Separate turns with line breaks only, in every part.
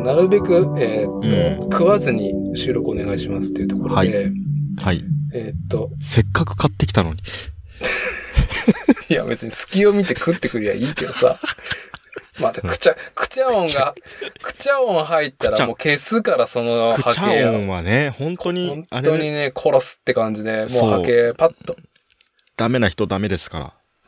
なるべく、
うん
食わずに収録お願いしますっていうところで、
はい。せっかく買ってきたのに。
いや別に隙を見て食ってくりゃいいけどさ。また、くちゃ音入ったらもう消すから、その波形。
くちゃ音はね、本当に、
本当にね、殺すって感じで、もう波形パッと。
ダメな人ダメですから。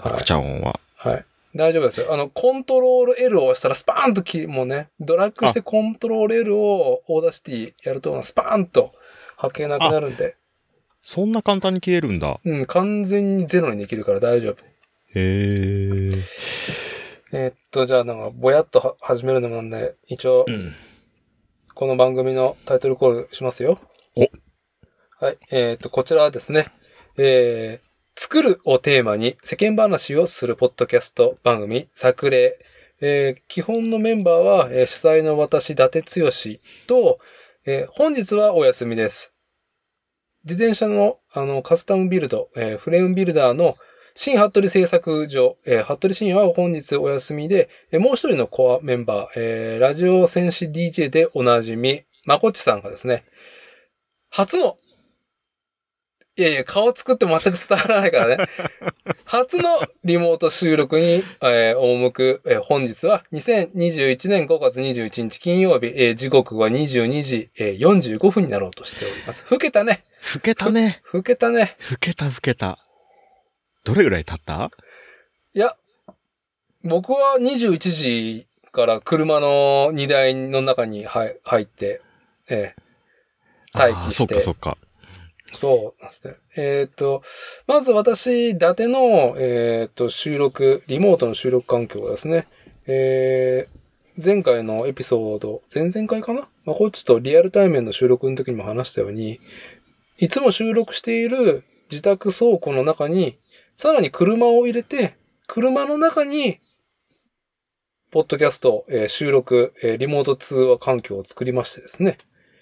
くちゃ音は。
はい。大丈夫ですよ。コントロール L を押したらスパーンともうね、ドラッグしてコントロール L をオーダーシティやると、スパーンと波形なくなるんで。
そんな簡単に消えるんだ。
うん、完全にゼロにできるから大丈夫。
へー。
じゃあなんか、ぼやっと始めるのなんで、一応、この番組のタイトルコールしますよ。はい。こちらはですね、作るをテーマに世間話をするポッドキャスト番組、作例。基本のメンバーは、主催の私、伊達剛と、本日はお休みです。自転車の、カスタムビルド、フレームビルダーの新服部製作所、服部深夜は本日お休みで、もう一人のコアメンバー、ラジオ戦士 DJ でおなじみ、まこっちさんがですね、初の、顔作っても全く伝わらないからね。初のリモート収録に、赴く、本日は2021年5月21日金曜日、時刻は22時、45分になろうとしております。老けたね。
老けたね。
老けたね。
老けた。どれぐらい経った？
いや、僕は21時から車の荷台の中に入って、待機して。
そっか。
そうなんですね。まず私、伊達の、収録、リモートの収録環境はですね、前回のエピソード、前々回かな？こっちとリアル対面の収録の時にも話したように、いつも収録している自宅倉庫の中に、さらに車を入れて、車の中に、ポッドキャスト、収録、リモート通話環境を作りましてですね。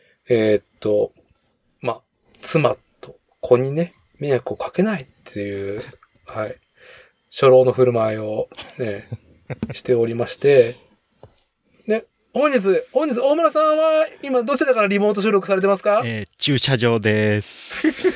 妻と子にね、迷惑をかけないっていう、はい、初老の振る舞いをね、しておりまして、ね、本日、大村さんは今どちらからリモート収録されてますか？
駐車場です。結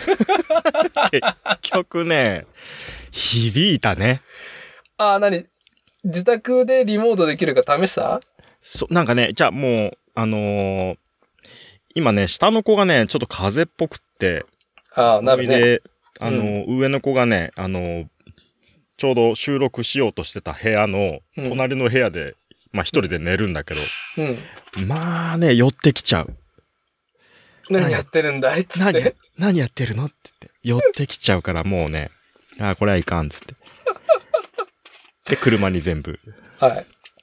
局ね、響いたね。
自宅でリモートできるか試した？
なんかね、じゃあもう、今ね、下の子がね、ちょっと風邪っぽくって、
なるね。
で、上の子がね、ちょうど収録しようとしてた部屋の、隣の部屋で、一人で寝るんだけど、まあね、寄ってきちゃう。
何やってるんだいっつって。
何やってるのって言って、寄ってきちゃうからもうね、これはいかんっつって。で、車に全部。
はい。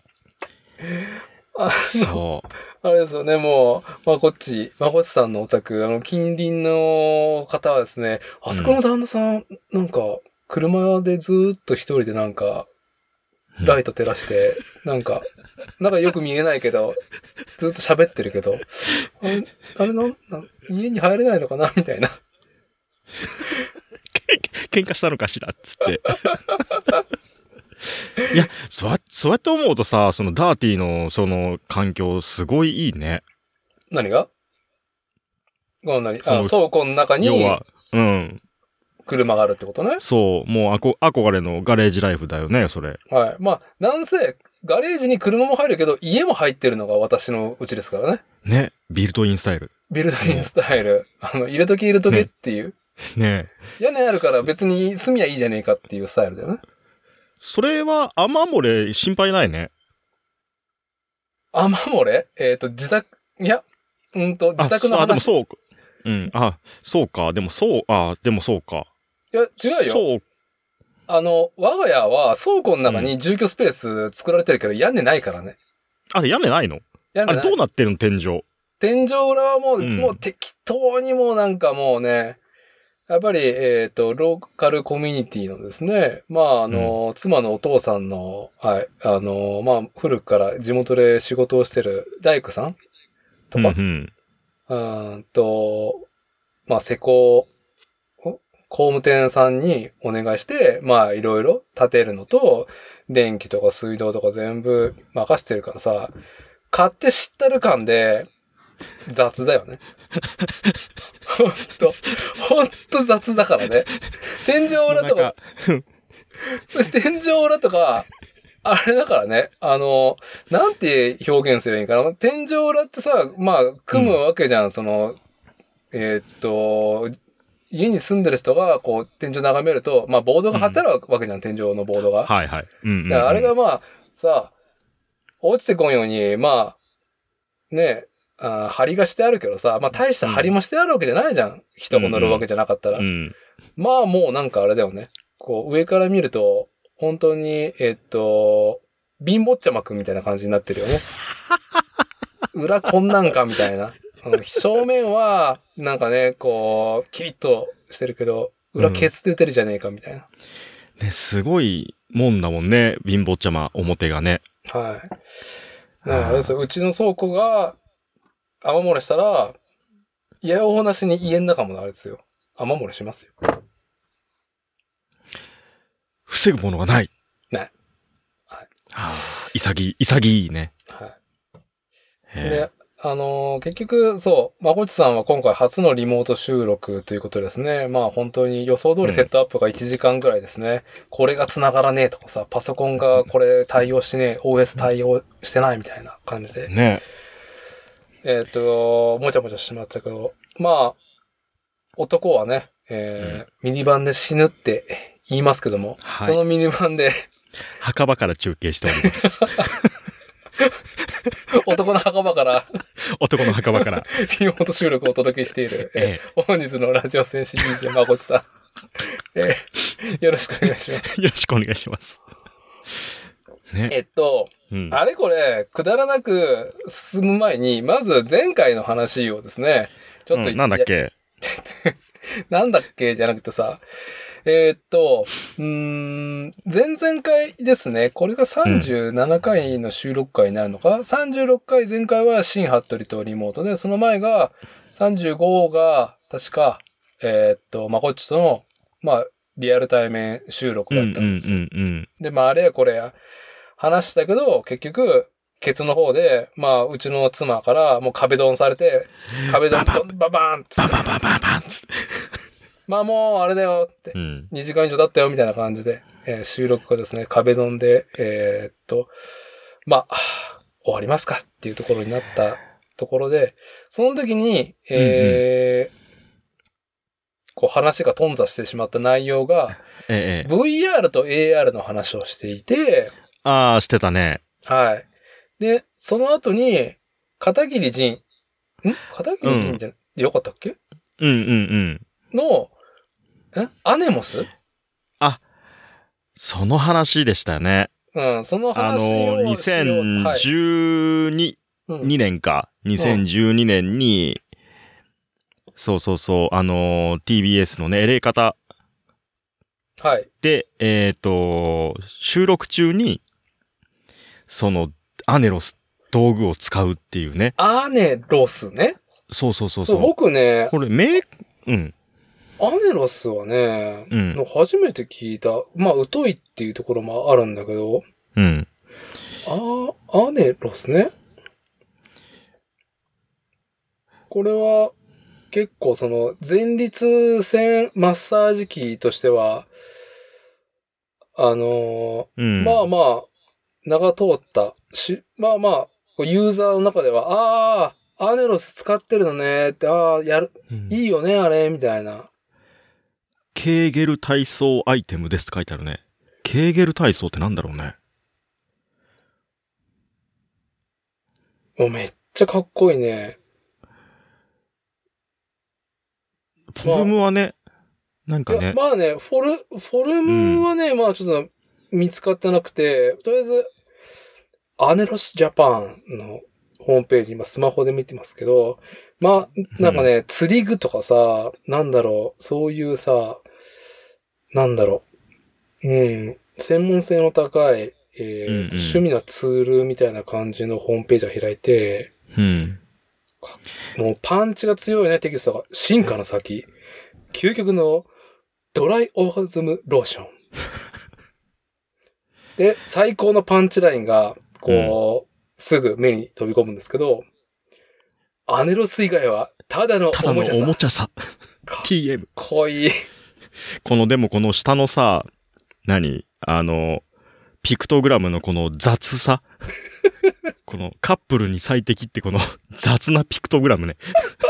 そう。
あれですよね、もう、まこっちさんのお宅、近隣の方はですね、あそこの旦那さん、なんか、車でずーっと一人でなんか、ライト照らして、なんかよく見えないけど、ずっと喋ってるけど、家に入れないのかなみたいな。
喧嘩したのかしらっつって。いや、そうやって思うとさ、そのダーティーのその環境すごいいいね。
何が？倉庫の中に、
要は、
車があるってことね。
そう、もう憧れのガレージライフだよね、それ。
はい。なんせ、ガレージに車も入るけど、家も入ってるのが私のうちですからね。
ね、ビルトインスタイル。
ビルトインスタイル。入れとけっていう。
ね。
屋根あるから別に住みはいいじゃねえかっていうスタイルだよね。そ
れは雨漏れ心配ないね。
雨漏れ？自宅、いや、自宅の話。
でもそうか。そうか。でもそうか。
いや、違うよ。そう。我が家は倉庫の中に住居スペース作られてるけど、屋根ないからね。
あれ、屋根ないの？あれ、どうなってるの？天井。
天井裏はもう適当にもうなんかもうね、やっぱり、ローカルコミュニティのですね、妻のお父さんの、はい、古くから地元で仕事をしてる大工さんとか、施工、工務店さんにお願いして、いろいろ建てるのと、電気とか水道とか全部任してるからさ、 買って知ったる感で、雑だよね。ほんと雑だからね。天井裏とか、天井裏とか、あれだからね、なんて表現すればいいかな。天井裏ってさ、まあ、組むわけじゃん、家に住んでる人が、こう、天井眺めると、まあ、ボードが張ってあるわけじゃん、天井のボードが。
はいはい。
だからあれがまあ、さ、落ちてこんように、まあ、ね、梁がしてあるけどさ、まあ、大した梁もしてあるわけじゃないじゃん。人が乗るわけじゃなかったら。まあ、もうなんかあれだよね。こう、上から見ると、本当に、貧乏ちゃまくんみたいな感じになってるよね。裏こんなんかみたいな。正面は、なんかね、こう、キリッとしてるけど、裏ケツ出てるじゃねえかみたいな。
ね、すごいもんだもんね、貧乏ちゃま、表がね。
はい。あれですよ、うちの倉庫が雨漏れしたら、いやおうなしに家の中もあれですよ。雨漏れしますよ。
防ぐものがない。
ない。はい。
潔いね。
はい。で、結局、そう、まこちさんは今回初のリモート収録ということですね。まあ本当に予想通りセットアップが1時間ぐらいですね。これが繋がらねえとかさ、パソコンがこれ対応してねえ、OS 対応してないみたいな感じで。
ね。
もちゃもちゃしまったけど、まあ、男はね、ミニバンで死ぬって言いますけども、はい、このミニバンで
墓場から中継しております。
男の墓場から、リモート収録をお届けしている、本日のラジオ戦士 DJ まこちさん、よろしくお願いします。
よろしくお願いします。
ね、あれこれ、くだらなく進む前に、まず前回の話をですね、ちょっと、
なんだっけ
なんだっけじゃなくてさ、前々回ですね。これが37回の収録回になるのか、36回前回は新ハットリとリモートで、その前が35が確か、まこっちとの、まあ、リアル対面収録だったんですよ。で、まあ、あれやこれや話したけど、結局、ケツの方で、まあ、うちの妻からもう壁ドンされて、壁ドンババーンつって。ババンつって。まあもうあれだよって、2時間以上経ったよみたいな感じで、収録がですね、壁ドンで、まあ、終わりますかっていうところになったところで、その時に、こう話が頓挫してしまった内容が、VR と AR の話をしていて、
してたね。
はい。で、その後に、片桐仁みたいな、よかったっけの、アネモス
その話でしたよね。
その話を
2012年か。2012年に、そう、TBS のね、LA 方。
はい。
で、収録中に、その、アネロス道具を使うっていうね。
アネロスね。
そう。
僕ね。
これ、
アネロスはね、初めて聞いた。まあ、疎いっていうところもあるんだけど。アネロスね。これは、結構その、前立腺マッサージ機としては、まあまあ、名が通ったまあまあ、ユーザーの中では、アネロス使ってるのねって、いいよね、あれ、みたいな。
ケーゲル体操アイテムですって書いてあるね。ケーゲル体操ってなんだろうね。
めっちゃかっこいいね。
フォルムはね、なんかね。
まあね、フォルムはね、まあちょっと見つかってなくて、とりあえず、アネロスジャパンのホームページ、今スマホで見てますけど、まあ、なんかね、釣り具とかさ、なんだろう、そういうさ、なんだろう、専門性の高い、趣味のツールみたいな感じのホームページを開いて、もうパンチが強いね、テキストが。進化の先。究極のドライオーガズムローション。で、最高のパンチラインが、こすぐ目に飛び込むんですけど、アネロス以外はただのおもちゃさ。ただのおもちゃさ。
TM。
かっこいい。
でもこの下のさ、ピクトグラムのこの雑さ。このカップルに最適ってこの雑なピクトグラムね。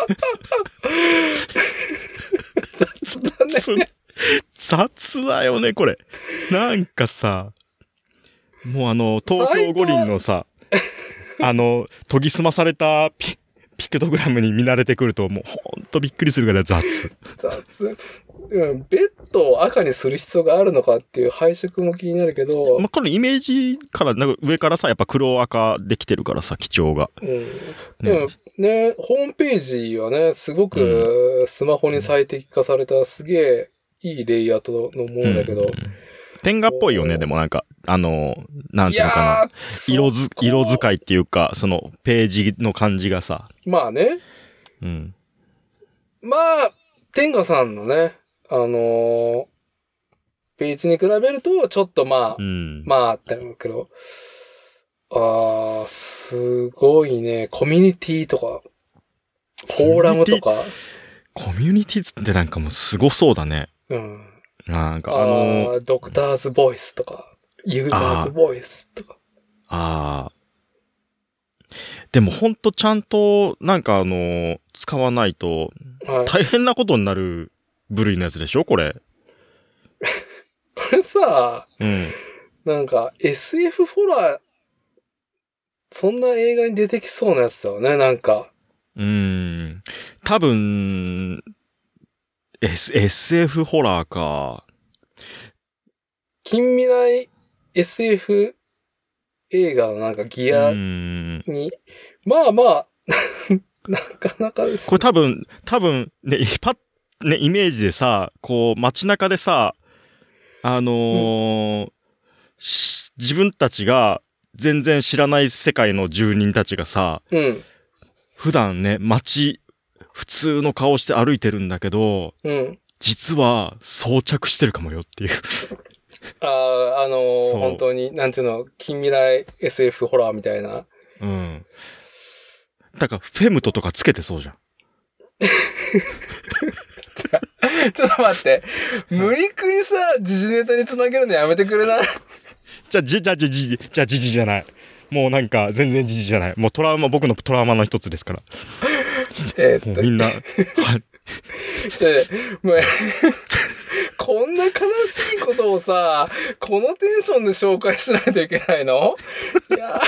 雑だね。
雑だよね、これ。なんかさ、もう東京五輪のさ、研ぎ澄まされたピクトグラムに見慣れてくると、もうほんとびっくりするぐらい雑。
ベッドを赤にする必要があるのかっていう配色も気になるけど。
このイメージから、なんか上からさ、やっぱ黒赤できてるからさ、基調が。
でもね、ホームページはね、すごくスマホに最適化されたすげえいいレイアウトのものだけど。
天下っぽいよね、でもなんか、なんていうのかな。色使いっていうか、そのページの感じがさ。
まあね。まあ、天下さんのね、ページに比べると、ちょっとまあってなるけど、すごいね、コミュニティとか、フォーラムとか。
コミュニティってなんかもうすごそうだね。なんか
ドクターズボイスとか、ユーザーズボイスとか。
でもほんとちゃんと、なんか使わないと、大変なことになる部類のやつでしょこれ。
これさ、なんか SF ホラー、そんな映画に出てきそうなやつだよね、なんか。
多分、SF ホラーか。
近未来 SF 映画のなんかギアに、まあまあ、なかなかですね。
これ多分ね、イメージでさ、こう街中でさ、自分たちが全然知らない世界の住人たちがさ、普段ね、普通の顔して歩いてるんだけど、実は装着してるかもよっていう。
本当に、なんていうの、近未来 SF ホラーみたいな。
だから、フェムトとかつけてそうじゃん。
ちょっと待って。無理くりさ、時事ネタにつなげるのやめてくれない？
じゃあ時事じゃない。もうなんか、全然時事じゃない。もう僕のトラウマの一つですから。もうみんな、
もうこんな悲しいことをさ、このテンションで紹介しないといけないの？いや、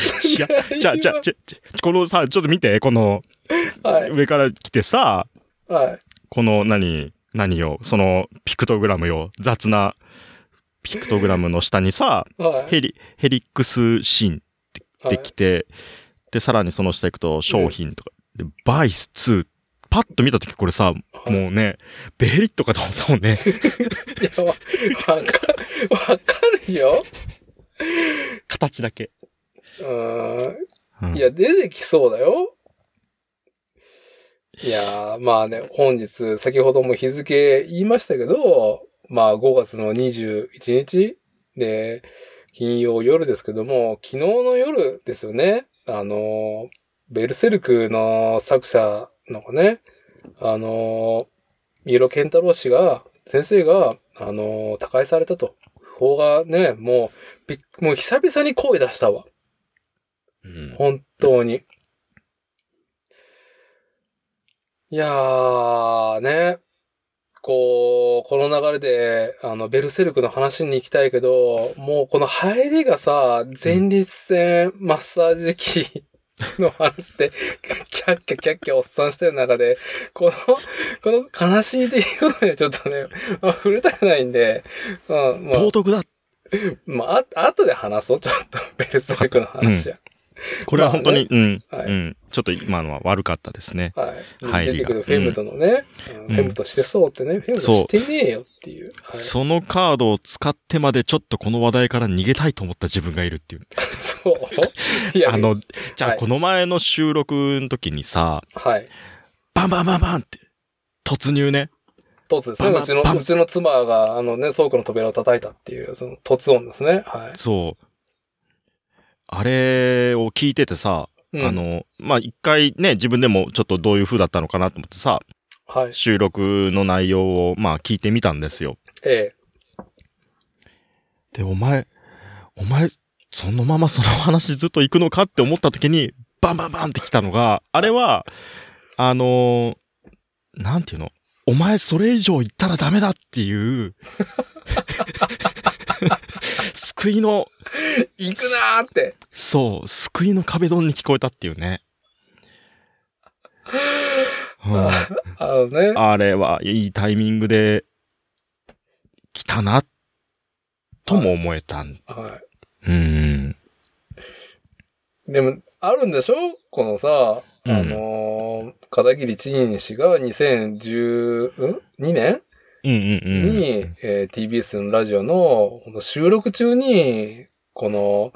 このさ、ちょっと見て、この、上から来てさ、この何よ、そのピクトグラムよ、雑なピクトグラムの下にさ、ヘリックスシーンってきて、で、さらにその下行くと商品とか、で、バイス2、パッと見たときこれさ、もうね、ベリットかと思ったもんね。
いや、わかるよ。
形だけ。
いや、出てきそうだよ。いや、まあね、本日、先ほども日付言いましたけど、まあ5月の21日で、金曜夜ですけども、昨日の夜ですよね。ベルセルクの作者のね、三浦健太郎先生が、他界されたと。訃報がね、もう久々に声出したわ。本当に。いやー、ね。この流れで、ベルセルクの話に行きたいけど、もうこの入りがさ、前立腺マッサージ機の話で、キャッキャおっさんしてる中で、この悲しみ的なことにはちょっとね、触れたくないんで、
冒涜だ。
後で話そう、ちょっと、ベルセルクの話は。
これは本当に、ちょっと今のは悪かったですね。
出てくるフェムトのね、フェムトしてそうってね、フェムトしてねえよっていう。
そのカードを使ってまでちょっとこの話題から逃げたいと思った自分がいるっていう。
そう
じゃあこの前の収録の時にさ、バンバンバンバンって突入ね。
突ですね。うちの妻が倉庫の扉を叩いたっていう、その突音ですね。
そう。 あれを聞いててさ、まあ、一回ね、自分でもちょっとどういう風だったのかなと思ってさ、
はい。
収録の内容を、まあ、聞いてみたんですよ。
ええ。
で、お前、そのままその話ずっと行くのかって思った時に、バンバンバンって来たのが、あれは、なんていうの？お前それ以上言ったらダメだっていう、救いの、
行くなーって。
そう、救いの壁ドンに聞こえたっていうね。
ね。
あれはいいタイミングで来たな、とも思えた。
はい。
で
も、あるんでしょこのさ、片桐仁氏が2012年に、TBS のラジオの収録中に、この、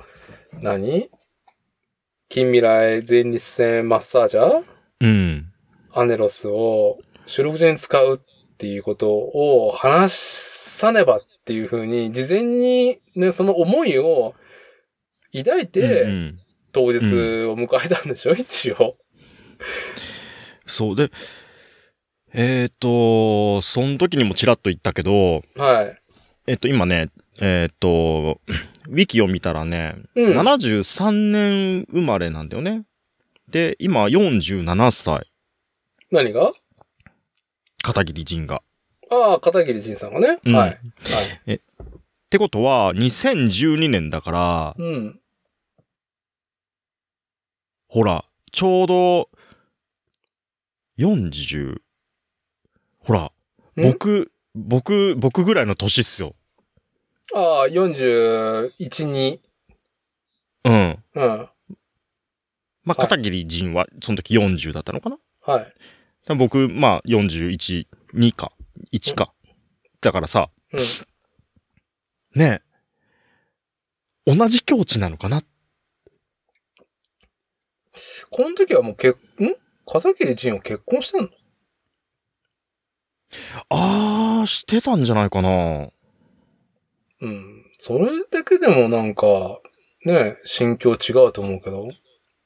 近未来前立腺マッサージャー、アネロスを収録中に使うっていうことを話さねばっていう風に、事前にね、その思いを抱いて、当日を迎えたんでしょ、一応。
そうで、その時にもちらっと言ったけど、
はい。
今ね、ウィキを見たらね、73年生まれなんだよね。で、今47歳。
何が？
片桐仁が。
ああ、片桐仁さんがね。はい。
ってことは、2012年だから、ほら、ちょうど、40、ほら、僕ぐらいの年っすよ。
ああ、41、2。
まあ、片桐仁は、その時40だったのかな？
はい。
僕、まあ、41、2か、1か。だからさ、ねえ、同じ境地なのかな？
この時はもう片桐仁は結婚してんの？
してたんじゃないかな。
それだけでもなんか、ね、心境違うと思うけど。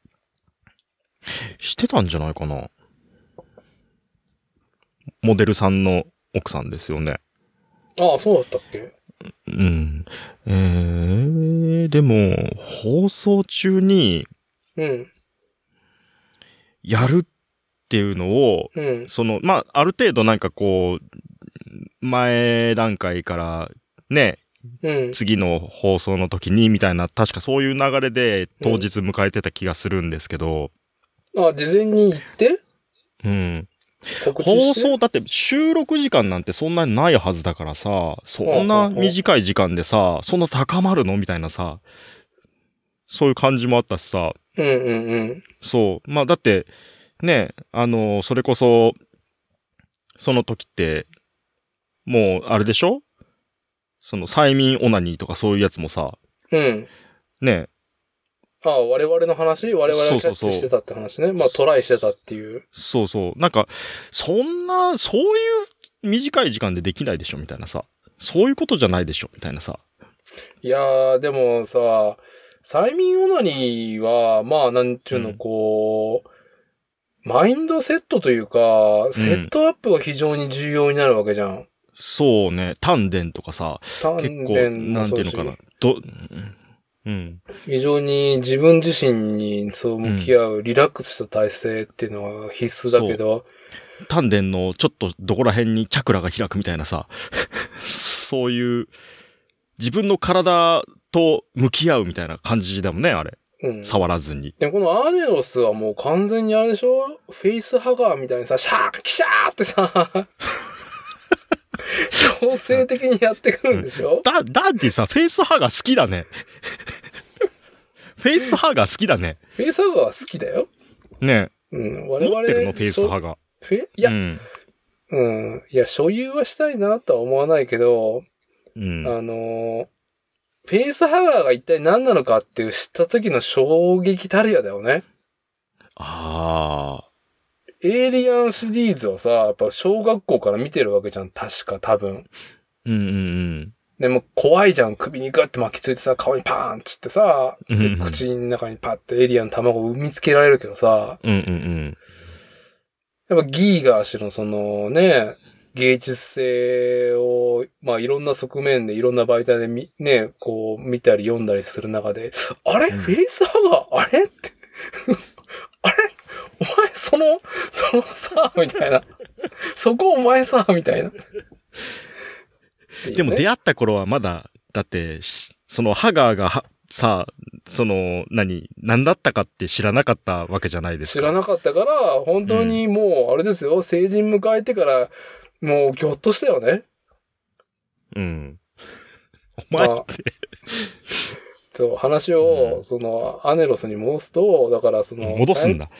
してたんじゃないかな。モデルさんの奥さんですよね。
ああ、そうだったっけ？
でも、放送中に、やるっていうのを、まあ、ある程度なんかこう、前段階からね、次の放送の時にみたいな、確かそういう流れで当日迎えてた気がするんですけど。
事前に行って？
放送、だって収録時間なんてそんなにないはずだからさ、そんな短い時間でさ、そんな高まるのみたいなさ、そういう感じもあったしさ。そう。まあだって、ね、それこそ、その時って、もう、あれでしょ？その、催眠オナニーとかそういうやつもさ、ね。
我々の話？我々がキャッチしてたって話ね。まあトライしてたっていう。
そうそう。なんか、そういう短い時間でできないでしょみたいなさ。そういうことじゃないでしょみたいなさ。
いやー、でもさ、催眠オナニーは、まあ、なんちゅうの、こう、マインドセットというか、セットアップが非常に重要になるわけじゃん。
そうね。丹田とかさ。結構、なんていうのかな。
非常に自分自身にそう向き合うリラックスした体勢っていうのは必須だけど。
丹田のちょっとどこら辺にチャクラが開くみたいなさ。そういう、自分の体と向き合うみたいな感じだもんね、あれ。触らずに。
で、このアーネロスはもう完全にあれでしょ？フェイスハガーみたいにさ、シャーキシャーってさ、強制的にやってくるんでしょ？
だってさ、フェイスハガー好きだね。フェイスハガー好きだね。
フェイスハガーは好きだよ。
ね
え。
我々持ってるの、フェイスハガー。
いや、いや、所有はしたいなとは思わないけど、フェイスハガーが一体何なのかっていう知った時の衝撃たるやだよね。エイリアンシリーズはさ、やっぱ小学校から見てるわけじゃん、確か多分。 でも怖いじゃん。首にグッて巻きついてさ、顔にパーンっつってさ、で口の中にパッてエイリアンの卵を産みつけられるけどさ、やっぱギーガー氏のそのね、芸術性を、まあいろんな側面でいろんな媒体でね、こう見たり読んだりする中で、あれ、フェイスハガーあれって。あれお前そのさ、みたいな。そこお前さ、みたいな。
でも出会った頃はまだ、だって、そのハガーがさ、その、何だったかって知らなかったわけじゃないですか。
知らなかったから、本当にもう、あれですよ、成人迎えてから、もう、ぎょっとしたよね。
うん。お前って。
そう、話を、その、アネロスに戻すと、だからその、
戻すんだ。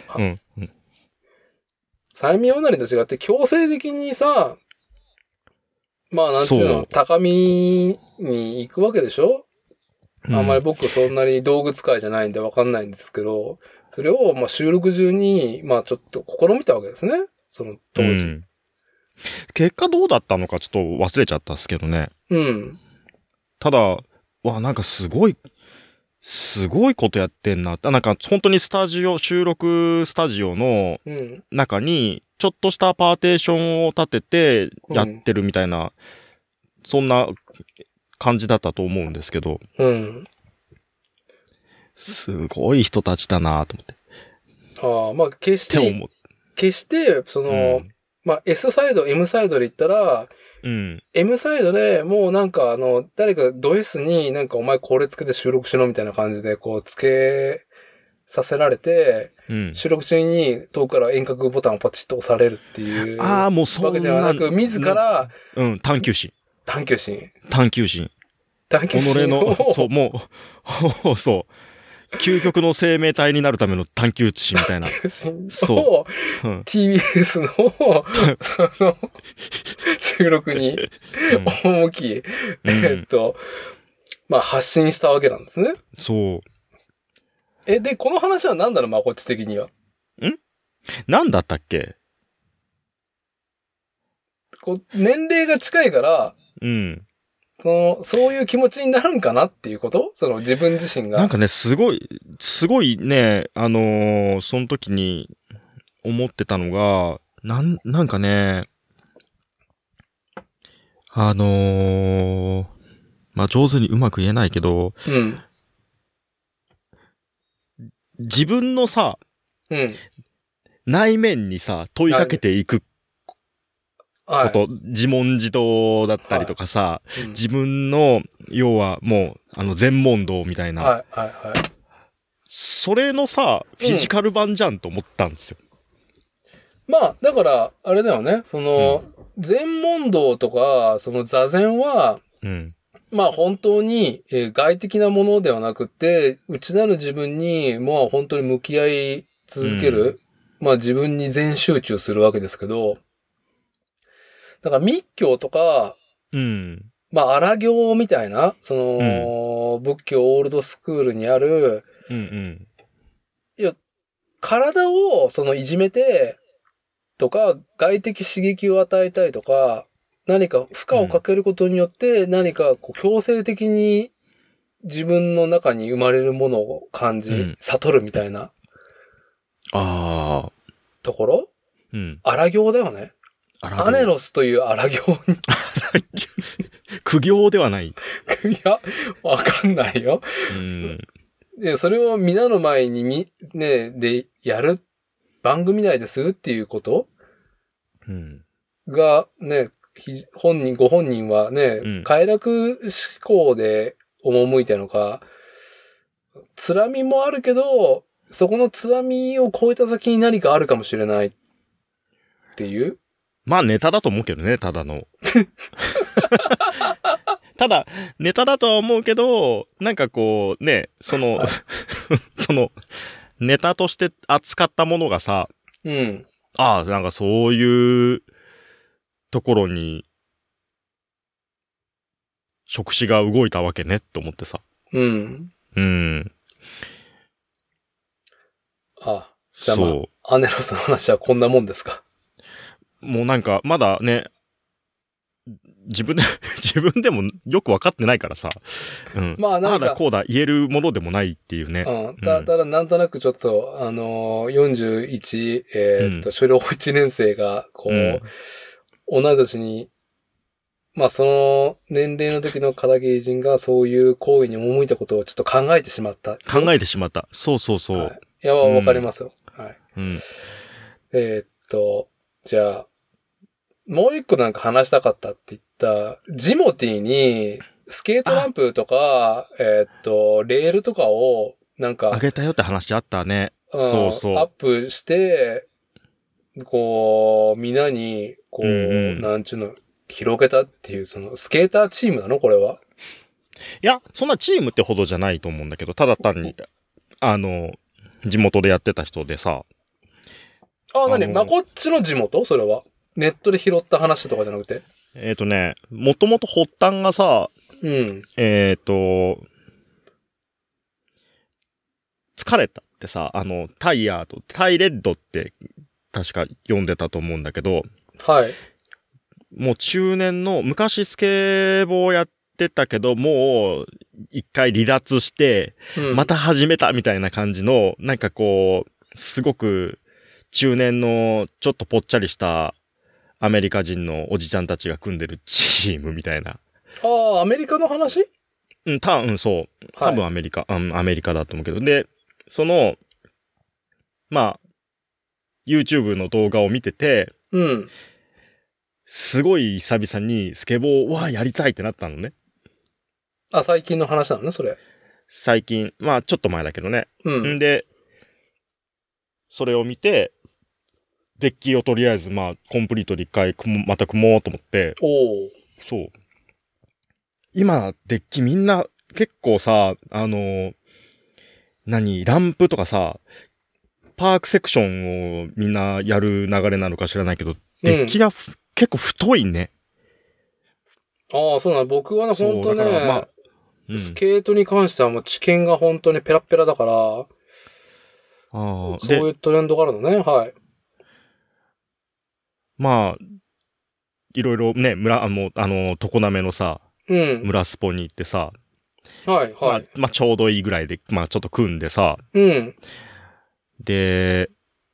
催眠オナニーと違って強制的にさ、まあなんていうの、高みに行くわけでしょ？あんまり僕そんなに道具使いじゃないんでわかんないんですけど、それをまあ収録中に、まあちょっと試みたわけですね。その当時。
結果どうだったのかちょっと忘れちゃったっすけどね。ただ、なんかすごいことやってんな。なんか本当に収録スタジオの中に、ちょっとしたパーテーションを立ててやってるみたいな、そんな感じだったと思うんですけど。すごい人たちだなと思って。
まあ決して、その、まあ S サイド、M サイドで言ったら、M サイドでもうなんか誰かド S になんかお前これつけて収録しろみたいな感じでこうつけさせられて、収録中に遠くから遠隔ボタンをパチッと押されるっていう。
もうそんな
わけではなく、自ら、
探求心。己の、そう、もう、そう。究極の生命体になるための探求心みたいな。
そう。TBS の、その、収録に、赴き、まあ発信したわけなんですね。
そう。
で、この話は何だろう、まこっち的には。
何だったっけ？
年齢が近いから、そういう気持ちになるんかなっていうこと？その自分自身が。
なんかね、すごいね、その時に思ってたのが、なんかね、まあ、上手にうまく言えないけど、自分のさ、内面にさ、問いかけていくこと、自問自答だったりとかさ、自分の、要はもう、全問答みたいな。それのさ、フィジカル版じゃんと思ったんですよ。
まあ、だから、あれだよね。その、全問答とか、その座禅は、まあ本当に、外的なものではなくて、内なる自分に、まあ本当に向き合い続ける。まあ自分に全集中するわけですけど、だから密教とか、まあ荒行みたいな、その、仏教オールドスクールにある、いや、体をそのいじめて、とか、外的刺激を与えたりとか、何か負荷をかけることによって何かこう強制的に自分の中に生まれるものを感じ、悟るみたいなところ、荒行だよね。アネロスという荒行に
苦行ではない。
いや、わかんないよ。で、それを皆の前にでやる、番組内でするっていうこと、がね、ご本人はね、快楽思考で赴いたのか、つらみもあるけど、そこのつらみを超えた先に何かあるかもしれないっていう。
まあネタだと思うけどね、ただの。ただ、ネタだとは思うけど、なんかこうね、そのネタとして扱ったものがさ、なんかそういうところに、触手が動いたわけねって思ってさ。
じゃあまあ、アネロスの話はこんなもんですか。
もうなんか、まだね、 自分でもよく分かってないからさ。うん。まあなんか。ああだこうだ言えるものでもないっていうね。
うん。ただなんとなくちょっと、41、初老1年生が、こう、同い年に、まあその年齢の時の片桐仁がそういう行為に赴いたことをちょっと考えてしまった。
考えてしまった。そうそうそう。はい、
いや、わかりますよ。はい。
うん。
じゃあ、もう一個なんか話したかったって言った、ジモティーに、スケートランプとか、レールとかを、なんか。
あげたよって話あったね。そうそう。
アップして、こう、みんなに、こう、なんちゅうの、広げたっていう、その、スケーターチームなのこれは。
いや、そんなチームってほどじゃないと思うんだけど、ただ単に、地元でやってた人でさ。
まこっちの地元それは。ネットで拾った話とかじゃなくて。
もともと発端がさ、
うん。
疲れたってさ、タイレッドって確か読んでたと思うんだけど、
はい。
もう中年の、昔スケボーやってたけど、もう一回離脱して、また始めたみたいな感じの、なんかこう、すごく中年のちょっとぽっちゃりしたアメリカ人のおじちゃんたちが組んでるチームみたいな。
ああ、アメリカの話？
うん、そう。多分アメリカ、アメリカだと思うけど。で、まあ、YouTube の動画を見てて、
うん。
すごい久々にスケボーはやりたいってなったのね。
あ、最近の話なのね、それ。
最近、まあちょっと前だけどね。
うん。
んで、それを見て、デッキをとりあえず、まあ、コンプリートで一回また組もうと思って。そう。今、デッキみんな結構さ、ランプとかさ、パークセクションをみんなやる流れなのか知らないけど、デッキが、結構太いね。
ああ、そうなの。僕はね、ほんとね、まあスケートに関してはもう知見が本当にペラペラだから、そういうトレンドがあるのね、はい。
まあ、いろいろね、常滑のさ、村スポに行ってさ、
はい、はい。
まあ、ちょうどいいぐらいで、まあ、ちょっと組んでさ、で、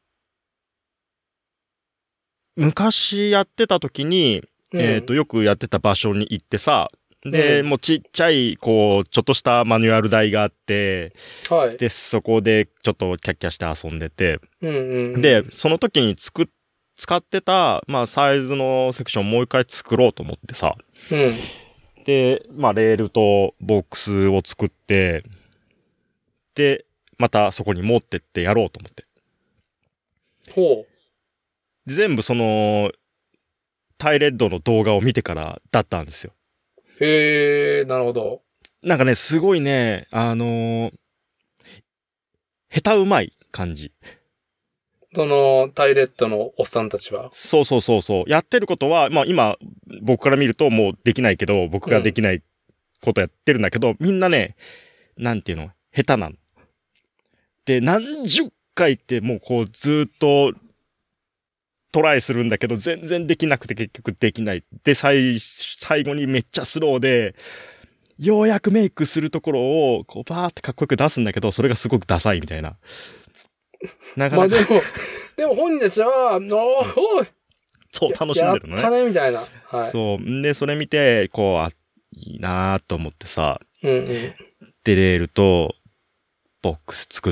昔やってた時に、よくやってた場所に行ってさ、で、もうちっちゃい、こう、ちょっとしたマニュアル台があって、
はい。
で、そこでちょっとキャッキャして遊んでて、
で、
その時に使ってた、まあ、サイズのセクションをもう一回作ろうと思ってさ、で、まあ、レールとボックスを作って、で、またそこに持ってってやろうと思って。全部タイレッドの動画を見てからだったんですよ。
へー、なるほど。
なんかね、すごいね、下手うまい感じ。
タイレッドのおっさんたちは。
そう。やってることは、まあ今、僕から見るともうできないけど、僕ができないことやってるんだけど、みんなね、なんていうの、下手なの。で、何十回ってもうこうずっとトライするんだけど、全然できなくて結局できない。で、最後にめっちゃスローで、ようやくメイクするところを、こうバーってかっこよく出すんだけど、それがすごくダサいみたいな。なかなか。
まあでも本人たちは、
そう、楽しんでるのね。
やったね、みたいな。はい。
そう。で、それ見て、こう、いいなと思ってさ。
で、
レールと、ボックス作って、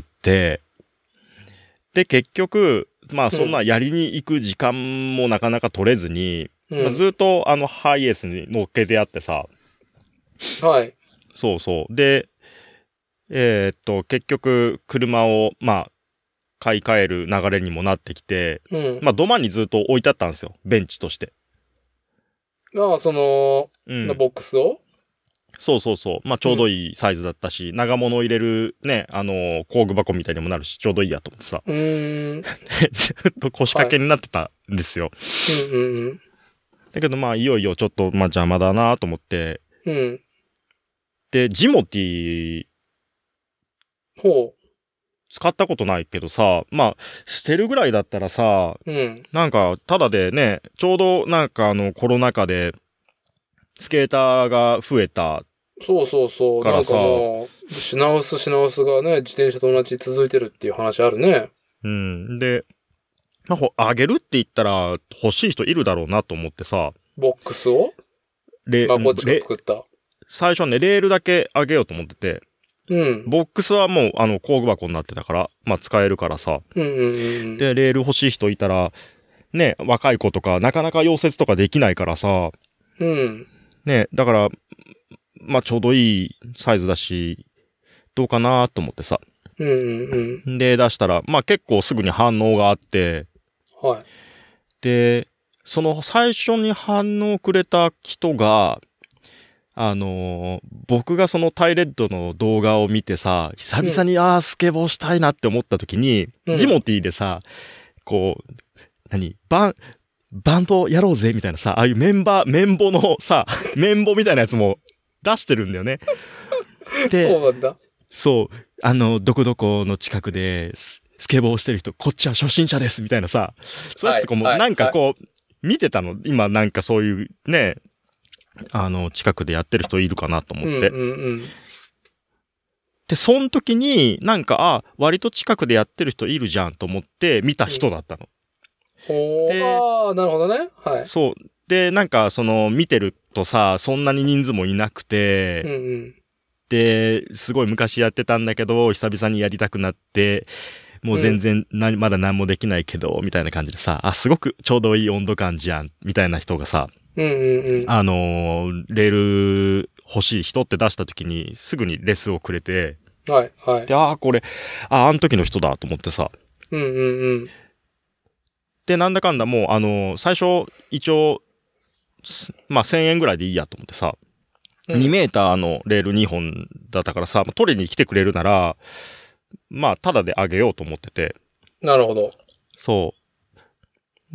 で、結局、まあそんなやりに行く時間もなかなか取れずに、まあ、ずっとハイエースに乗っけてあってさ。
はい。
そう。で、結局車を、まあ、買い替える流れにもなってきて、まあ土間にずっと置いてあったんですよ。ベンチとして。
ああ、ボックスを
そう。まあちょうどいいサイズだったし、長物を入れるね、工具箱みたいにもなるし、ちょうどいいやと思ってさ。ずっと腰掛けになってたんですよ。だけどまあいよいよちょっとまあ邪魔だなと思って、で、ジモティ使ったことないけどさ、まあ、捨てるぐらいだったらさ、なんか、ただでね、ちょうどなんかコロナ禍で、 スケーターが増えた。
そうそうそう。なんかもう、品薄がね、自転車と同じ続いてるっていう話あるね。
うん。で、あげるって言ったら欲しい人いるだろうなと思ってさ。
ボックスをこっちが作った。
最初ね、レールだけあげようと思ってて。
うん。
ボックスはもう、工具箱になってたから、まあ使えるからさ。で、レール欲しい人いたら、ね、若い子とか、なかなか溶接とかできないからさ。
うん。
ね、だから、まあちょうどいいサイズだし、どうかなと思ってさ。で、出したら、まあ結構すぐに反応があって、
はい。
で、その最初に反応くれた人が、僕がそのタイレッドの動画を見てさ、久々にスケボーしたいなって思った時に、ジモティーでさ、こう、バンドやろうぜみたいなさ、ああいう綿棒のさ、綿棒みたいなやつも出してるんだよね。
で、そうなんだ。
そう、どこどこの近くでスケボーしてる人、こっちは初心者ですみたいなさ、そういうやつとかもなんかこう、見てたの。今なんかそういうね、近くでやってる人いるかなと思って。で、その時になんか、割と近くでやってる人いるじゃんと思って見た人だったの。
で、なるほどね。はい。
そう。で、なんか見てるとさ、そんなに人数もいなくて、で、すごい昔やってたんだけど、久々にやりたくなって、もう全然まだ何もできないけど、みたいな感じでさ、すごくちょうどいい温度感じゃん、みたいな人がさ、レール欲しい人って出した時にすぐにレスをくれて、
はい、はい。
で、これ、あの時の人だと思ってさ。で、なんだかんだもう、最初、一応、まあ、1000円ぐらいでいいやと思ってさ、2メーターのレール2本だったからさ、取りに来てくれるなら、まあ、ただであげようと思ってて。
なるほど。
そう。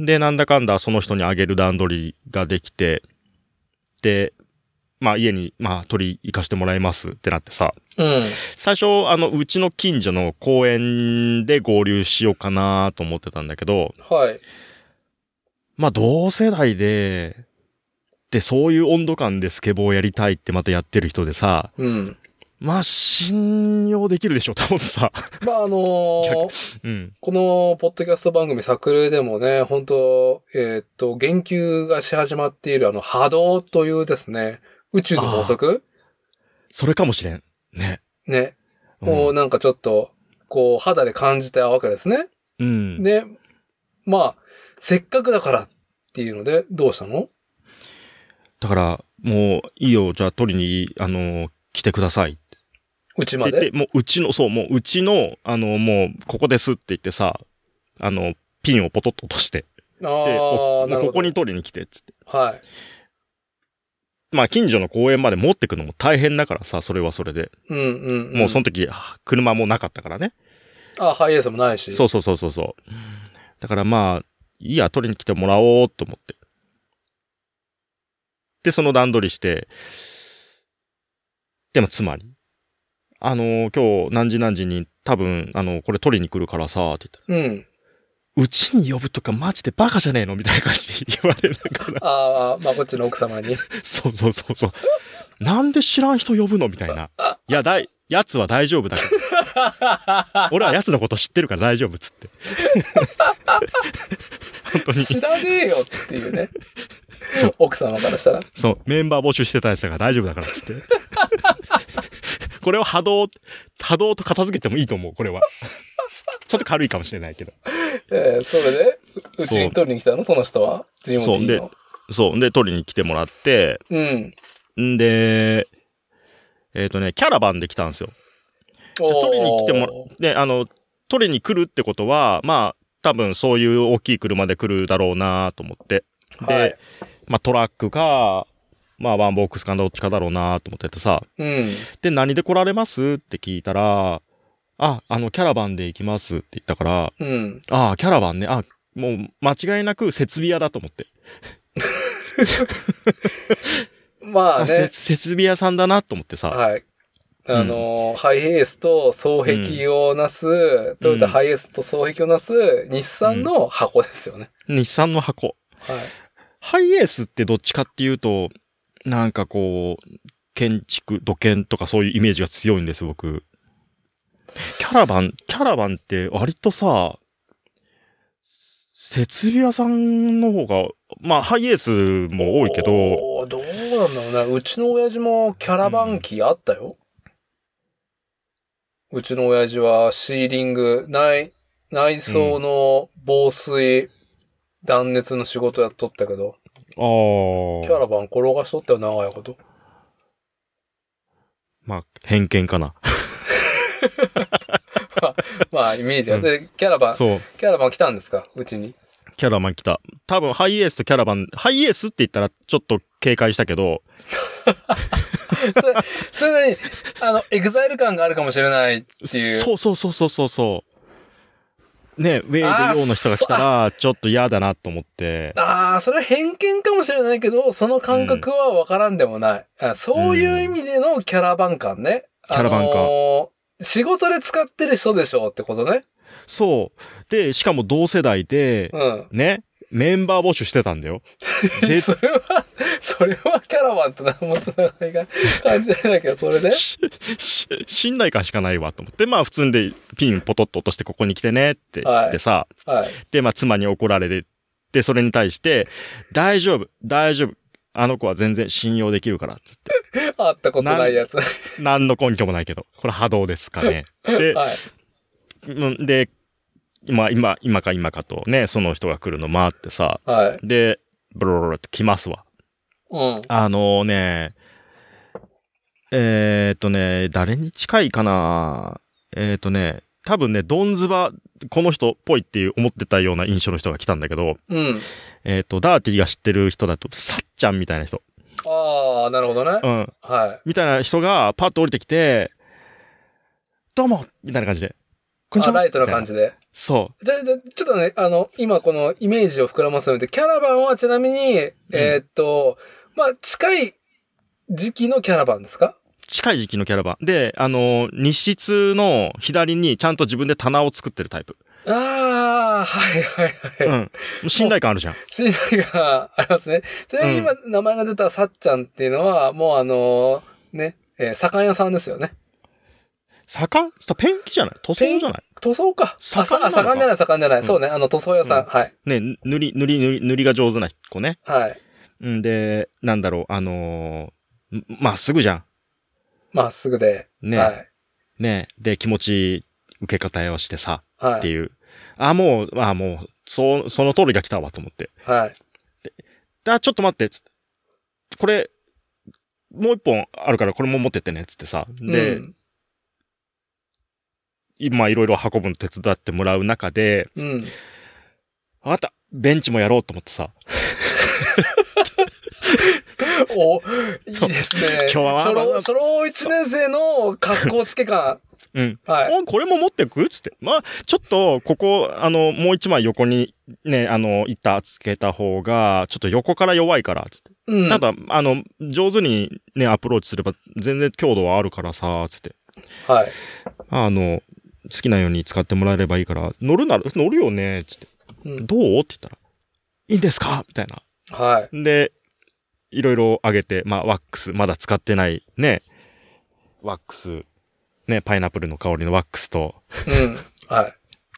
で、なんだかんだその人にあげる段取りができて、で、まあ家に、取り行かしてもらいますってなってさ。最初、うちの近所の公園で合流しようかなと思ってたんだけど、
はい。
まあ同世代で、そういう温度感でスケボーをやりたいってまたやってる人でさ、まあ、信用できるでしょ、と思ってさ。
まあ、このポッドキャスト番組サクルでもね、本当言及がし始まっている波動というですね、宇宙の法則？
それかもしれん。ね。
ね。こう、なんかちょっと、こう、肌で感じたわけですね。で、まあ、せっかくだからっていうので、どうしたの？
だから、もう、いいよ、じゃあ取りに、来てください。
うちまで？
もううちの、もう、ここですって言ってさ、ピンをポトッと落として。もうここに取りに来て、つって。
はい。
まあ、近所の公園まで持ってくのも大変だからさ、それはそれで。もうその時、車もなかったからね。
ハイエースもないし。
そう。だからまあ、いいや、取りに来てもらおうと思って。で、その段取りして、でもつまり、今日何時に多分、これ取りに来るからさ、って言ったら。うちに呼ぶとかマジでバカじゃねえのみたいな感じで言われなが
ら。まあこっちの奥様に。
そう。なんで知らん人呼ぶのみたいな。いや、奴は大丈夫だから。俺は奴のこと知ってるから大丈夫っつって。本当に。
知らねえよっていうね。そう。奥様からしたら。
そう。メンバー募集してたやつだから大丈夫だからっつって。これを波動と片付けてもいいと思う、これは。ちょっと軽いかもしれないけど。
それで、うちに取りに来たのその人は。
そう。で、取りに来てもらって、んで、キャラバンで来たんですよ。取りに来て取りに来るってことは、まあ、多分そういう大きい車で来るだろうなと思って。で、まあトラックか、まあワンボックスかどっちかだろうなと思っててさ。で、何で来られますって聞いたら、キャラバンで行きますって言ったから、キャラバンね、もう間違いなく設備屋だと思って。
まあね。
設備屋さんだなと思ってさ。
はい。ハイエースと双璧をなす、トヨタハイエースと双璧をなす、日産の箱ですよね。
日産の箱。
はい。
ハイエースってどっちかっていうと、 なんかこう、建築、土建とかそういうイメージが強いんですよ、僕。キャラバンって割とさ、設備屋さんの方が、まあ、ハイエースも多いけど。
どうなんだろうね。うちの親父もキャラバン機あったよ。うちの親父はシーリング、内装の防水、断熱の仕事やっとったけど。キャラバン転がしとったよ、長いこと。
まあ、偏見かな。
まあ、イメージは。で、キャラバン来たんですか、うちに。
キャラバン来た。多分、ハイエースとキャラバン、ハイエースって言ったらちょっと警戒したけど。
それなりに、エグザイル感があるかもしれないっていう。
そう。ね、ウェイでヨーの人が来たら、ちょっと嫌だなと思って。
それは偏見かもしれないけど、その感覚はわからんでもない。そういう意味でのキャラバン感ね。
キャラバン感。
仕事で使ってる人でしょってことね。
そう。で、しかも同世代で、ね、メンバー募集してたんだよ。
それはキャラバンと何もつながりが感じないけど、それで
信頼感しかないわと思って、まあ普通でピンポトッと落としてここに来てねって言ってさ、で、まあ妻に怒られて、それに対して、大丈夫。あの子は全然信用できるから、つって。
会ったことないやつ。
何の根拠もないけど、これ波動ですかね。で、で、今かとね、その人が来るの待ってさ、で、ブロロロって来ますわ。誰に近いかな。多分ね、ドンズバ、この人っぽいっていう思ってたような印象の人が来たんだけど、ダーティが知ってる人だと、さっちゃんみたいな人。
なるほどね。
みたいな人がパッと降りてきて、どうもみたいな感じで。
こんにちは。ライトな感じで。
そう。
ちょっとね、今このイメージを膨らますので、キャラバンはちなみに、まあ、近い時期のキャラバンですか？
近い時期のキャラバン。で、日室の左にちゃんと自分で棚を作ってるタイプ。信頼感あるじゃん。
信頼感ありますね。ちなみに今名前が出たさっちゃんっていうのは、もう左官屋さんですよね。
ペンキじゃない？塗装じゃない？
塗装か。左官じゃない。そうね、塗装屋さん。はい。
ね、塗りが上手な子ね。
はい。
んで、なんだろう、まっすぐじゃん。
まっすぐで。
ね。ね。で、気持ち受け方をしてさ、っていう。もう、その通りが来たわと思って。
はい。
で、ちょっと待って、つって。これ、もう一本あるからこれも持ってってね、つってさ。で、今いろいろ運ぶの手伝ってもらう中で、分かった。ベンチもやろうと思ってさ。
いいですね。今日は初老1年生の格好つけ感。
はい。これも持ってくつって。まあ、ちょっと、ここ、もう一枚横にね、板つけた方が、ちょっと横から弱いから、つって。ただ、上手にね、アプローチすれば、全然強度はあるからさ、つって。
はい。
好きなように使ってもらえればいいから、乗るよね、つって。どうって言ったら、いいんですかみたいな。
はい。
で、いろいろ上げて、まあ、ワックス、まだ使ってないね、ワックス、ね、パイナップルの香りのワックスと。
はい。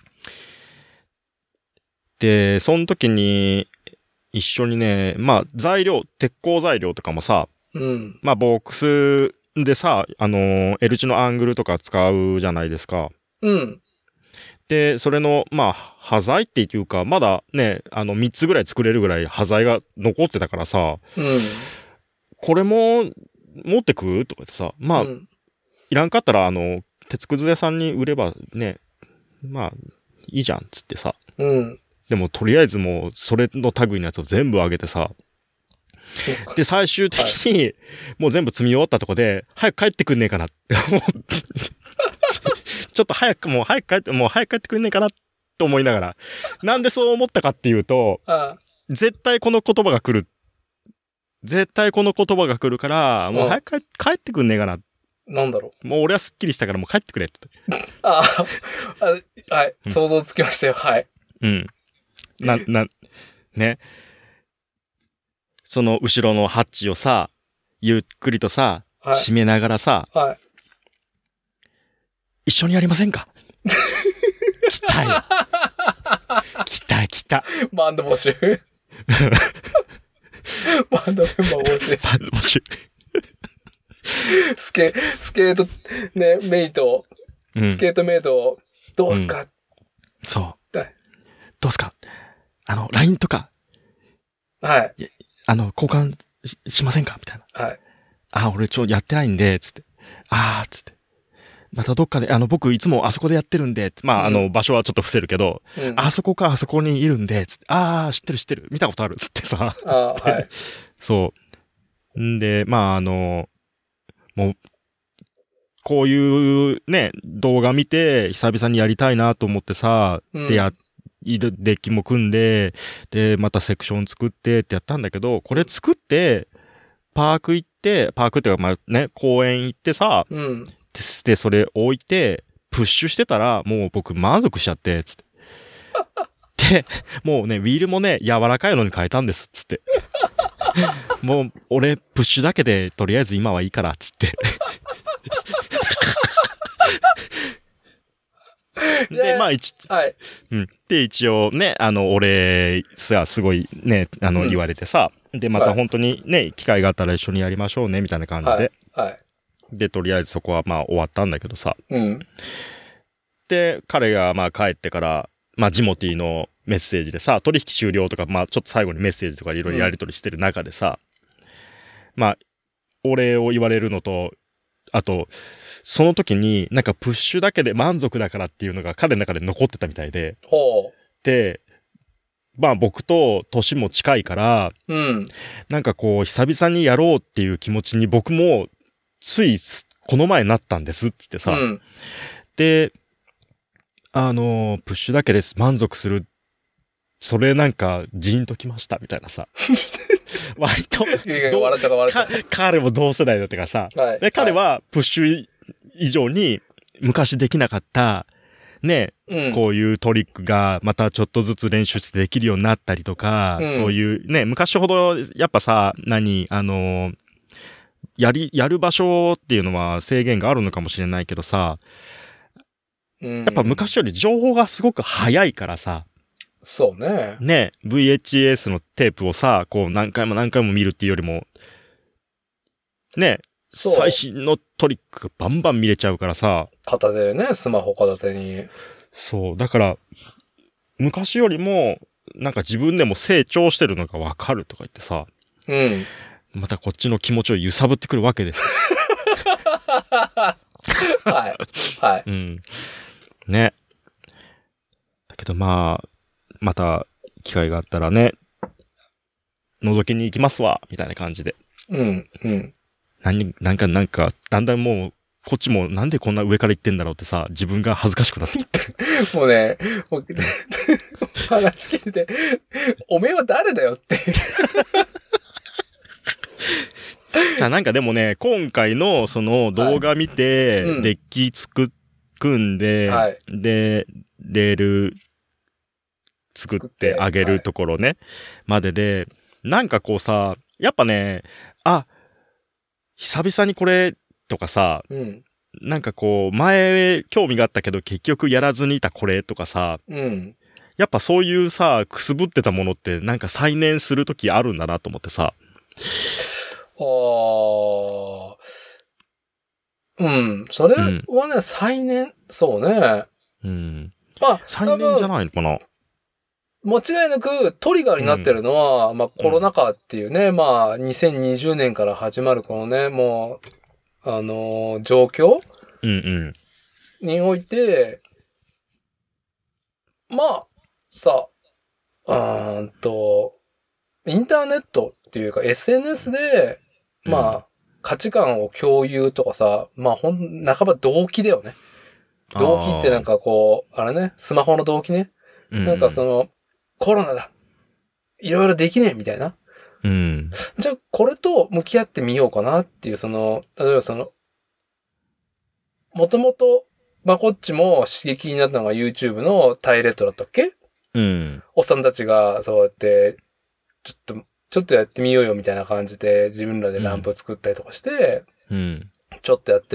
で、その時に、一緒にね、まあ、鉄鋼材料とかもさ、まあ、ボックスでさ、L 字のアングルとか使うじゃないですか。で、それの、まあ、端材っていうか、まだね、3つぐらい作れるぐらい端材が残ってたからさ、これも、持ってくとか言ってさ、まあ、いらんかったら、鉄くず屋さんに売ればね、まあ、いいじゃん、つってさ。でも、とりあえずもう、それの類のやつを全部あげてさ。で、最終的に、もう全部積み終わったとこで、早く帰ってくんねえかなって思って。ちょっと早く帰ってくんねえかなと思いながら。なんでそう思ったかっていうと、絶対この言葉が来るから、もう早く帰ってくんねえかな。
なんだろ
う。もう俺はスッキリしたからもう帰ってくれって。
はい。想像つきましたよ。はい。
ね。その後ろのハッチをさ、 ゆっくりとさ、
はい、
締めながらさ、
はい、
一緒にやりませんか？来たよ。来た。
バンド募集。バンドメンバー募集。
バンド募集。
スケート、ね、メイト、スケートメイト、どうすか、
そう。どうすかLINE とか。
はい。
交換しませんかみたいな。
はい。
俺やってないんで、つって。つって。またどっかで、僕いつもあそこでやってるんで、まあ、場所はちょっと伏せるけど、あそこにいるんで、つって、知ってる、見たことある、つってさ。
はい。
そう。んで、まあ、もう、こういうね、動画見て、久々にやりたいなと思ってさ、で、デッキも組んで、で、またセクション作ってってやったんだけど、これ作って、パークっていうか、まあね、公園行ってさ、で、それ置いて、プッシュしてたら、もう僕満足しちゃって、つって。で、もうね、ウィールもね、柔らかいのに変えたんです、つって。もう、俺、プッシュだけで、とりあえず今はいいから、つって。で、まあ、
はい。
で、一応ね、俺さ、すごいね、言われてさ、で、また本当にね、機会があったら一緒にやりましょうね、みたいな感じで。
はい。
で、とりあえずそこはまあ終わったんだけどさ。
うん。
で、彼がまあ帰ってから、まあジモティーのメッセージでさ、取引終了とか、まあちょっと最後にメッセージとかいろいろやり取りしてる中でさ、まあ、お礼を言われるのと、あと、その時になんかプッシュだけで満足だからっていうのが彼の中で残ってたみたいで。で、まあ僕と年も近いから、なんかこう久々にやろうっていう気持ちに僕もついこの前なったんですってさ、で、プッシュだけです満足する。それなんかジーンときましたみたいなさ。割と彼も同世代だったからさ、で彼はプッシュ以上に昔できなかったね、こういうトリックがまたちょっとずつ練習してできるようになったりとか、そういうね、昔ほどやっぱさ、やる場所っていうのは制限があるのかもしれないけどさ、やっぱ昔より情報がすごく早いからさ、
そうね。
ね、VHS のテープをさ、こう何回も見るっていうよりも、ね、最新のトリックがバンバン見れちゃうからさ。
片手ね、スマホ片手に。
そう、だから、昔よりも、なんか自分でも成長してるのがわかるとか言ってさ。またこっちの気持ちを揺さぶってくるわけです。
はい。
ね。だけどまあ、また機会があったらね、覗きに行きますわ、みたいな感じで。なんか、だんだんもう、こっちもなんでこんな上から行ってんだろうってさ、自分が恥ずかしくなってきて。
もうね、話聞いて、おめえは誰だよって。
じゃあなんかでもね、今回のその動画見て、デッキ組んで、で、レール作ってあげるところね、までで、なんかこうさ、やっぱね、久々にこれとかさ、なんかこう、前興味があったけど結局やらずにいたこれとかさ、やっぱそういうさ、くすぶってたものってなんか再燃するときあるんだなと思ってさ。
それはね、再燃、そうね。
再燃じゃないのかな。
間違いなくトリガーになってるのは、まあコロナ禍っていうね、まあ2020年から始まるこのね、もう、状況において、まあ、さ、インターネットっていうか SNS で、まあ、価値観を共有とかさ、まあ半ば動機だよね。動機ってなんかこう、あれね、スマホの動機ね。なんかその、コロナだ。いろいろできねえみたいな。じゃあ、これと向き合ってみようかなっていう、その、例えばその、もともと、まあ、こっちも刺激になったのが YouTube のタイレットだったっけ？おっさんたちが、そうやって、ちょっとちょっとやってみようよみたいな感じで自分らでランプ作ったりとかして、ちょっとやって、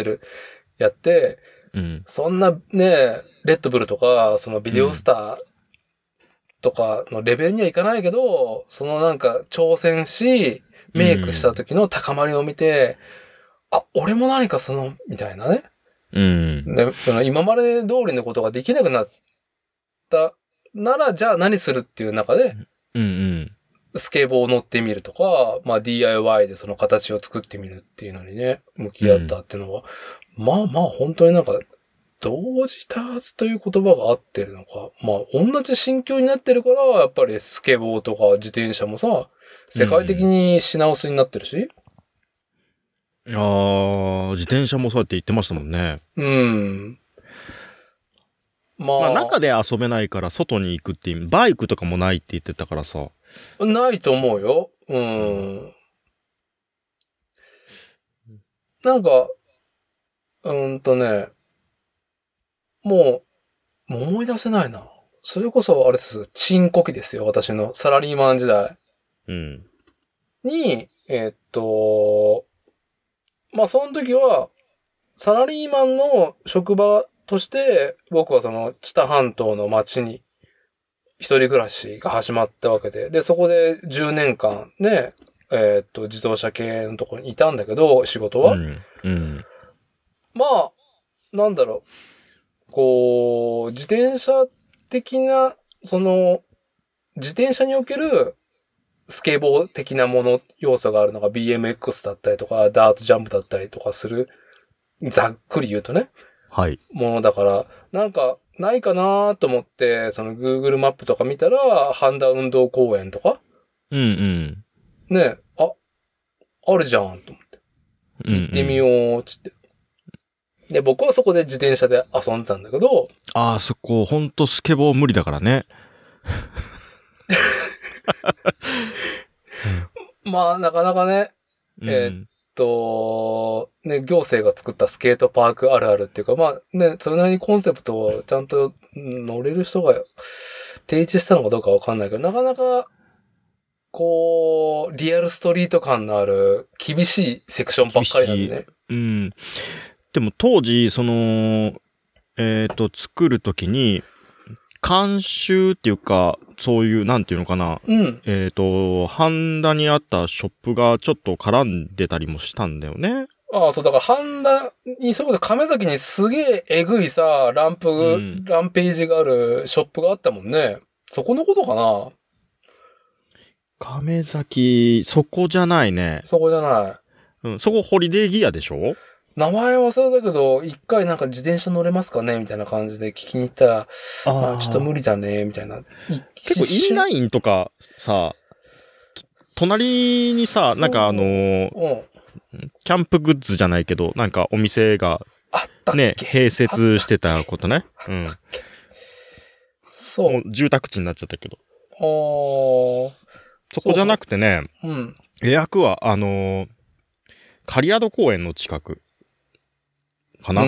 そんなね、レッドブルとか、そのビデオスターとかのレベルにはいかないけど、そのなんか挑戦し、メイクした時の高まりを見て、俺も何かみたいなね。で、今まで通りのことができなくなったなら、じゃあ何するっていう中で、スケボーを乗ってみるとか、まあ DIY でその形を作ってみるっていうのにね、向き合ったっていうのは、まあ本当になんか、同時多発という言葉が合ってるのか。まあ同じ心境になってるから、やっぱりスケボーとか自転車もさ、世界的に品薄になってるし。
自転車もそうやって言ってましたもんね。まあ中で遊べないから外に行くっていう、バイクとかもないって言ってたからさ。
ないと思うよ。なんか、もう思い出せないな。それこそあれです。チンコ期ですよ。私のサラリーマン時代。に、まあその時は、サラリーマンの職場として、僕はその、知多半島の町に、一人暮らしが始まったわけで、で、そこで10年間ね、自動車系のところにいたんだけど、仕事は。まあ、なんだろう。こう、自転車的な、自転車における、スケボー的なもの、要素があるのが BMX だったりとか、ダートジャンプだったりとかする、ざっくり言うとね。
はい。
ものだから、なんか、ないかなと思って、その Google マップとか見たら、半田運動公園とか。ねえ、あるじゃん、と思って。行ってみよう、つって。で、僕はそこで自転車で遊んでたんだけど。
そこ、ほんとスケボー無理だからね。
まあ、なかなかね、ね、行政が作ったスケートパークあるあるっていうか、まあね、それなりにコンセプトをちゃんと乗れる人が提示したのかどうかわかんないけど、なかなか、こう、リアルストリート感のある厳しいセクションばっかりなんでね。
でも当時、作るときに、監修っていうか、そういう、なんていうのかな。半田にあったショップがちょっと絡んでたりもしたんだよね。
そう、だから半田に、それこそ亀崎にすげええぐいさ、ランページがあるショップがあったもんね。そこのことかな？
亀崎、そこじゃないね。
そこじゃない。
そこホリデーギアでしょ？
名前忘れたけど、一回なんか自転車乗れますかねみたいな感じで聞きに行ったら、まあちょっと無理だね、みたいな。
結構インラインとかさ、隣にさ、なんかキャンプグッズじゃないけど、なんかお店が、ね、併設してたことね。
そう。
もう住宅地になっちゃったけど。そこじゃなくてね、エアクは、狩宿公園の近く。かな。
あった。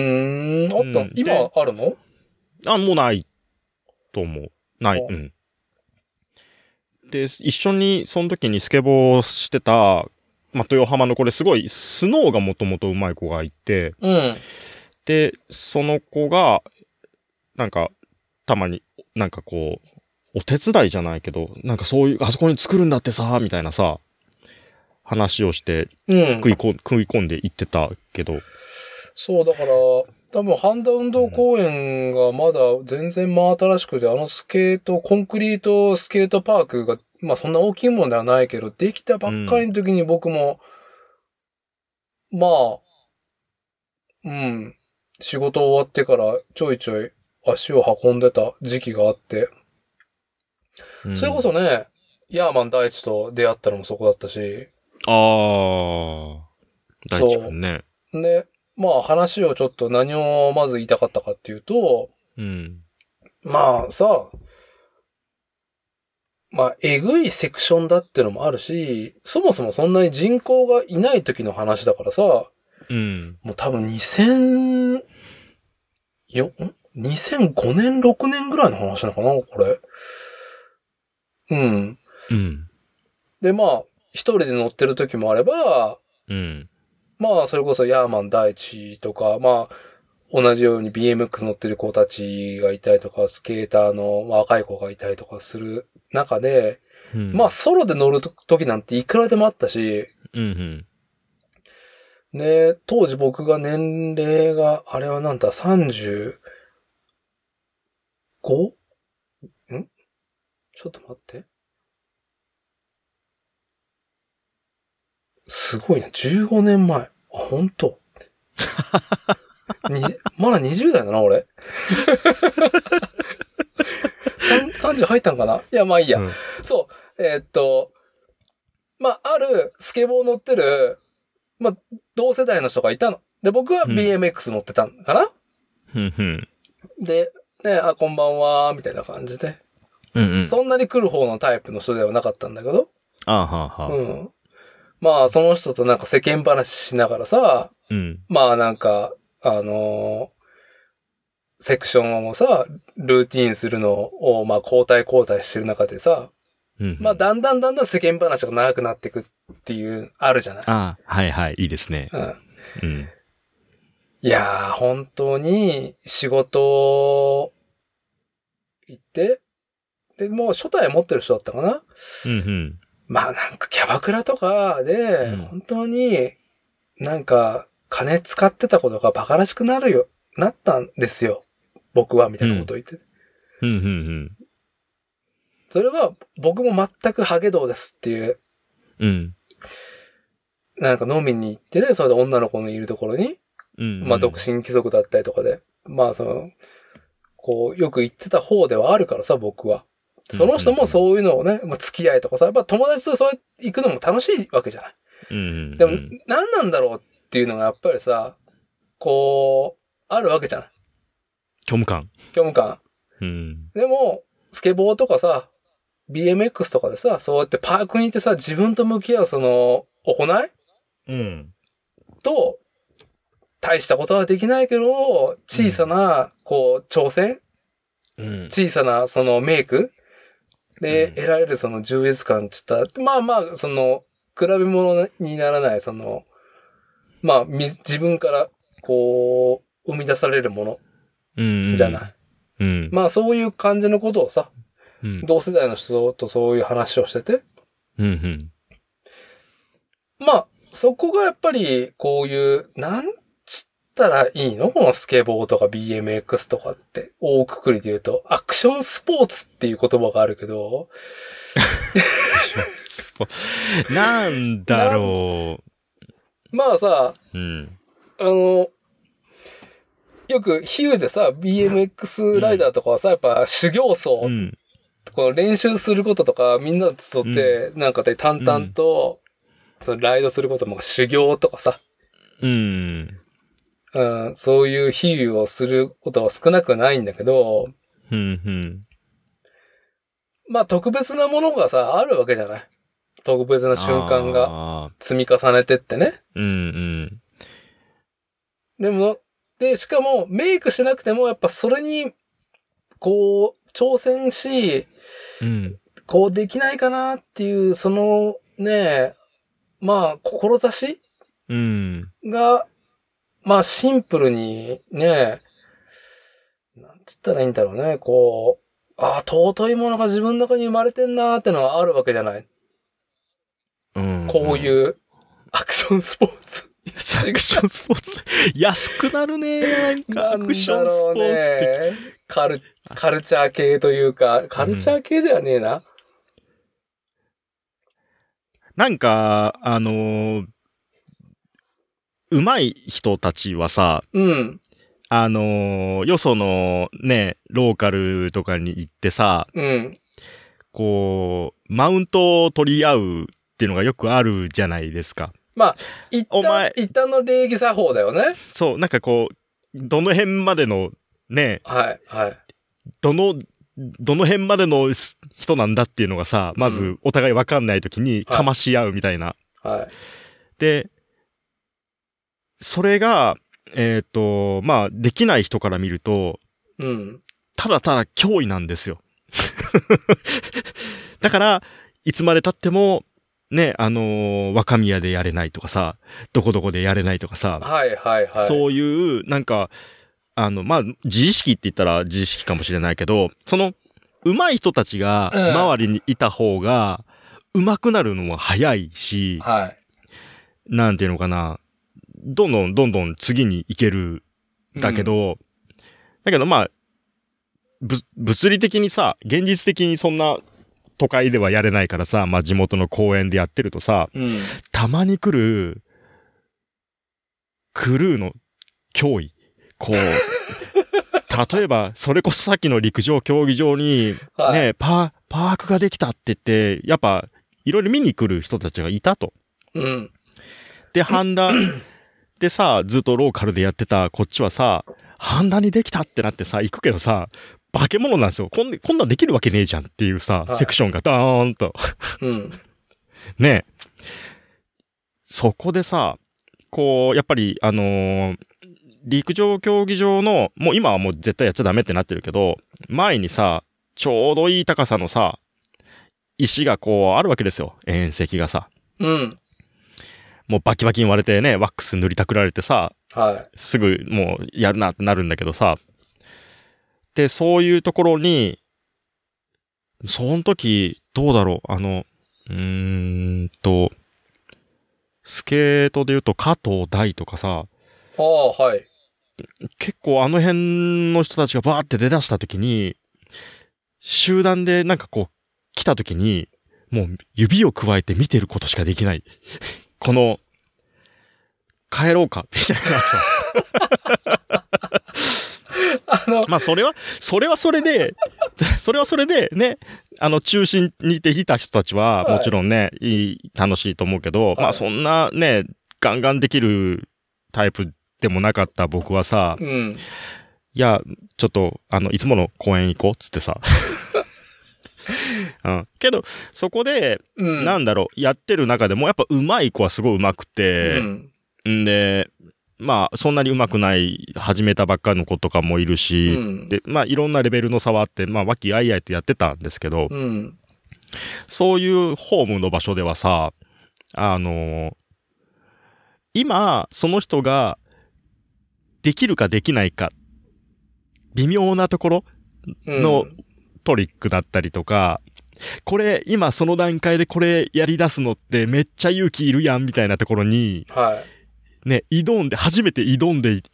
今あるの？
もうないと思う。ない。で、一緒に、その時にスケボーしてた、豊浜のこれすごい、スノーがもともと上手い子がいて、で、その子が、なんか、たまに、なんかこう、お手伝いじゃないけど、なんかそういう、あそこに作るんだってさ、みたいなさ、話をして、食い込んでいってたけど、
そう、だから、多分、半田運動公園がまだ全然真新しくて、コンクリートスケートパークが、まあそんな大きいもんではないけど、できたばっかりの時に僕も、まあ、仕事終わってからちょいちょい足を運んでた時期があって、それこそね、ヤーマン大地と出会ったのもそこだったし。
大地くんね。
で、まあ話をちょっと何をまず言いたかったかっていうと、まあさ、まあえぐいセクションだってのもあるし、そもそもそんなに人口がいない時の話だからさ、もう多分2005年、6年ぐらいの話なのかな、これ。で、まあ、 一人で乗ってる時もあれば、
うん。
まあ、それこそヤーマン大地とか、まあ、同じように BMX 乗ってる子たちがいたりとか、スケーターの若い子がいたりとかする中で、うん、まあ、ソロで乗る時なんていくらでもあったし、
うん
うん、で、当時僕が年齢が、あれはなんだ、35？ ん？ちょっと待って。すごいな、15年前。あ、本当まだ20代だな、俺。30入ったんかな？いや、まあいいや。うん、そう。まあ、あるスケボー乗ってる、まあ、同世代の人がいたの。で、僕は BMX 乗ってたんかな？で、ね、あ、こんばんは、みたいな感じで。
うんうん、
そんなに来る方のタイプの人ではなかったんだけど。
はは。
うん。まあ、その人となんか世間話しながらさ、
うん、
まあなんか、セクションをさ、ルーティーンするのを、まあ交代してる中でさ、
うんうん、
まあだんだん世間話が長くなっていくっていう、あるじゃない。
ああ、はいはい、いいですね。
うん。
うん、
いやー、本当に仕事行って、で、もう初代持ってる人だったかな。
うんうん。
まあなんかキャバクラとかで、本当になんか金使ってたことがバカらしくなったんですよ。僕は、みたいなことを言ってて。
うんうんうん。
それは僕も全くハゲ道ですっていう。
うん。
なんか飲みに行ってね、それで女の子のいるところに、まあ独身貴族だったりとかで、まあこう、よく言ってた方ではあるからさ、僕は。その人もそういうのをね、まあ、付き合いとかさ、やっぱ友達とそう行くのも楽しいわけじゃない。でも、何なんだろうっていうのがやっぱりさ、こう、あるわけじゃない。
虚無感。
でも、スケボーとかさ、BMX とかでさ、そうやってパークに行ってさ、自分と向き合う行いと、大したことはできないけど、小さな、こう、挑戦、小さな、メイクで得られる充実感って言ったら、まあまあ、比べ物にならない、まあ、自分から、こう、生み出されるものじゃない。まあ、そういう感じのことをさ、同世代の人とそういう話をしてて。まあ、そこがやっぱり、こういう、なんちったらいいの？このスケボーとか BMX とかって、大くくりで言うと、アクションスポーツっていう言葉があるけど、
なんだろ
う。まあさ、よく比喩でさ、BMX ライダーとかはさ、やっぱ修行僧、この練習することとか、みんなで集って、なんかで淡々と、ライドすることも修行とかさ、そういう比喩をすることは少なくないんだけど、まあ特別なものがさ、あるわけじゃない。特別な瞬間が積み重ねてってね。でも、しかもメイクしなくてもやっぱそれに、こう、挑戦し、こうできないかなっていう、ね、まあ、志が、まあシンプルにね、なんつったらいいんだろうね、こう、尊いものが自分の中に生まれてんなーってのはあるわけじゃない。こういうアクションスポーツ。
アクションスポーツ安くなるね。なんかアクションスポーツって
カルチャー系というか、カルチャー系ではねえな。
なんか、上手い人たちはさ、よそのね、ローカルとかに行ってさ、こう、マウントを取り合うっていうのがよくあるじゃないですか。
まあ、一旦の礼儀作法だよね。
そう、なんかこう、どの辺までのね、どの辺までの人なんだっていうのがさ、まずお互い分かんないときにかまし合うみたいな。で、それが、まあ、できない人から見ると、ただただ脅威なんですよ。だから、いつまで経っても、 ね、若宮でやれないとかさ、どこどこでやれないとかさ、
はいはいはい。
そういう、なんか、まあ、自意識って言ったら自意識かもしれないけど、その、上手い人たちが周りにいた方が、上手くなるのも早いし、
はい。
なんていうのかな、どんどん次に行ける。だけど、まあ、物理的にさ、現実的にそんな都会ではやれないからさ、まあ地元の公園でやってるとさ、たまに来る、クルーの脅威。こう、例えば、それこそさっきの陸上競技場に、ね、パークができたって言って、やっぱ、いろいろ見に来る人たちがいたと。で、ハンダでさ、ずっとローカルでやってたこっちはさ、ハンダにできたってなってさ、行くけどさ、化け物なんですよ。こんなんできるわけねえじゃんっていうさ、セクションがドーンと。ねえ。そこでさ、こう、やっぱり、陸上競技場の、もう今はもう絶対やっちゃダメってなってるけど、前にさ、ちょうどいい高さのさ、石がこうあるわけですよ。縁石がさ。もうバキバキに割れてね、ワックス塗りたくられてさ、すぐもうやるなってなるんだけどさ。で、そういうところに、その時、どうだろう、スケートで言うと加藤大とかさ、結構あの辺の人たちがバーって出だした時に、集団でなんかこう来た時に、もう指をくわえて見てることしかできない。この、帰ろうか、みたいなさ。まあそれはそれでね、中心にいていた人たちはもちろんね、楽しいと思うけど、まあそんなね、ガンガンできるタイプでもなかった僕はさ、いや、ちょっと、いつもの公園行こうっつってさ。けど、そこで、なんだろう、やってる中でもやっぱ上手い子はすごい上手くて、で、まあ、そんなに上手くない、始めたばっかの子とかもいるし、で、まあ、いろんなレベルの差はあって、まあ、和気あいあいとやってたんですけど、そういうホームの場所ではさ、今、その人が、できるかできないか、微妙なところのトリックだったりとか、これ、今その段階でこれやり出すのってめっちゃ勇気いるやんみたいなところに、ね、初めて挑んでいって、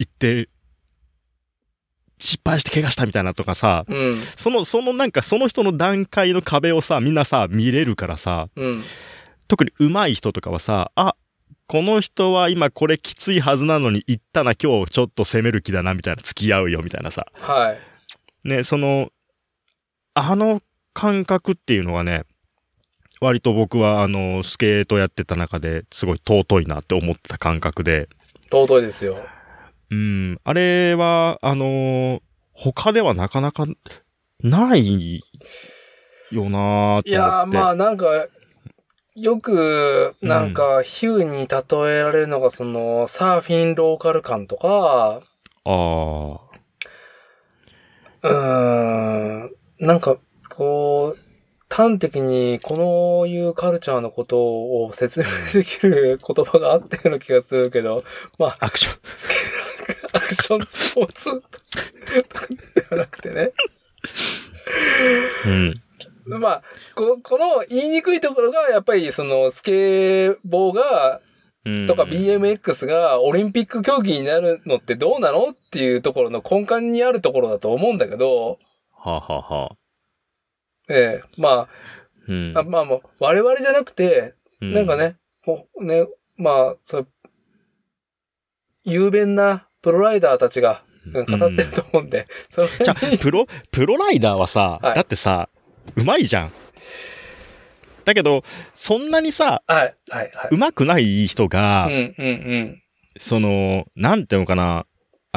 失敗して怪我したみたいなとかさ、そのなんかその人の段階の壁をさ、みんなさ、見れるからさ、特に上手い人とかはさ、この人は今これきついはずなのに行ったな、今日ちょっと攻める気だなみたいな、付き合うよみたいなさ。ね、感覚っていうのはね、割と僕はスケートやってた中ですごい尊いなって思ってた感覚で。
尊いですよ。
あれは、他ではなかなかないよなーって思って。
いや、まあなんか、よく、なんか、比喩に例えられるのが、サーフィンローカル感とか、なんか、こう、端的にこういうカルチャーのことを説明できる言葉があったような気がするけど、まあ、
アクショ
ンスポーツではなくてね。まあ、この言いにくいところが、やっぱりスケボーが、とか BMX がオリンピック競技になるのってどうなのっていうところの根幹にあるところだと思うんだけど、まあ、まあもう、我々じゃなくて、なんかね、まあ、雄弁なプロライダーたちが語ってると思うんで、
じゃあ、プロライダーはさ、だってさ、うまいじゃん。だけど、そんなにさ、うまくない人が、なんていうのかな、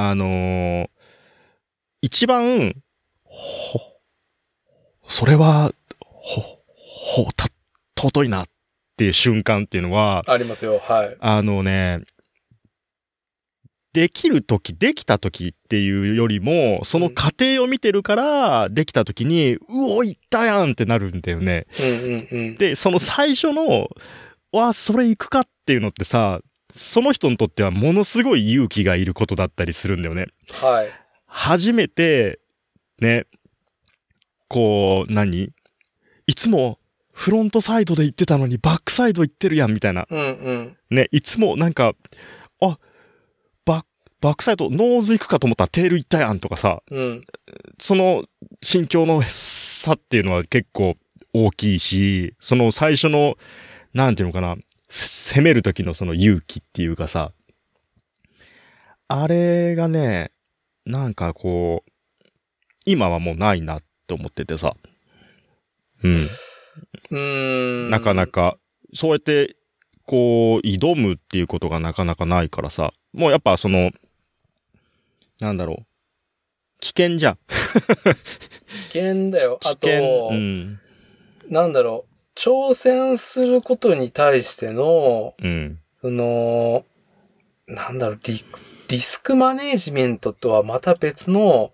一番、それは、尊いなっていう瞬間っていうのは、
ありますよ、
できた時っていうよりも、その過程を見てるから、できた時に、いったやんってなるんだよね。で、その最初の、 それ行くかっていうのってさ、その人にとってはものすごい勇気がいることだったりするんだよね。
はい。
初めて、ね、こう、いつもフロントサイドで行ってたのにバックサイド行ってるやんみたいな。
うんうん。
ね、いつもなんか、バックサイド、ノーズ行くかと思ったらテール行ったやんとかさ、
うん、
その心境の差っていうのは結構大きいし、その最初の、なんていうのかな、攻める時のその勇気っていうかさ、あれがね、なんかこう、今はもうないなって思っててさ。なかなか、そうやって、こう、挑むっていうことがなかなかないからさ。もうやっぱその、なんだろう。危険じゃん。
危険だよ。あと、なんだろう。挑戦することに対しての、その、なんだろう、リスクマネージメントとはまた別の、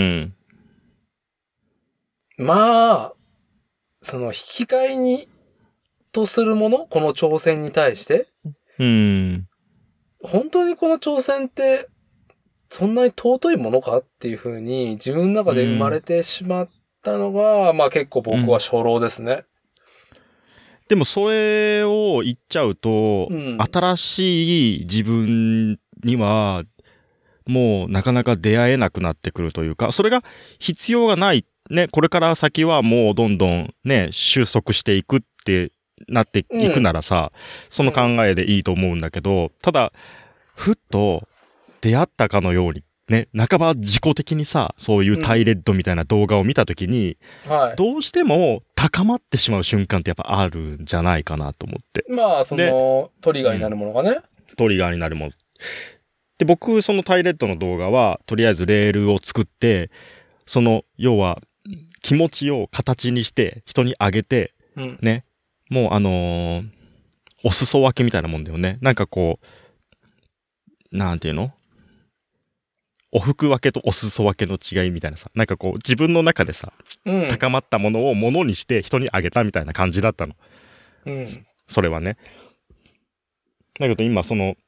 まあ、その引き換えに、とするものこの挑戦に対して。本当にこの挑戦って、そんなに尊いものかっていう風に自分の中で生まれてしまったのが、まあ結構僕は初老ですね。
でもそれを言っちゃうと、新しい自分にはもうなかなか出会えなくなってくるというか、それが必要がない。ね、これから先はもうどんどんね、収束していくってなっていくならさ、その考えでいいと思うんだけど、ただ、ふっと出会ったかのように、ね、半ば自己的にさ、そういうタイレッドみたいな動画を見たときに、どうしても高まってしまう瞬間ってやっぱあるんじゃないかなと思って。
まあ、その、トリガーになるものがね。
トリガーになるもの。で、僕、そのタイレッドの動画は、とりあえずレールを作って、その、要は、気持ちを形にして、人にあげて、ね、もうお裾分けみたいなもんだよね。なんかこう、なんていうの？お服分けとお裾分けの違いみたいなさ、なんかこう自分の中でさ、高まったものを物にして人にあげたみたいな感じだったの。それはね。だけど今その、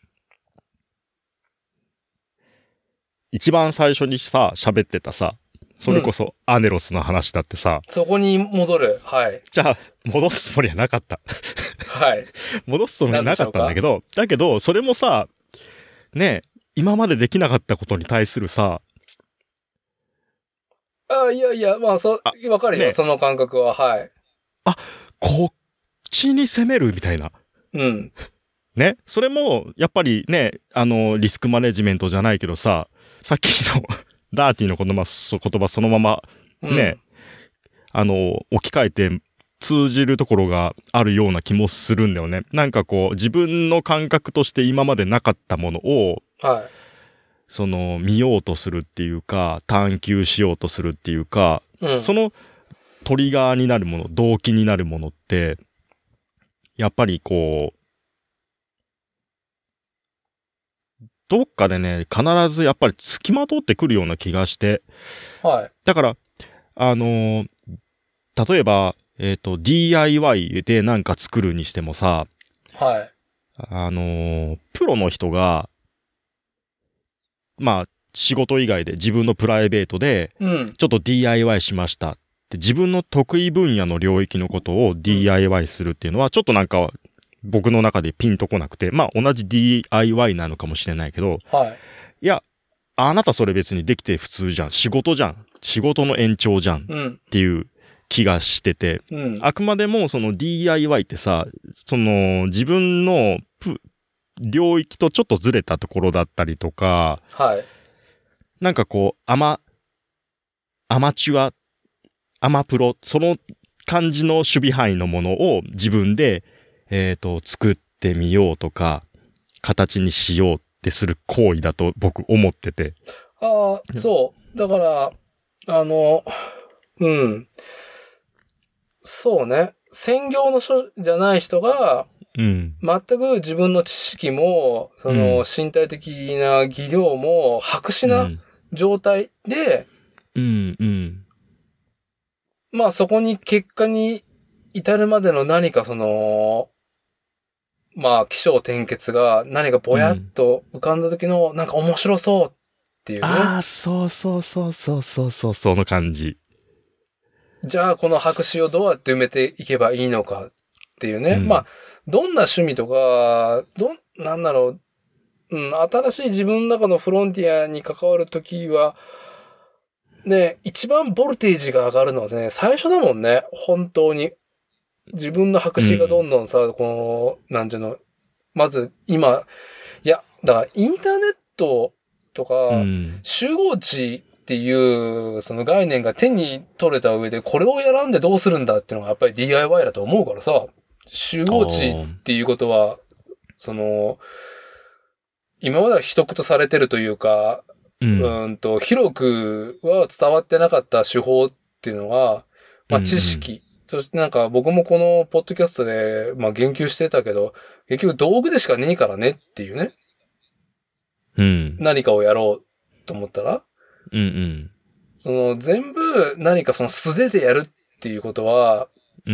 一番最初にさ、喋ってたさ、それこそアネロスの話だってさ。
そこに戻る。はい。
じゃあ、戻すつもりはなかった。
はい。
戻すつもりはなかったんだけど、だけど、それもさ、ね、今までできなかったことに対するさ、
いや、まあ、わかるよ、ね、その感覚は、はい。
こっちに攻めるみたいな。ね、それも、やっぱりね、リスクマネジメントじゃないけどさ、さっきのダーティーの言葉そのまま、ね、置き換えて通じるところがあるような気もするんだよね。なんかこう、自分の感覚として今までなかったものを、その、見ようとするっていうか、探求しようとするっていうか、そのトリガーになるもの、動機になるものって、やっぱりこう、どっかでね、必ずやっぱり付きまとってくるような気がして。だから、例えば、DIY でなんか作るにしてもさ、プロの人が、まあ、仕事以外で自分のプライベートで、ちょっと DIY しましたって自分の得意分野の領域のことを DIY するっていうのは、ちょっとなんか僕の中でピンとこなくて、まあ同じ DIY なのかもしれないけど、いや、あなたそれ別にできて普通じゃん。仕事じゃん。仕事の延長じゃん。っていう気がしてて、あくまでもその DIY ってさ、その自分の領域とちょっとずれたところだったりとか、なんかこう、アマチュア、アマプロ、その感じの守備範囲のものを自分で、作ってみようとか、形にしようってする行為だと僕思ってて。
そう。だから、そうね。専業の人じゃない人が、全く自分の知識も、その身体的な技量も白紙な状態で、まあそこに結果に至るまでの何かその、 まあ、起承転結が何かぼやっと浮かんだ時の、なんか面白そうっていうね。
ああ、そう、その感じ。
じゃあ、この白紙をどうやって埋めていけばいいのかっていうね。まあ、どんな趣味とか、なんだろう、新しい自分の中のフロンティアに関わるときは、ね、一番ボルテージが上がるのはね、最初だもんね。本当に。自分の白紙がどんどんさ、この、なんていうの、まず今、いや、だからインターネットとか、集合値っていう、その概念が手に取れた上で、これをやらんでどうするんだっていうのがやっぱり DIY だと思うからさ、集合値っていうことは、その、今までは秘匿とされてるというか、広くは伝わってなかった手法っていうのが、まあ知識、そしてなんか僕もこのポッドキャストで、まあ言及してたけど、結局道具でしかねえからねっていうね。何かをやろうと思ったら、その全部何かその素手でやるっていうことは、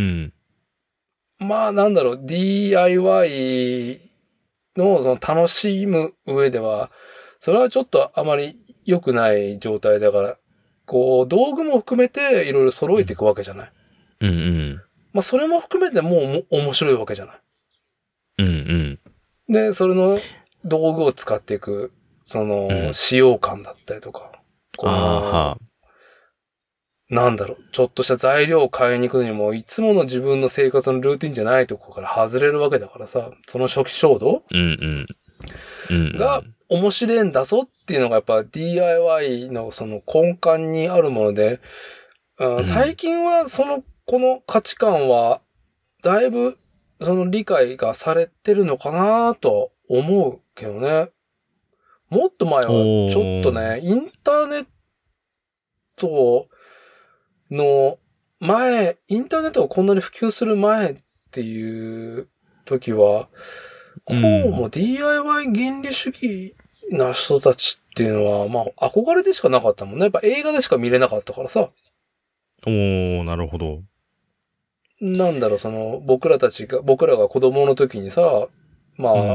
まあなんだろう、DIY のその楽しむ上では、それはちょっとあまり良くない状態だから、こう道具も含めていろいろ揃えていくわけじゃない。まあそれも含めてもう面白いわけじゃない。で、それの道具を使っていく、その使用感だったりとか、なんだろう、ちょっとした材料を買いに行くのにも、いつもの自分の生活のルーティンじゃないとこから外れるわけだからさ、その初期衝動が面白いんだぞっていうのがやっぱ DIY のその根幹にあるもので、最近はこの価値観は、だいぶその理解がされてるのかなと思うけどね。もっと前はちょっとね、インターネットの前、インターネットがこんなに普及する前っていう時は、こうも DIY 原理主義な人たちっていうのは、まあ憧れでしかなかったもんね。やっぱ映画でしか見れなかったからさ。
なるほど。
なんだろう、僕らが子供の時にさ、まあ、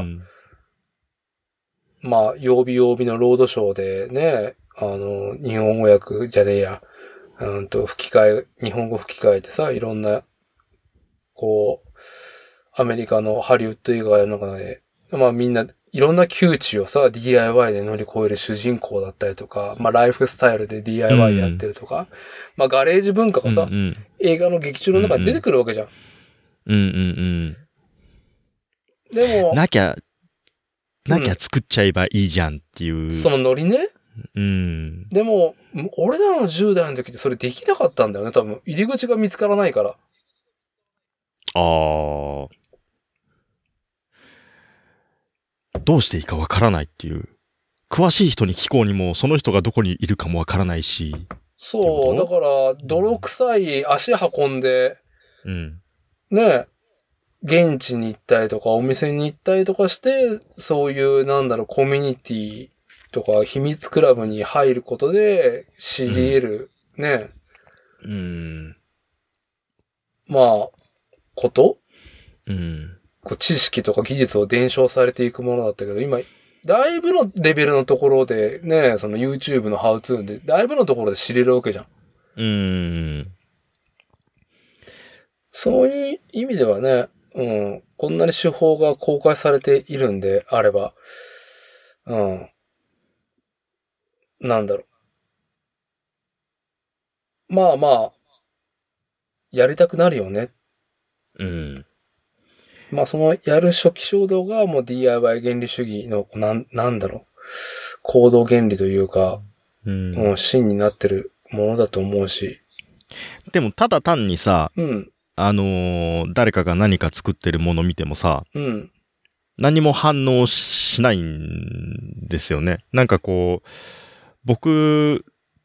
まあ、曜日のロードショーでね、日本語訳じゃねえや、日本語吹き替えてさ、いろんな、こう、アメリカのハリウッド映画の中で、まあみんな、いろんな窮地をさ、DIY で乗り越える主人公だったりとか、まあライフスタイルで DIY やってるとか、まあガレージ文化がさ、映画の劇中の中に出てくるわけじゃん。でも、
なきゃ作っちゃえばいいじゃんっていう。
そのノリね。でも、俺らの10代の時ってそれできなかったんだよね、多分。入り口が見つからないから。
どうしていいかわからないっていう。詳しい人に聞こうにも、その人がどこにいるかもわからないし。
そう、だから、泥臭い足運んで、ね、現地に行ったりとか、お店に行ったりとかして、そういう、コミュニティとか、秘密クラブに入ることで、知り得る、ね。まあ、こと知識とか技術を伝承されていくものだったけど、今、だいぶのレベルのところでね、その YouTube のハウツーで、だいぶのところで知れるわけじゃん。そういう意味ではね、こんなに手法が公開されているんであれば、なんだろう。まあまあ、やりたくなるよね。まあそのやる初期衝動がもう DIY 原理主義のなんだろう。行動原理というか、芯になってるものだと思うし。
でもただ単にさ、誰かが何か作ってるもの見てもさ、何も反応しないんですよね。なんかこう、僕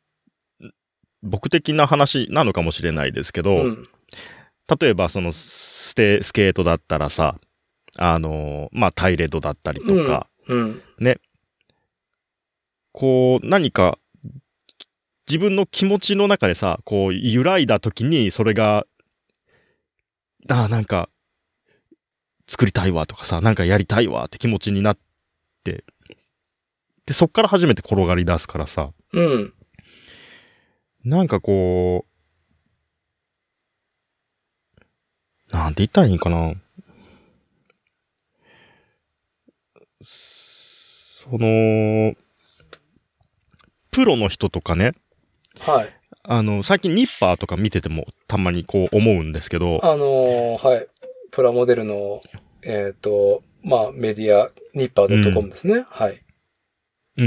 的な話なのかもしれないですけど、例えばそのスケートだったらさ、まあタイレドだったりとか、ね。こう何か自分の気持ちの中でさ、こう揺らいだ時にそれが、なんか作りたいわとかさ、なんかやりたいわって気持ちになって、で、そっから初めて転がり出すからさ。
うん。
なんかこう、なんて言ったらいいんかな。その、プロの人とかね。
はい。
最近ニッパーとか見ててもたまにこう思うんですけど。
はい。プラモデルの、まあ、メディア、ニッパー .com ですね。はい。
うん。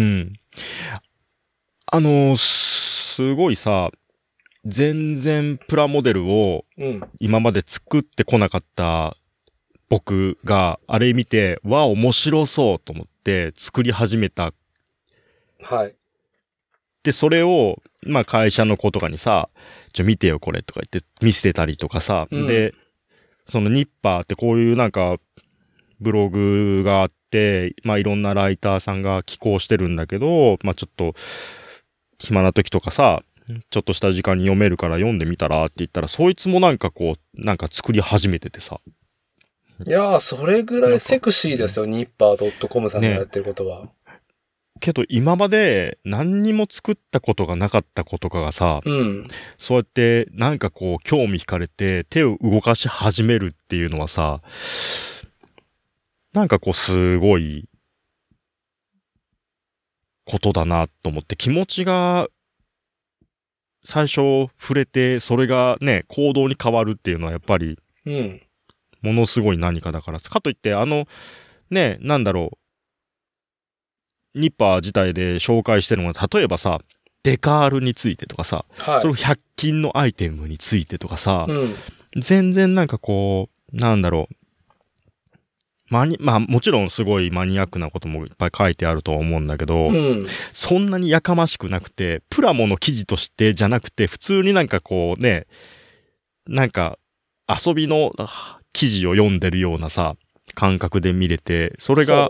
すごいさ、全然プラモデルを今まで作ってこなかった僕があれ見て、わあ面白そうと思って作り始めた。
はい。
で、それを、まあ会社の子とかにさ、見てよこれとか言って見せてたりとかさ、で、そのニッパーってこういうなんか、ブログがあって、まあいろんなライターさんが寄稿してるんだけど、まあちょっと、暇な時とかさ、ちょっとした時間に読めるから読んでみたらって言ったら、そいつもなんかこう、なんか作り始めててさ。
いやー、それぐらいセクシーですよ、ニッパー .com さんがやってることは。
けど今まで何にも作ったことがなかった子とかがさ、そうやってなんかこう興味惹かれて手を動かし始めるっていうのはさ、なんかこうすごいことだなと思って気持ちが最初触れてそれがね行動に変わるっていうのはやっぱりものすごい何かだからかといってねなんだろうニッパー自体で紹介してるのが例えばさデカールについてとかさ、はい、その100均のアイテムについてとかさ、全然なんかこうなんだろうまあもちろんすごいマニアックなこともいっぱい書いてあるとは思うんだけど、そんなにやかましくなくてプラモの記事としてじゃなくて普通になんかこうねなんか遊びの記事を読んでるようなさ感覚で見れてそれが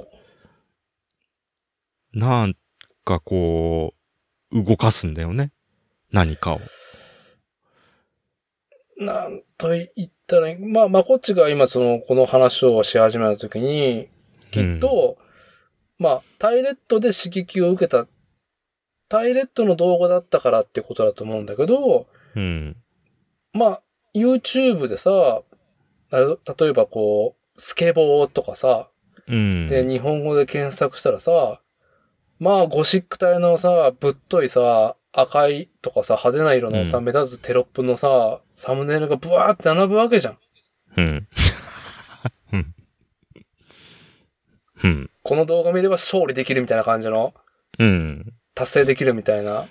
なんかこう動かすんだよね何かを。
なんと言ったら、まあ、こっちが今この話をし始めたときに、きっと、まあ、タイレットで刺激を受けた、タイレットの動画だったからってことだと思うんだけど、まあ、YouTube でさ、例えばこう、スケボーとかさ、で、日本語で検索したらさ、まあ、ゴシック体のさ、ぶっといさ、赤いとかさ、派手な色のさ、目立つテロップのさ、サムネイルがブワーって並ぶわけじゃん。この動画見れば勝利できるみたいな感じの、達成できるみたいな。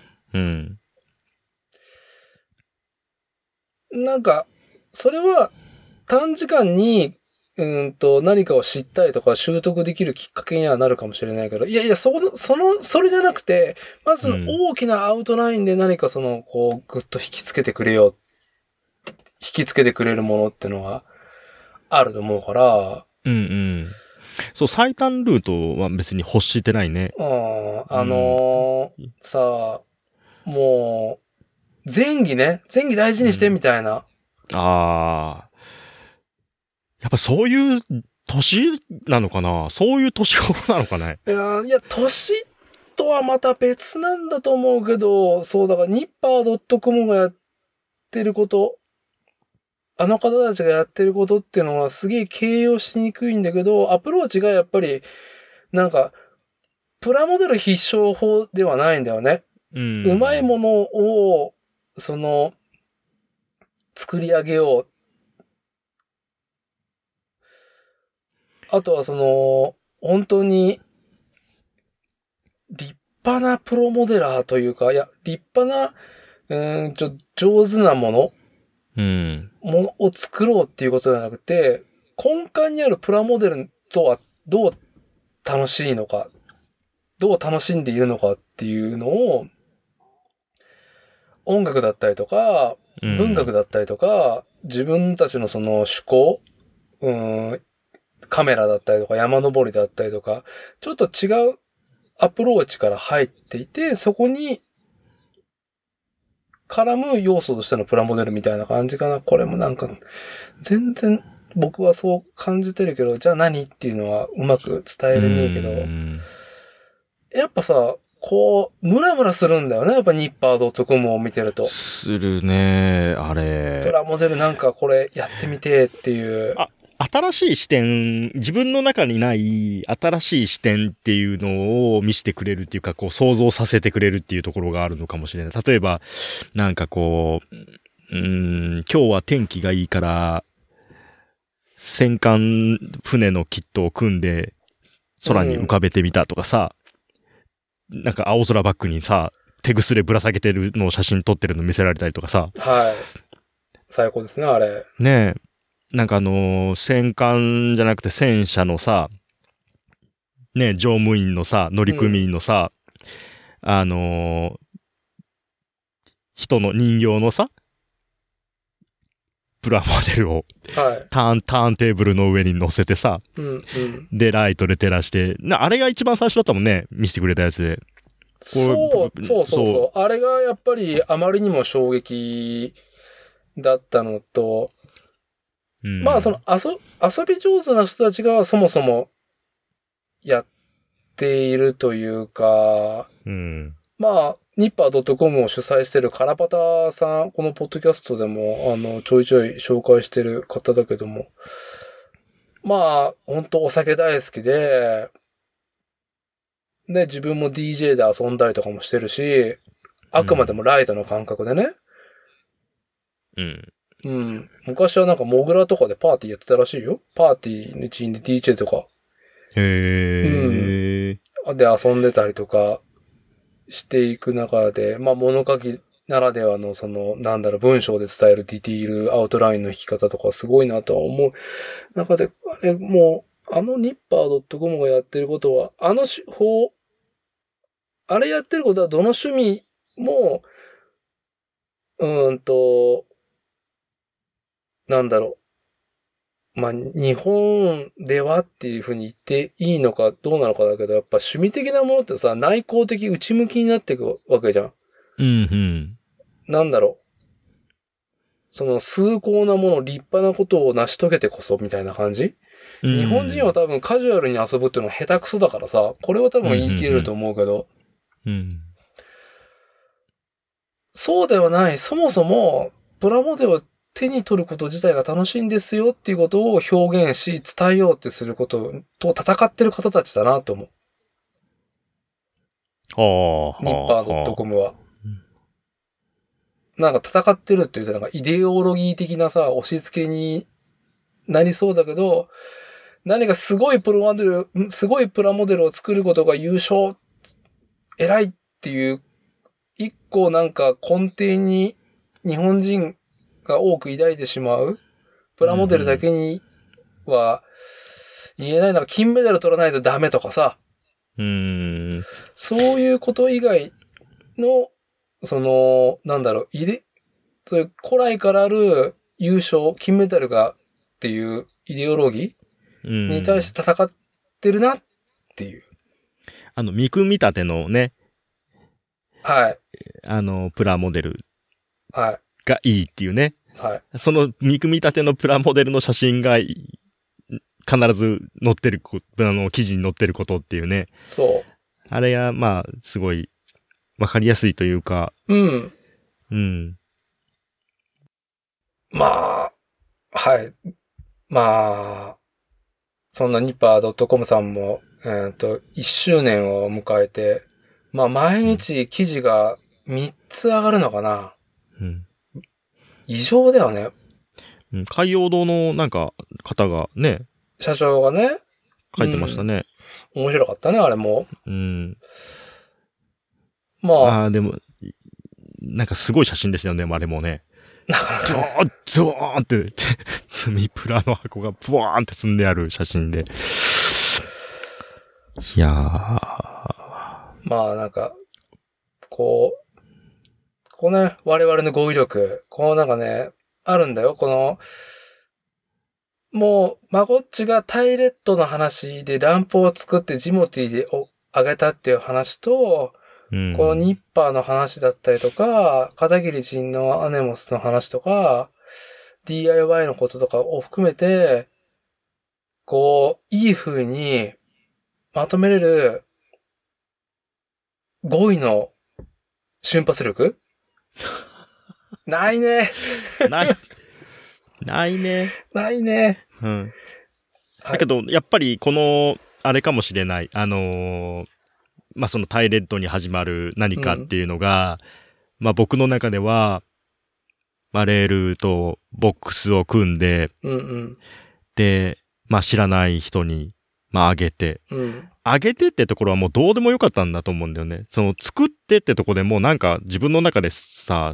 なんか、それは短時間に、何かを知ったりとか習得できるきっかけにはなるかもしれないけど、いや、それじゃなくて、まず大きなアウトラインで何かこう、ぐっと引きつけてくれるものってのがあると思うから。
そう、最短ルートは別に欲してないね。
さあ、もう、前儀大事にしてみたいな。
やっぱそういう年なのかなそういう年頃なのかね
いや、年とはまた別なんだと思うけど、そうだからニッパー .com がやってること、あの方たちがやってることっていうのはすげえ形容しにくいんだけど、アプローチがやっぱり、なんか、プラモデル必勝法ではないんだよね。うまいものを、作り上げよう。あとは本当に、立派なプロモデラーというか、いや、立派な、上手なものを作ろうっていうことではなくて、根幹にあるプラモデルとはどう楽しいのか、どう楽しんでいるのかっていうのを、音楽だったりとか、文学だったりとか、自分たちの趣向、カメラだったりとか山登りだったりとか、ちょっと違うアプローチから入っていて、そこに絡む要素としてのプラモデルみたいな感じかな。これもなんか、全然僕はそう感じてるけど、じゃあ何っていうのはうまく伝えれねえけど、やっぱさ、こう、ムラムラするんだよね。やっぱニッパー .com を見てると。
するね、あれ。
プラモデルなんかこれやってみてっていう。
新しい視点、自分の中にない新しい視点っていうのを見せてくれるっていうか、こう想像させてくれるっていうところがあるのかもしれない。例えば、なんかこう、今日は天気がいいから、戦艦船のキットを組んで空に浮かべてみたとかさ、なんか青空バックにさ、手ぐすれぶら下げてるのを写真撮ってるの見せられたりとかさ。
はい。最高ですね、あれ。
ねえ。なんか戦艦じゃなくて戦車のさ、ねえ、乗務員のさ、乗組員のさ、人の人形のさ、プラモデルを、
はい、
ターンテーブルの上に乗せてさ、で、ライトで照らして、あれが一番最初だったもんね、見せてくれたやつで。
そう。あれがやっぱりあまりにも衝撃だったのと、まあその遊び上手な人たちがそもそもやっているというか、まあ、ニッパー .com を主催してるカラパタさん、このポッドキャストでも、ちょいちょい紹介してる方だけども、まあ、ほんとお酒大好きで、自分も DJ で遊んだりとかもしてるし、あくまでもライトの感覚でね。昔はなんかモグラとかでパーティーやってたらしいよ。パーティーの一員で DJ とか。で、遊んでたりとかしていく中で、まあ物書きならではの文章で伝えるディティール、アウトラインの引き方とかすごいなとは思う中で、もう、ニッパー .com がやってることは、あれやってることはどの趣味も、まあ、日本ではっていうふうに言っていいのかどうなのかだけど、やっぱ趣味的なものってさ、内向的内向きになっていくわけじゃん。その崇高なもの、立派なことを成し遂げてこそみたいな感じ。日本人は多分カジュアルに遊ぶっていうのは下手くそだからさ、これは多分言い切れると思うけど、そうではない。そもそも、プラモデルを手に取ること自体が楽しいんですよっていうことを表現し、伝えようってすることと戦ってる方たちだなと思う。ニッパー .com は。なんか戦ってるっていうとなんかイデオロギー的なさ、押し付けになりそうだけど、何かすごいプラモデルを作ることが優勝、偉いっていう一個なんか根底に日本人が多く抱いてしまうプラモデルだけには言えないのが金メダル取らないとダメとかさ。そういうこと以外の、そういう古来からある優勝、金メダルがっていうイデオロギーに対して戦ってるなっていう。
見組み立てのね、
はい。
プラモデル。
はい。
がいいっていうね。
はい。
その見組み立てのプラモデルの写真が必ず載ってる、記事に載ってることっていうね。
そう。
あれが、まあ、すごい、わかりやすいというか。
まあ、はい。まあ、そんなニッパー .com さんも、1周年を迎えて、まあ、毎日記事が3つ上がるのかな。異常だよね。
海洋堂のなんか方がね。
社長がね。
書いてましたね。
面白かったね、あれも。ま
あ。でも、なんかすごい写真ですよね、あれもね。ゾーンって、積みプラの箱がブワーンって積んである写真で。いやー。
まあなんか、こうね、我々の語彙力、なんかね、あるんだよ。もう、マゴッチがタイレットの話でランプを作ってジモティであげたっていう話と、このニッパーの話だったりとか、片桐仁のアネモスの話とか、 DIY のこととかを含めて、こう、いい風にまとめれる語彙の瞬発力ないね。
ないね。
ないね。
うん。だけど、やっぱりこの、あれかもしれない。まあ、そのタイレッドに始まる何かっていうのが、まあ僕の中では、まあレールとボックスを組んで、で、まあ知らない人に、まああげて、あげてってところはもうどうでもよかったんだと思うんだよね。その作ってってところでもうなんか自分の中でさ、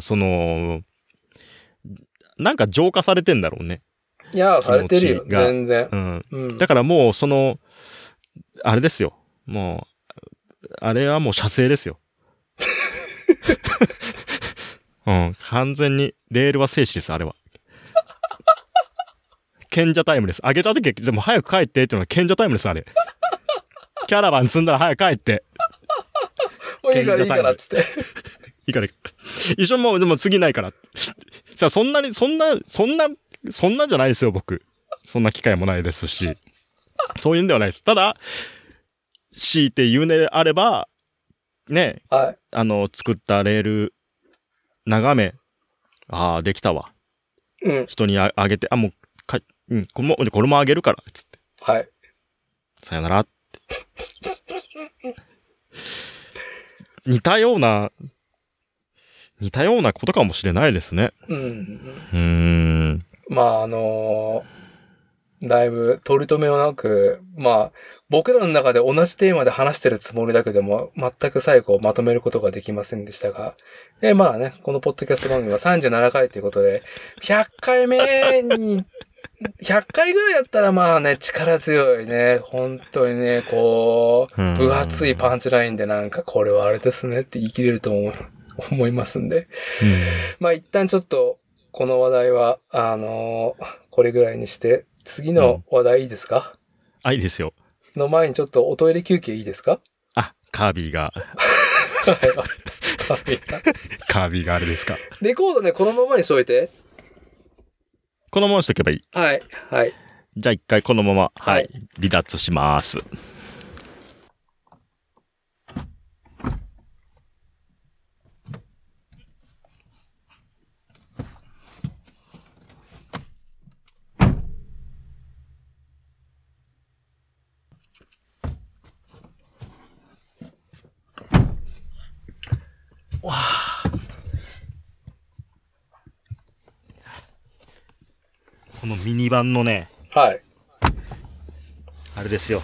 なんか浄化されてんだろうね。
いや、されてるよ、全然。
だからもうあれですよ。もう、あれはもう射精ですよ。うん、完全に、レールは生死です、あれは。賢者タイムです。あげた時でも早く帰ってっていうのは賢者タイムです、あれ。キャラバン積んだら早く帰って。
もういいからっつって。
いいから。一緒もう、でも次ないから。さあ、そんなじゃないですよ、僕。そんな機会もないですし。そういうんではないです。ただ、強いて言うねであれば、ね、
はい、
作ったレール、眺め、ああ、できたわ。人にあげて、もう、これもあげるから、つって。
はい。
さよならって。似たようなことかもしれないですね。
まあ、だいぶ取り留めはなく、まあ、僕らの中で同じテーマで話してるつもりだけども、全く最後まとめることができませんでしたが、まあね、このポッドキャスト番組は37回ということで、100回目に、100回ぐらいやったらまあね、力強いね、本当にね、こう、分厚いパンチラインでなんかこれはあれですねって言い切れると思いますんで。まあ一旦ちょっと、この話題は、これぐらいにして、次の話題いいですか？
いいですよ。
の前にちょっとおトイレ休憩いいですか？
カービィが。カービィがあれですか。
レコードね、このままにしといて。
このままにしとけばいい。
はい。
じゃあ一回このまま、離脱します。わあ、このミニバンのね、
はい。
あれですよ。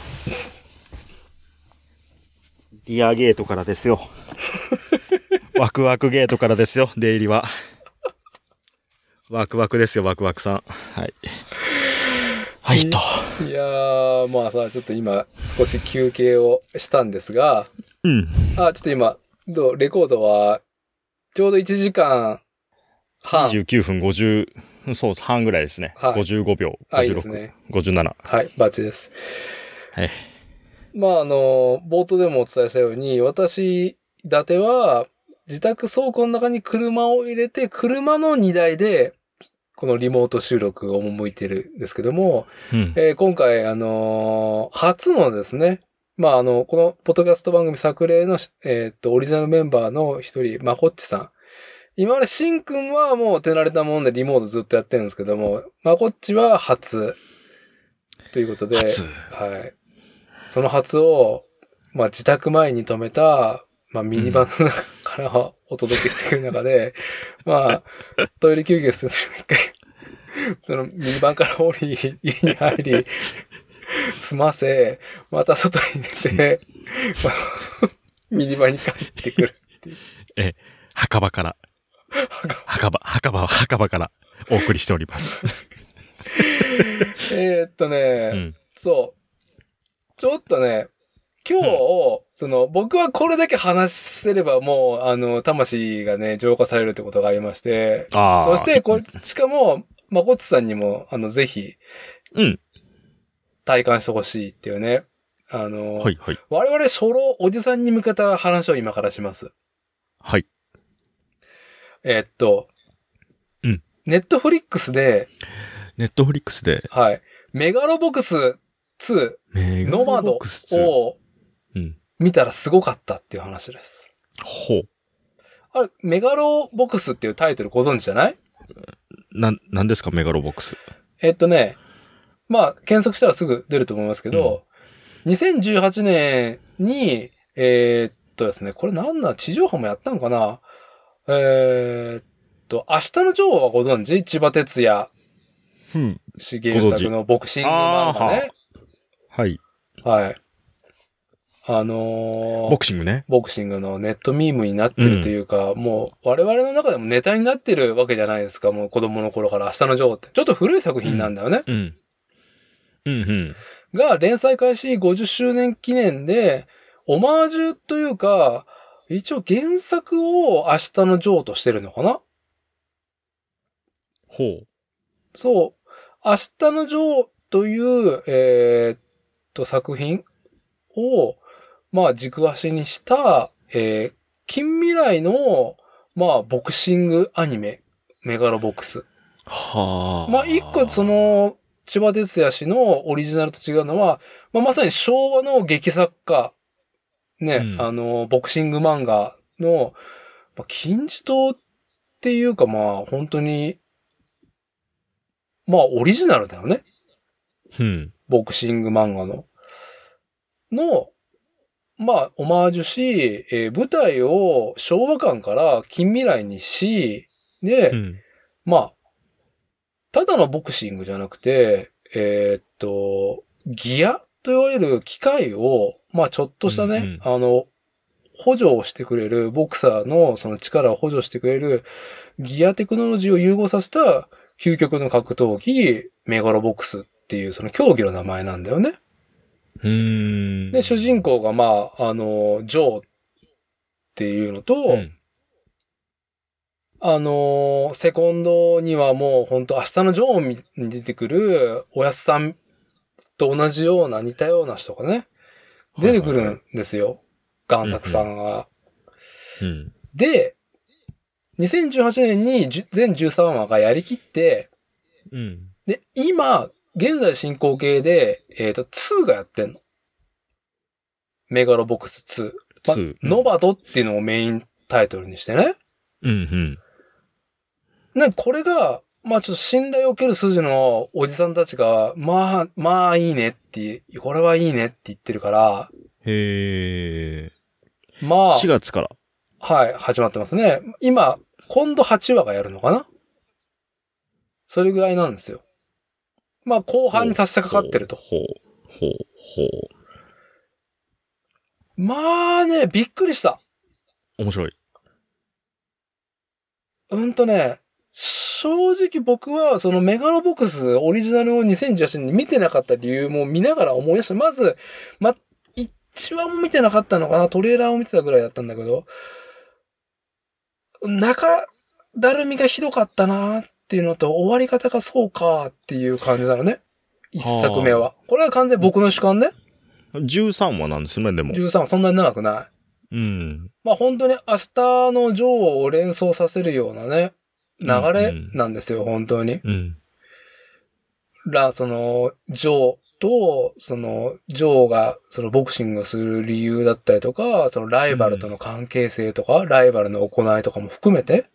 リアゲートからですよ。ワクワクゲートからですよ、出入りは。ワクワクですよ、ワクワクさん。はい。はいと。
いやー、まあさ、ちょっと今、少し休憩をしたんですが、ちょっと今、レコードは、ちょうど1時間半。
29分50、そう、半ぐらいですね。55秒、56、いいですね、57。
はい、バッチです。
はい。
まあ、冒頭でもお伝えしたように、私、伊達は、自宅倉庫の中に車を入れて、車の荷台で、このリモート収録を赴いてるんですけども、今回、初のですね、まあ、このポッドキャスト番組作例の、オリジナルメンバーの一人、まこっちさん。今までしんくんはもう手慣れたもんでリモートずっとやってるんですけども、まこっちは初。ということで、はい。その初を、まあ、自宅前に止めた、まあ、ミニバンの中からお届けしてくる中で、まあ、トイレ休憩する一回、そのミニバンから降り、家に入り、済ませ、また外に出て、ミニバンに帰ってくるっていう。
墓場から。墓場からお送りしております。
そう。ちょっとね、今日、僕はこれだけ話せればもう、魂がね、浄化されるってことがありまして、そして、しかも、まこっちさんにも、ぜひ、体感してほしいっていうね。我々初老おじさんに向けた話を今からします。
はい。
ネットフリックスで、
はい。
メガロボックス2、ノマドを見たらすごかったっていう話です。
ほう。
あれ、メガロボックスっていうタイトルご存知じゃない？
なんですか、メガロボックス。
まあ、検索したらすぐ出ると思いますけど、2018年に、ですね、これ地上波もやったのかな？明日のジョーはご存知？千葉哲也氏原作のボクシング漫画ね。
はい。
はい。
ボクシングね。
ボクシングのネットミームになってるというか、もう我々の中でもネタになってるわけじゃないですか。もう子供の頃から明日のジョーって。ちょっと古い作品なんだよね。が、連載開始50周年記念で、オマージュというか、一応原作を明日のジョーとしてるのかな？
ほう。
そう。明日のジョーという、作品を、まあ、軸足にした、近未来の、まあ、ボクシングアニメ、メガロボックス。
はあ。
まあ、一個千葉哲也氏のオリジナルと違うのは、まあ、まさに昭和の劇作家、ね、ボクシング漫画の、まあ、金字塔っていうかまあ、本当に、まあ、オリジナルだよね。ボクシング漫画の、まあ、オマージュし、舞台を昭和館から近未来にし、で、まあ、ただのボクシングじゃなくて、ギアと言われる機械を、まあちょっとしたね、補助をしてくれる、ボクサーのその力を補助してくれる、ギアテクノロジーを融合させた究極の格闘技、メガロボックスっていうその競技の名前なんだよね。で、主人公がまあ、ジョーっていうのと、セコンドにはもう本当明日のジョーに出てくるおやすさんと同じような似たような人がね、出てくるんですよ。贋作さんが。で、2018年に全13話がやりきって、で、今、現在進行形で、2がやってんの。メガロボックス2。まあ、ノバドっていうのをメインタイトルにしてね。これが、まあちょっと信頼を受ける筋のおじさんたちが、まあいいねって、これはいいねって言ってるから。
へー。
まあ。
4月から。
はい、始まってますね。今度8話がやるのかな？それぐらいなんですよ。まあ後半に差し掛かってると。まあね、びっくりした。
面白い。
正直僕はそのメガロボックスオリジナルを2018年に見てなかった理由も見ながら思い出した。まず、1話も見てなかったのかな？トレーラーを見てたぐらいだったんだけど、中だるみがひどかったなっていうのと、終わり方がそうかっていう感じなのね。一作目は。これは完全に僕の主観ね。
13話なんですね、でも。
13話そんなに長くない。まあ本当に明日のジョーを連想させるようなね、流れなんですよ、本当に。その、ジョーと、その、ジョーが、その、ボクシングをする理由だったりとか、その、ライバルとの関係性とか、ライバルの行いとかも含めて。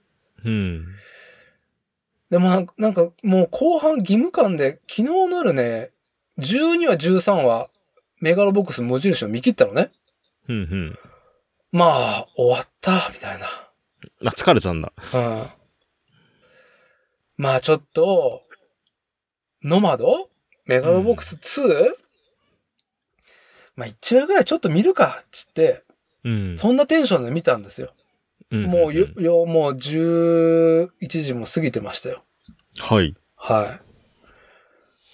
でもなんか、もう後半義務感で、昨日の夜ね、12話、13話、メガロボックス無印を見切ったのね。まあ、終わった、みたいな。
疲れたんだ。
まあちょっと、ノマド？メガロボックス 2？まあ1話ぐらいちょっと見るか、つって、そんなテンションで見たんですよ。もう11時も過ぎてましたよ。
はい。
はい。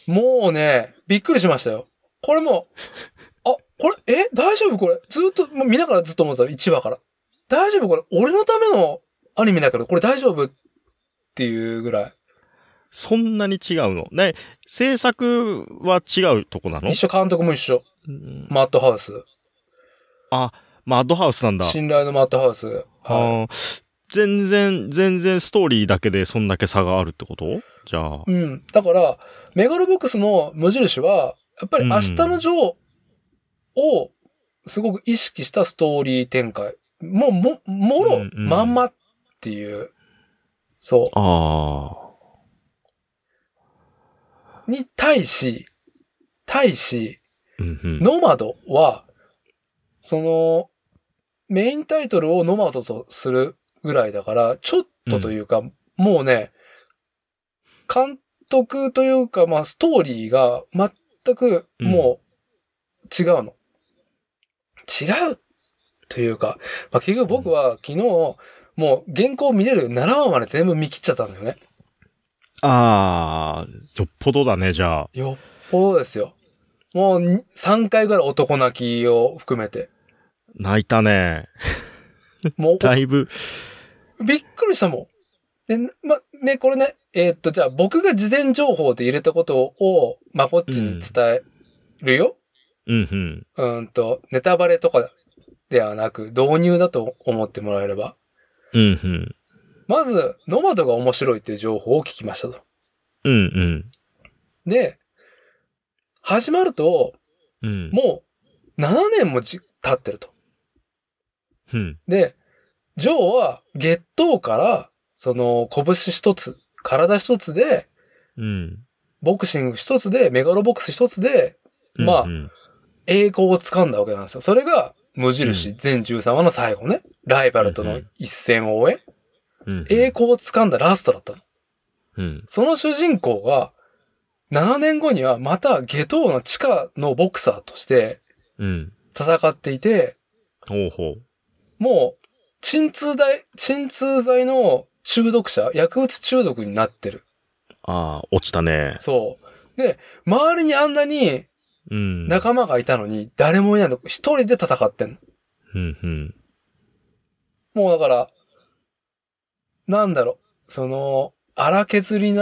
もうね、びっくりしましたよ。これもこれ、大丈夫これ。ずっと、見ながらずっと思ってた、1話から。大丈夫これ。俺のためのアニメだけど、これ大丈夫っていうぐらい。
そんなに違うの？ね、制作は違うとこなの？
一緒、監督も一緒。マッドハウス。
マッドハウスなんだ。
信頼のマッドハウス。
全然ストーリーだけでそんだけ差があるってことじゃあ。
うん。だから、メガロボックスの無印は、やっぱり明日のジョーをすごく意識したストーリー展開。もろ、まんまっていう。そう。に対し、ノマドは、その、メインタイトルをノマドとするぐらいだから、ちょっとというか、もうね、監督というか、まあ、ストーリーが全くもう違うの。違うというか、まあ、結局僕は昨日、もう原稿見れる7話まで全部見切っちゃったんだよね。
よっぽどだね、じゃあ。
よっぽどですよ。もう3回ぐらい男泣きを含めて。
泣いたね。
もう。
だいぶ。
びっくりしたもん。ね、これね、じゃあ僕が事前情報で入れたことを、まこっちに伝えるよ。ネタバレとかではなく、導入だと思ってもらえれば。まず、ノマドが面白いっていう情報を聞きましたと。で、始まると、もう7年も経ってると。で、ジョーは月頭から、その拳一つ、体一つで、ボクシング一つで、メガロボックス一つで、まあ、栄光を掴んだわけなんですよ。それが、無印全13話の最後ね。ライバルとの一戦を終え、栄光を掴んだラストだったの。その主人公が、7年後にはまた下等の地下のボクサーとして戦っていて、もう鎮痛剤の中毒者、薬物中毒になってる。
落ちたね。
そう。で、周りにあんなに仲間がいたのに誰もいないの。一人で戦ってんの。もうだから、なんだろう、その、荒削り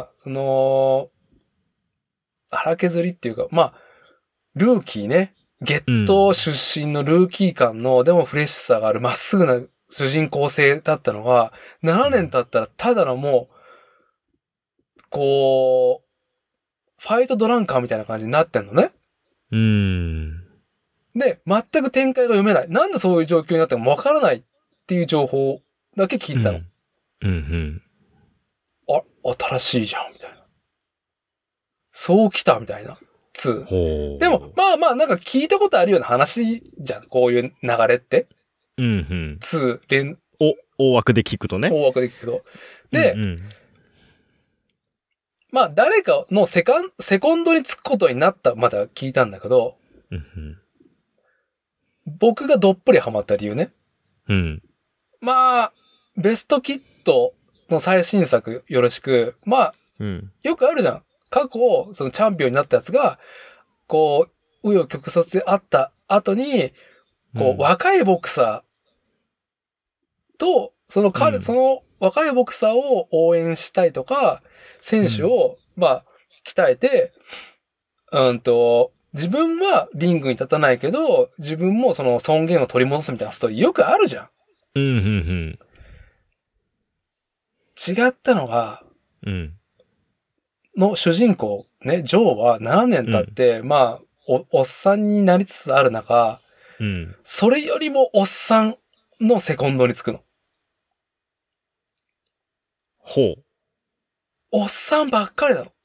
っていうか、まあ、ルーキーね。ゲット出身のルーキー感の、でもフレッシュさがある、まっすぐな主人公性だったのが、7年経ったらただのもう、こう、ファイトドランカーみたいな感じになってんのね。で、全く展開が読めない。なんでそういう状況になってもわからないっていう情報だけ聞いたの。新しいじゃん、みたいな。そう来た、みたいな。2。でも、まあ、なんか聞いたことあるような話じゃん。こういう流れって。2、
大枠で聞くとね。
大枠で聞くと。で、まあ、誰かのセコンドにつくことになった、まだ聞いたんだけど、僕がどっぷりハマった理由ね。まあ、ベストキットの最新作よろしく、まあ、よくあるじゃん。過去、そのチャンピオンになったやつが、こう、紆余曲折であった後に、こう、若いボクサーと、その若いボクサーを応援したいとか、選手を、まあ、鍛えて、自分はリングに立たないけど、自分もその尊厳を取り戻すみたいなストーリーよくあるじゃん。違ったのが、の主人公、ね、ジョーは7年経って、まあ、おっさんになりつつある中、それよりもおっさんのセコンドにつくの。おっさんばっかりだろ。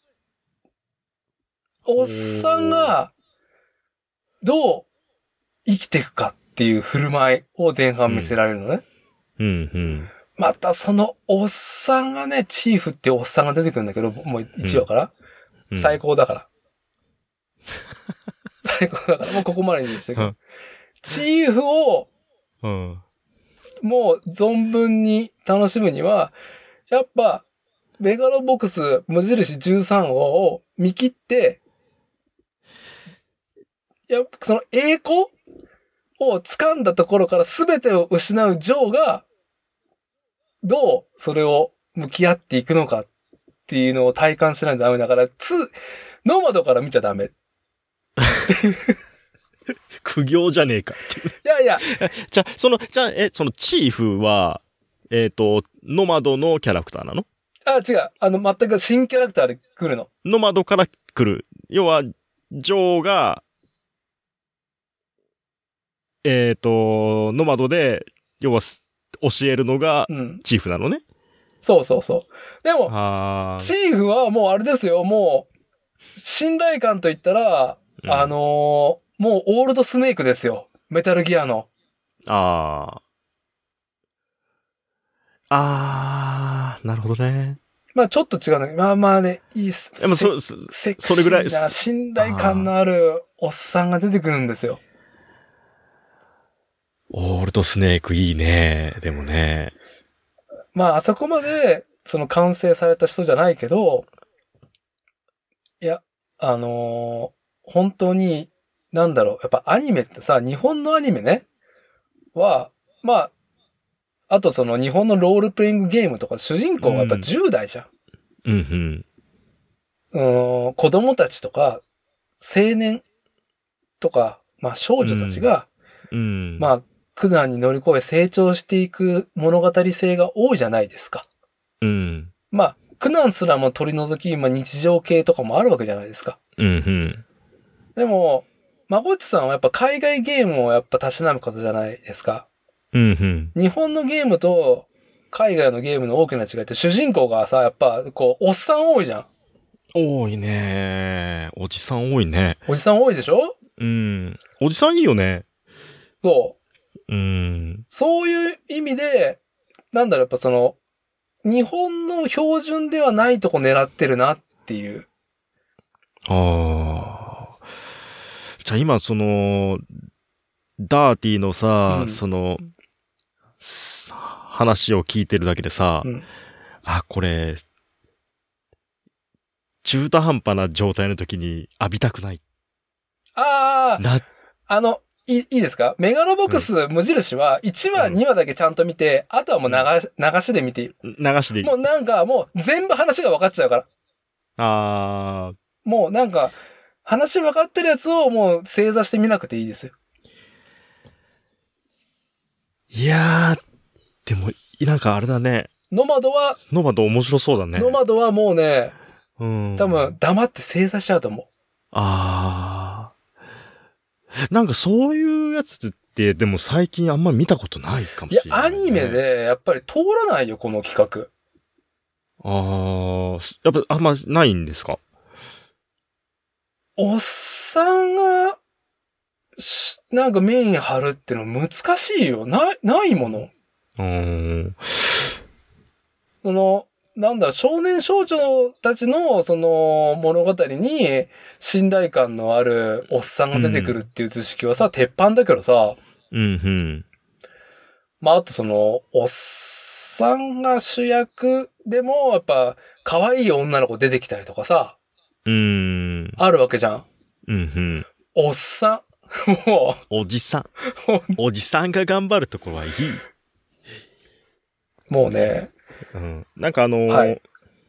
おっさんが、どう生きていくかっていう振る舞いを前半見せられるのね。またそのおっさんがね、チーフっていうおっさんが出てくるんだけど、もう1話から、最高だから。最高だから、もうここまでにしてくる。チーフを、もう存分に楽しむには、やっぱ、メガロボックス無印13号を見切って、やっぱその栄光を掴んだところから全てを失うジョーが、どうそれを向き合っていくのかっていうのを体感しないとダメだから、ノマドから見ちゃダメ。っていう。
苦行じゃねえかっていう。
いやいや。
そのチーフは、 ノマドのキャラクターなの？
あ、違う。全く新キャラクターで来るの。
ノマドから来る。要は、ジョーが、ノマドで、要は、教えるのが、チーフなのね。うん、
そうそうそう。でも、チーフはもうあれですよ、もう、信頼感といったら、もうオールドスネークですよ。メタルギアの。
なるほどね。
まあちょっと違うんだけど、まあね、いいっす。
でもそれぐらい
な信頼感のあるおっさんが出てくるんですよ。
オールドスネークいいね。でもね。
まああそこまで、完成された人じゃないけど、いや、本当に、なんだろう、やっぱアニメってさ、日本のアニメね、は、まあ、あと日本のロールプレイングゲームとか主人公がやっぱ10代じゃん。
うんうん。
子供たちとか、青年とか、まあ少女たちが、まあ苦難に乗り越え成長していく物語性が多いじゃないですか。まあ苦難すらも取り除き、まあ日常系とかもあるわけじゃないですか。でも、まこっちさんはやっぱ海外ゲームをやっぱたしなむ方じゃないですか。日本のゲームと海外のゲームの大きな違いって主人公がさ、やっぱおっさん多いじゃん。
多いね。おじさん多いね。
おじさん多いでしょ？
おじさんいいよね。
そう。そういう意味で、なんだろう、やっぱ日本の標準ではないとこ狙ってるなっていう。
じゃあ今ダーティーのさ、話を聞いてるだけでさ、これ、中途半端な状態の時に浴びたくない。
いいですか？メガロボックス無印は1話、2話だけちゃんと見て、あとはもう流しで見ていい。
流しでいい。
もうもう全部話が分かっちゃうから。もう話分かってるやつをもう正座して見なくていいですよ。
いやー、でも、あれだね。
ノマド
面白そうだね。
ノマドはもうね、多分黙って正座しちゃうと思う。
そういうやつって、でも最近あんま見たことないかもしれない、ね。
いや、アニメでやっぱり通らないよ、この企画。
やっぱあんまないんですか？
おっさんが、メイン張るっての難しいよ。ないもの。少年少女たちの物語に信頼感のあるおっさんが出てくるっていう図式はさ、鉄板だけどさ。まあ、あとおっさんが主役でも、やっぱ、可愛い女の子出てきたりとかさ。あるわけじゃん。おっさん。もう。
おじさん。おじさんが頑張るところはいい。
もうね。
はい、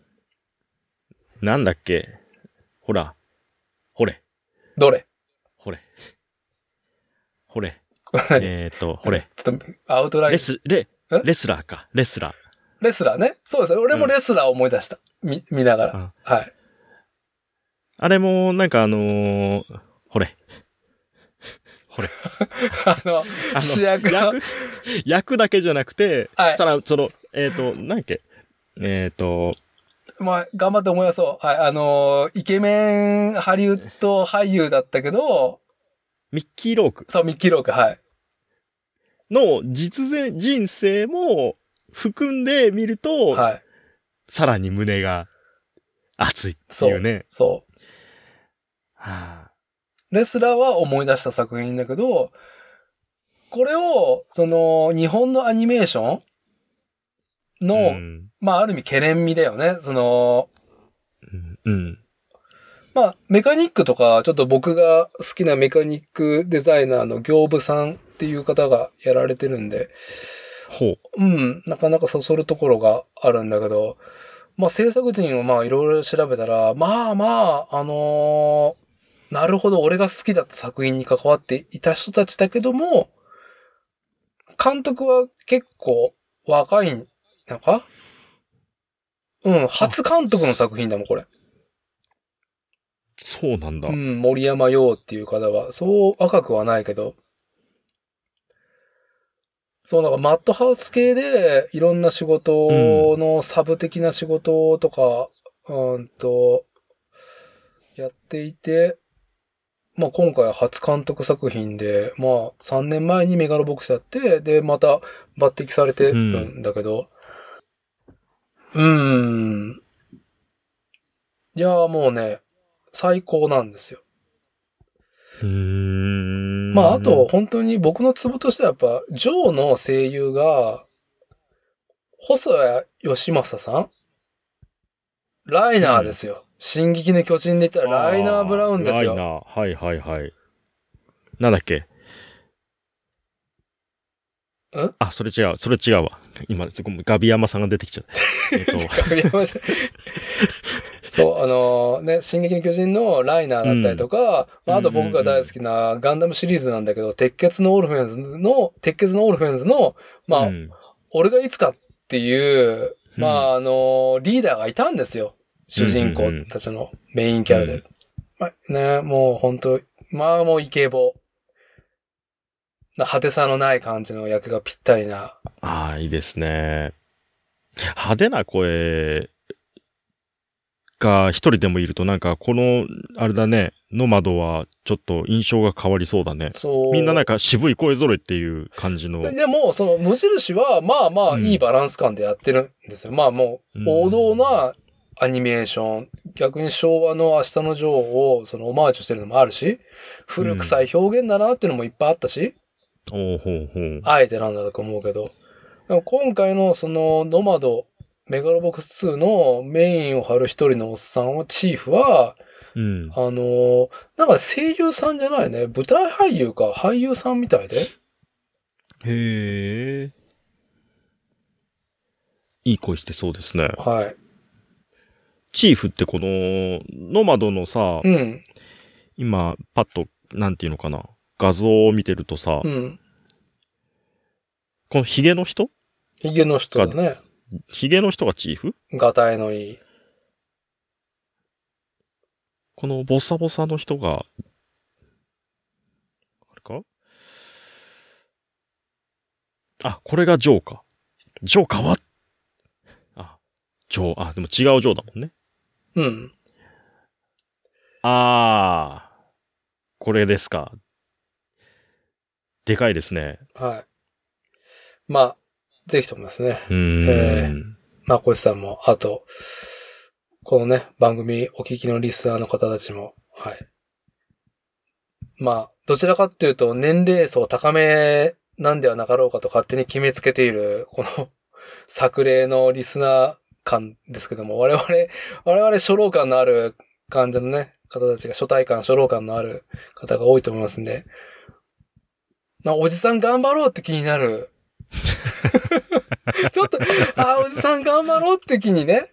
なんだっけ？ほれ。
どれ？
ほれ。ほれ。
ちょっと、アウトライン。
レスラーか。レスラ
ーね。そうです。俺もレスラーを思い出した。見ながら。はい。
あれも、ほれ。
主役の。
役だけじゃなくて、
はい。
なんだっけ？
まあ、頑張って思い出そう。はい。イケメンハリウッド俳優だったけど、
ミッキー・ローク。
そう、ミッキー・ローク、はい。
の実在人生も含んで見ると、
はい。
さらに胸が熱いっていうね。
そう。レスラーは思い出した作品だけど、これを、日本のアニメーションの、まあ、ある意味懸念味だよね。まあ、メカニックとか、ちょっと僕が好きなメカニックデザイナーの行部さんっていう方がやられてるんで、なかなかそそるところがあるんだけど、まあ、制作陣をまあ、いろいろ調べたら、なるほど、俺が好きだった作品に関わっていた人たちだけども、監督は結構若いなんか初監督の作品だもん、これ。
そうなんだ。
森山陽っていう方は、そう赤くはないけど、そう、なんかマッドハウス系で、いろんな仕事のサブ的な仕事とか、やっていて、まあ今回は初監督作品で、まあ3年前にメガロボックスやって、で、また抜擢されてるんだけど、いやーもうね、最高なんですよ。まああと本当に僕のツボとしてはやっぱ、ジョーの声優が、細谷義正さんライナーですよ。進撃の巨人で言ったらライナー・ブラウンですよ。
ライナー。はいはいはい。なんだっけあ、それ違うわ。今、ガビ山さんが出てきちゃった。ガビ山さん。
そう、進撃の巨人のライナーだったりとか、あと僕が大好きなガンダムシリーズなんだけど、鉄血のオルフェンズの、まあ、俺がいつかっていう、まあ、リーダーがいたんですよ。主人公たちのメインキャラで。まあ、ね、もう本当まあもうイケボ。派手さのない感じの役がぴったりな。
ああ、いいですね。派手な声が一人でもいるとなんかこの、あれだね、ノマドはちょっと印象が変わりそうだね。そう。みんななんか渋い声揃いっていう感じの。
でも、その無印はまあまあいいバランス感でやってるんですよ。まあもう王道なアニメーション。逆に昭和の明日のジョーをそのオマージュしてるのもあるし、古臭い表現だなっていうのもいっぱいあったし、あえてなんだと思うけど、でも今回のそのノマド、メガロボックス2のメインを張る一人のおっさんは、チーフは、なんか声優さんじゃないね。舞台俳優か俳優さんみたいで。へ
え。いい声してそうですね。
はい。
チーフってこの、ノマドのさ、今、パッと、なんていうのかな、画像を見てるとさ、このヒゲの人
だね。
ヒゲの人がチーフ？
がたいのいい。
このボサボサの人が、あれか？あ、これがジョーか。ジョーかわジョー、でも違うジョーだもんね。これですか。でかいですね。
はい。まあ、ぜひともですね。まこしさんも、あと、このね、番組お聞きのリスナーの方たちも、はい。まあ、どちらかっていうと、年齢層高めなんではなかろうかと勝手に決めつけている、この作例のリスナー感ですけども、我々初老感のある感じのね、方たちが初老感のある方が多いと思いますんで、おじさん頑張ろうって気になる。ちょっと、おじさん頑張ろうって気にね。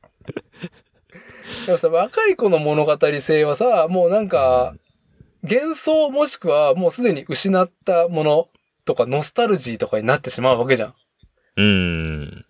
でもさ、若い子の物語性はさ、もうなんか、幻想もしくはもうすでに失ったものとかノスタルジーとかになってしまうわけじゃん。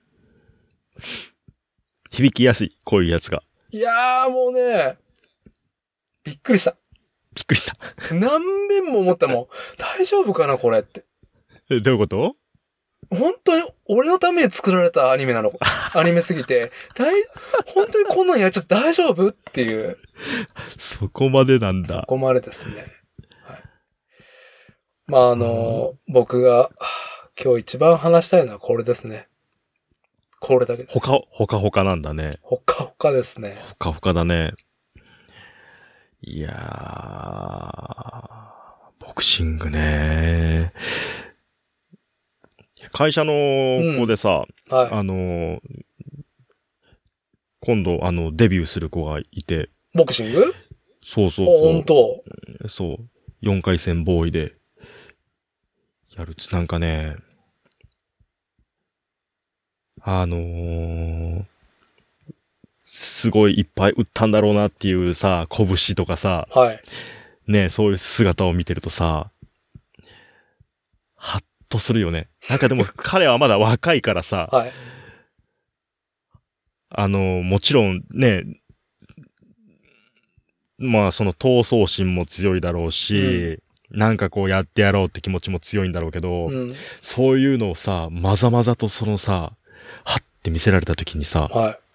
響きやすい、こういうやつが。
いやーもうね、びっくりした。何遍も思ったもん。大丈夫かなこれって。
どういうこと？
本当に俺のために作られたアニメなの。アニメすぎて。本当にこんなんやっちゃって大丈夫っていう。
そこまでなんだ。
そこまでですね。はい、まあ僕が今日一番話したいのはこれですね。これだけです。
ほかほかなんだね。
ほかほかですね。
ほかほかだね。いやー、ボクシングね。会社の子でさ、今度デビューする子がいて。
ボクシング？
そう。
本当？
そう。4回戦ボーイでやるなんかね、すごいいっぱい打ったんだろうなっていうさ、拳とかさ、ね、そういう姿を見てるとさ、ハッとするよね。なんかでも彼はまだ若いからさ、 もちろんね、まあその闘争心も強いだろうし、なんかこうやってやろうって気持ちも強いんだろうけど、そういうのをさ、まざまざとそのさ、はって見せられた時にさ、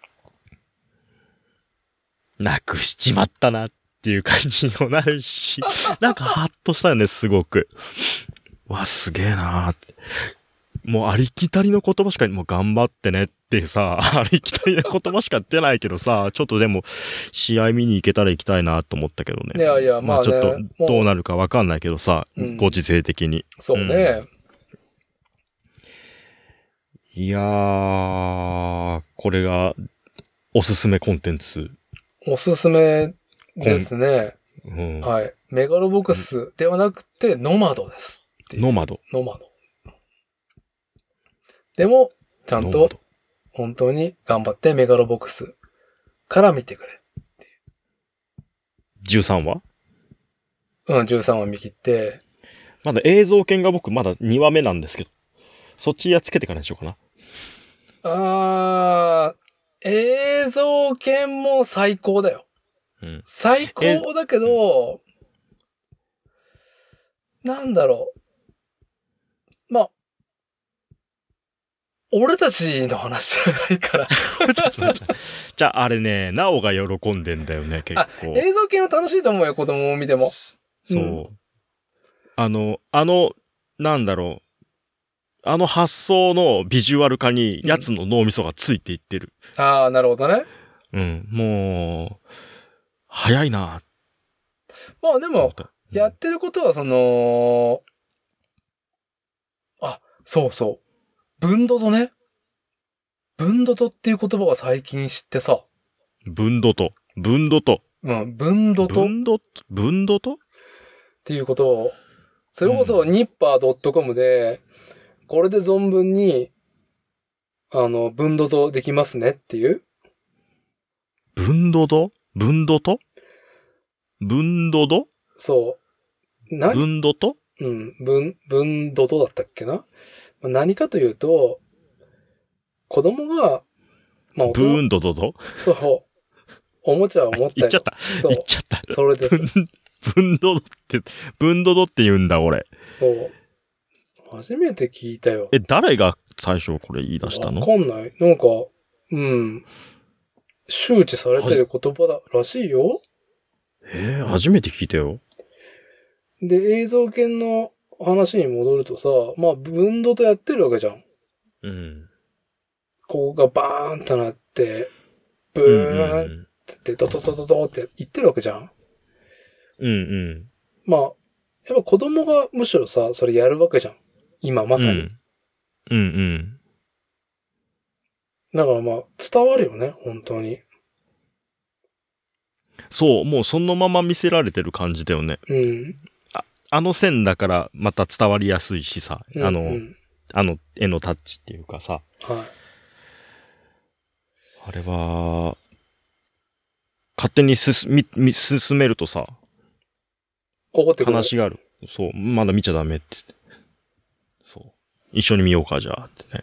なくしちまったなっていう感じにもなるし、なんかハッとしたよね、すごく。わ、すげえなーって。もうありきたりの言葉しか、もう頑張ってねっていうさ、ありきたりの言葉しか出ないけどさ、ちょっとでも、試合見に行けたら行きたいなと思ったけどね。
いやいや、
まあちょっとどうなるかわかんないけどさ、ご時世的に。
そうね。
いやー、これが、おすすめコンテンツ。
おすすめですね。はい。メガロボックスではなくて、ノマドです。
ノマド。
でも、ちゃんと、本当に頑張ってメガロボックスから見てくれ。
13話
13話見切って。
まだ映像犬が僕まだ2話目なんですけど、そっちやっつけてからにしようか
な。映像犬も最高だよ。最高だけど、なんだろう。まあ、俺たちの話じゃないから。
じゃあ、あれね、なおが喜んでんだよね、結構。
映像系は楽しいと思うよ、子供を見ても。
そう。なんだろう。発想のビジュアル化に、やつの脳みそがついていってる。
ああ、なるほどね。
もう、早いな。
まあでも、やってることはそうそう。ブンドトね。ブンドトっていう言葉が最近知ってさ。
ブンドト。ブンドト
っていうことを、それこそニッパー .com で、これで存分に、ブンドトできますねっていう。
ブンドト
そう。
ブンドト
ブンドトだったっけな。何かというと、子供が、
ブーンドドド
そう。おもちゃを持った
言っちゃった。
そう。
言っちゃった。
それです。
ブンドドって言うんだ、俺。
そう。初めて聞いたよ。
誰が最初これ言い出したの？
わかんない。なんか、周知されてる言葉だらしいよ。
初めて聞いたよ。
で、映像系の話に戻るとさ、まあ、ブンドとやってるわけじゃん。ここがバーンとなって、ブーンってドドドドドって言ってるわけじゃん。まあ、やっぱ子供がむしろさ、それやるわけじゃん。今まさに。だからまあ、伝わるよね、本当に。
そう、もうそのまま見せられてる感じだよね。線だからまた伝わりやすいしさ、絵のタッチっていうかさ。あれは、勝手に進めるとさ、
怒ってくる。
話がある。そう、まだ見ちゃダメって言って。そう。一緒に見ようか、じゃあ、ってね。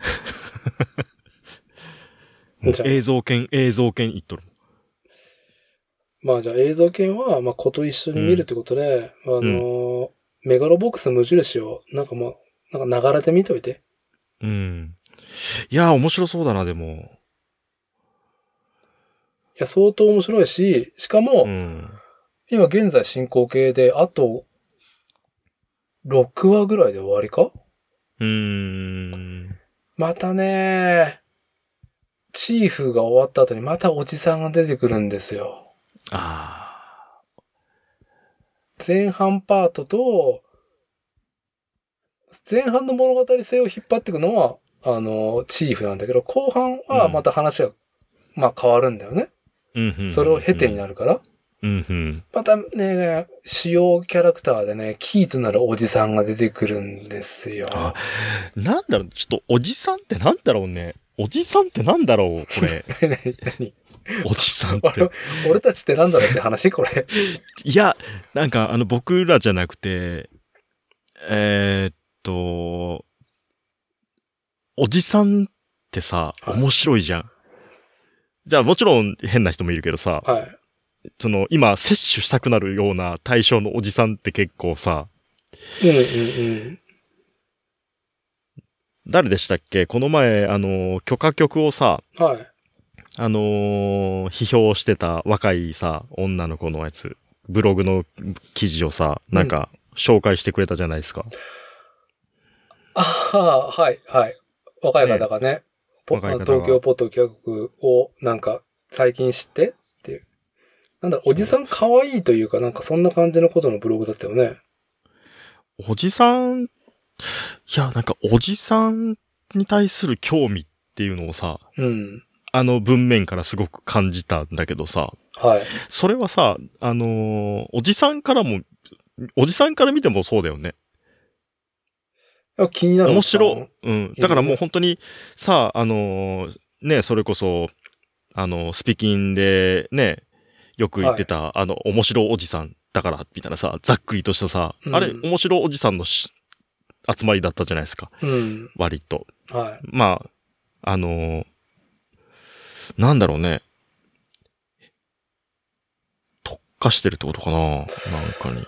映像犬言っとる。
まあじゃあ映像犬は、まあ子と一緒に見るってことで、メガロボックス無印を、なんかながらで見といて。
いや、面白そうだな、でも。
いや、相当面白いし、しかも、今現在進行形で、あと、6話ぐらいで終わりか？またね、チーフが終わった後にまたおじさんが出てくるんですよ。前半パートと、前半の物語性を引っ張っていくのは、チーフなんだけど、後半はまた話が、まあ変わるんだよね。それを経てになるから。またね、主要キャラクターでね、キーとなるおじさんが出てくるんですよ。
なんだろう、ちょっとおじさんってなんだろうね。おじさんってなんだろう、これ。
何
おじさんって。
俺たちってなんだろうって話これ。
いや、なんか僕らじゃなくて、おじさんってさ、面白いじゃん。 じゃあもちろん変な人もいるけどさ、
はい。
今、摂取したくなるような対象のおじさんって結構さ、
うんうんうん。
誰でしたっけこの前、許可局をさ、
はい。
批評してた若いさ、女の子のやつ、ブログの記事をさ、なんか、紹介してくれたじゃないですか。
ああ、はい、はい。若い方がね、
若い方が
東京ポッド局をなんか最近知ってっていう。なんだろ、おじさん可愛いというかなんかそんな感じのことのブログだったよね。
おじさん、いや、なんかおじさんに対する興味っていうのをさ、
うん。
文面からすごく感じたんだけどさ、
はい。
それはさ、おじさんから見てもそうだよね。
気になる
面白、うん。だからもう本当にさ、ね、それこそ、スピキンでね、よく言ってた、はい、面白おじさんだから、みたいなさ、ざっくりとしたさ、あれ、面白おじさんの集まりだったじゃないですか。割と。
はい。
まあ、なんだろうね。特化してるってことかななんかに。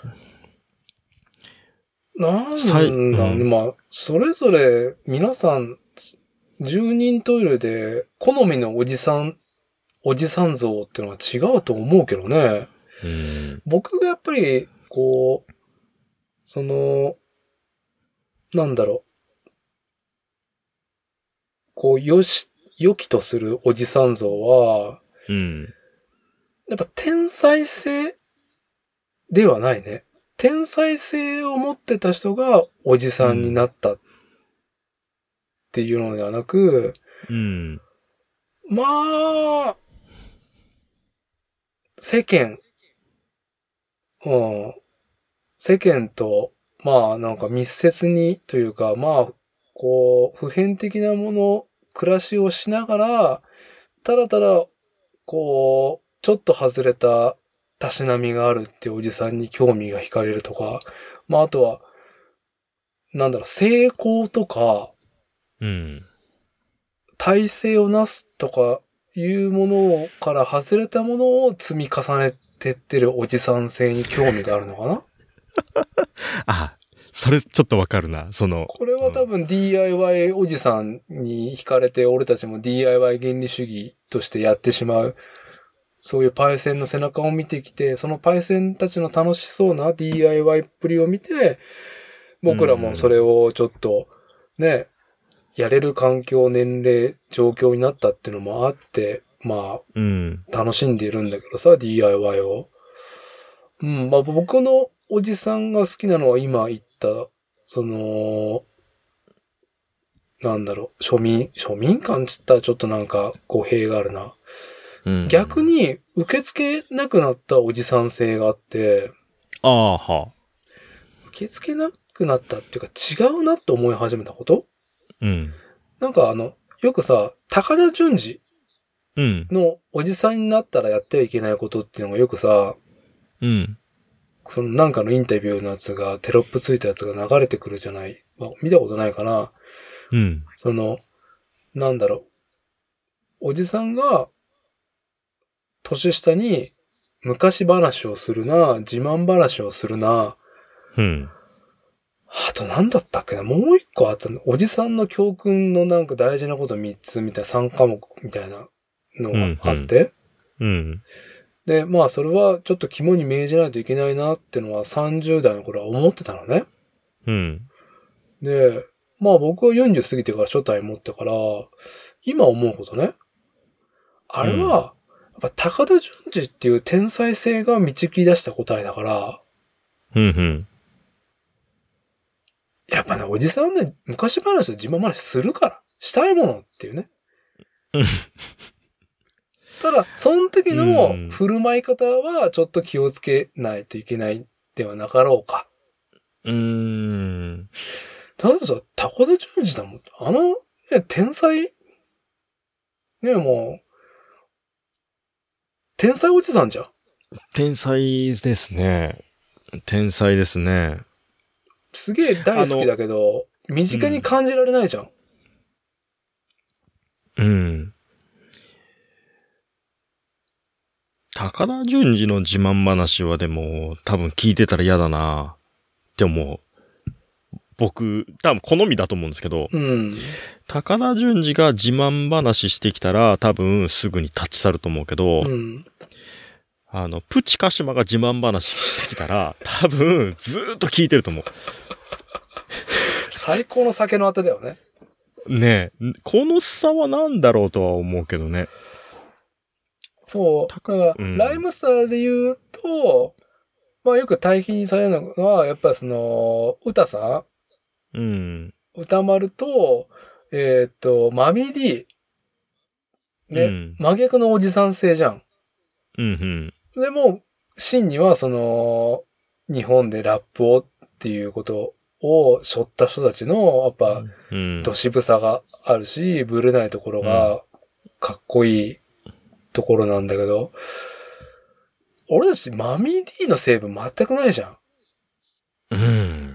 なんだろうね。まあ、それぞれ皆さん、10人トイレで好みのおじさん像っていうのは違うと思うけどね。僕がやっぱり、こう、なんだろう。こう、良きとするおじさん像は、やっぱ天才性ではないね。天才性を持ってた人がおじさんになったっていうのではなく、まあ、世間と、まあなんか密接にというか、まあ、こう、普遍的なもの、暮らしをしながら、ただただ、こう、ちょっと外れたたしなみがあるっていうおじさんに興味が惹かれるとか、まああとは、なんだろう、成功とか、体制をなすとかいうものから外れたものを積み重ねてってるおじさん性に興味があるのかな
あ、それちょっとわかるな。
これは多分 DIY おじさんに惹かれて、俺たちも DIY 原理主義としてやってしまう。そういうパイセンの背中を見てきて、そのパイセンたちの楽しそうな DIY っぷりを見て、僕らもそれをちょっとね、やれる環境、年齢、状況になったっていうのもあって、まあ、楽しんでいるんだけどさ、DIY を。まあ僕のおじさんが好きなのは今言った、なんだろう、庶民感つったらちょっとなんか語弊があるな。逆に受け付けなくなったおじさん性があって、受け付けなくなったっていうか違うなって思い始めたこと、なんかよくさ、高田純次のおじさんになったらやってはいけないことっていうのがよくさ、なんかのインタビューのやつが、テロップついたやつが流れてくるじゃない。見たことないかな。なんだろう。おじさんが、年下に昔話をするな、自慢話をするな。あと何だったっけな、もう一個あったの。おじさんの教訓のなんか大事なこと3つみたいな3科目みたいなのがあって。で、まあそれはちょっと肝に銘じないといけないなってのは30代の頃は思ってたのね。で、まあ僕は40過ぎてから初対持ってから、今思うことね。あれは、やっぱ高田純次っていう天才性が導き出した答えだから、やっぱね、おじさんね、昔話と自慢話するから、したいものっていうね。ただ、その時の振る舞い方はちょっと気をつけないといけないではなかろうか。たださ、高田純次だもん。天才、ね、もう、天才おじさんじゃん。
天才ですね。天才ですね。
すげえ大好きだけど、身近に感じられないじゃん。
高田純次の自慢話はでも、多分聞いてたら嫌だなって思う。僕、多分好みだと思うんですけど、
うん、
高田純次が自慢話してきたら多分すぐに立ち去ると思うけど、
うん、
プチカシマが自慢話してきたら多分ずーっと聞いてると思う。
最高の酒のあてだよね。
ねえ、この差は何だろうとは思うけどね。
そう。だから、ライムスターで言うと、まあよく対比にされるのは、やっぱり歌さ
ん、うん、
歌丸と、マミディ。ね、うん、真逆のおじさん性じゃん。
うんうん、
でも、真には日本でラップをっていうことを背負った人たちの、やっぱ、どしぶさがあるし、ぶれないところがかっこいいところなんだけど、俺たちマミー D の成分全くないじゃん。
うん。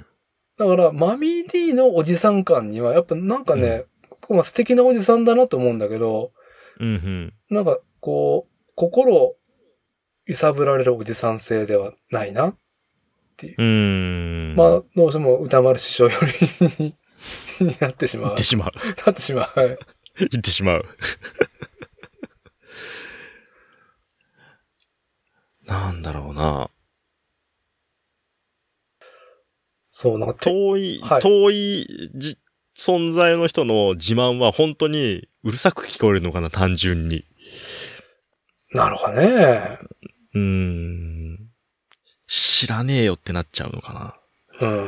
だからマミー D のおじさん感にはやっぱなんかね、まあ、素敵なおじさんだなと思うんだけど、なんかこう、心を揺さぶられるおじさん性ではないなっていう。まあ、どうしても歌丸師匠よりになってしまう。
なってしまう。
なってしまう。はい。
言ってしまう。なんだろうな。
そう、なんか
遠い存在の人の自慢は本当にうるさく聞こえるのかな、単純に。
なるほどね。
知らねえよってなっちゃうのかな。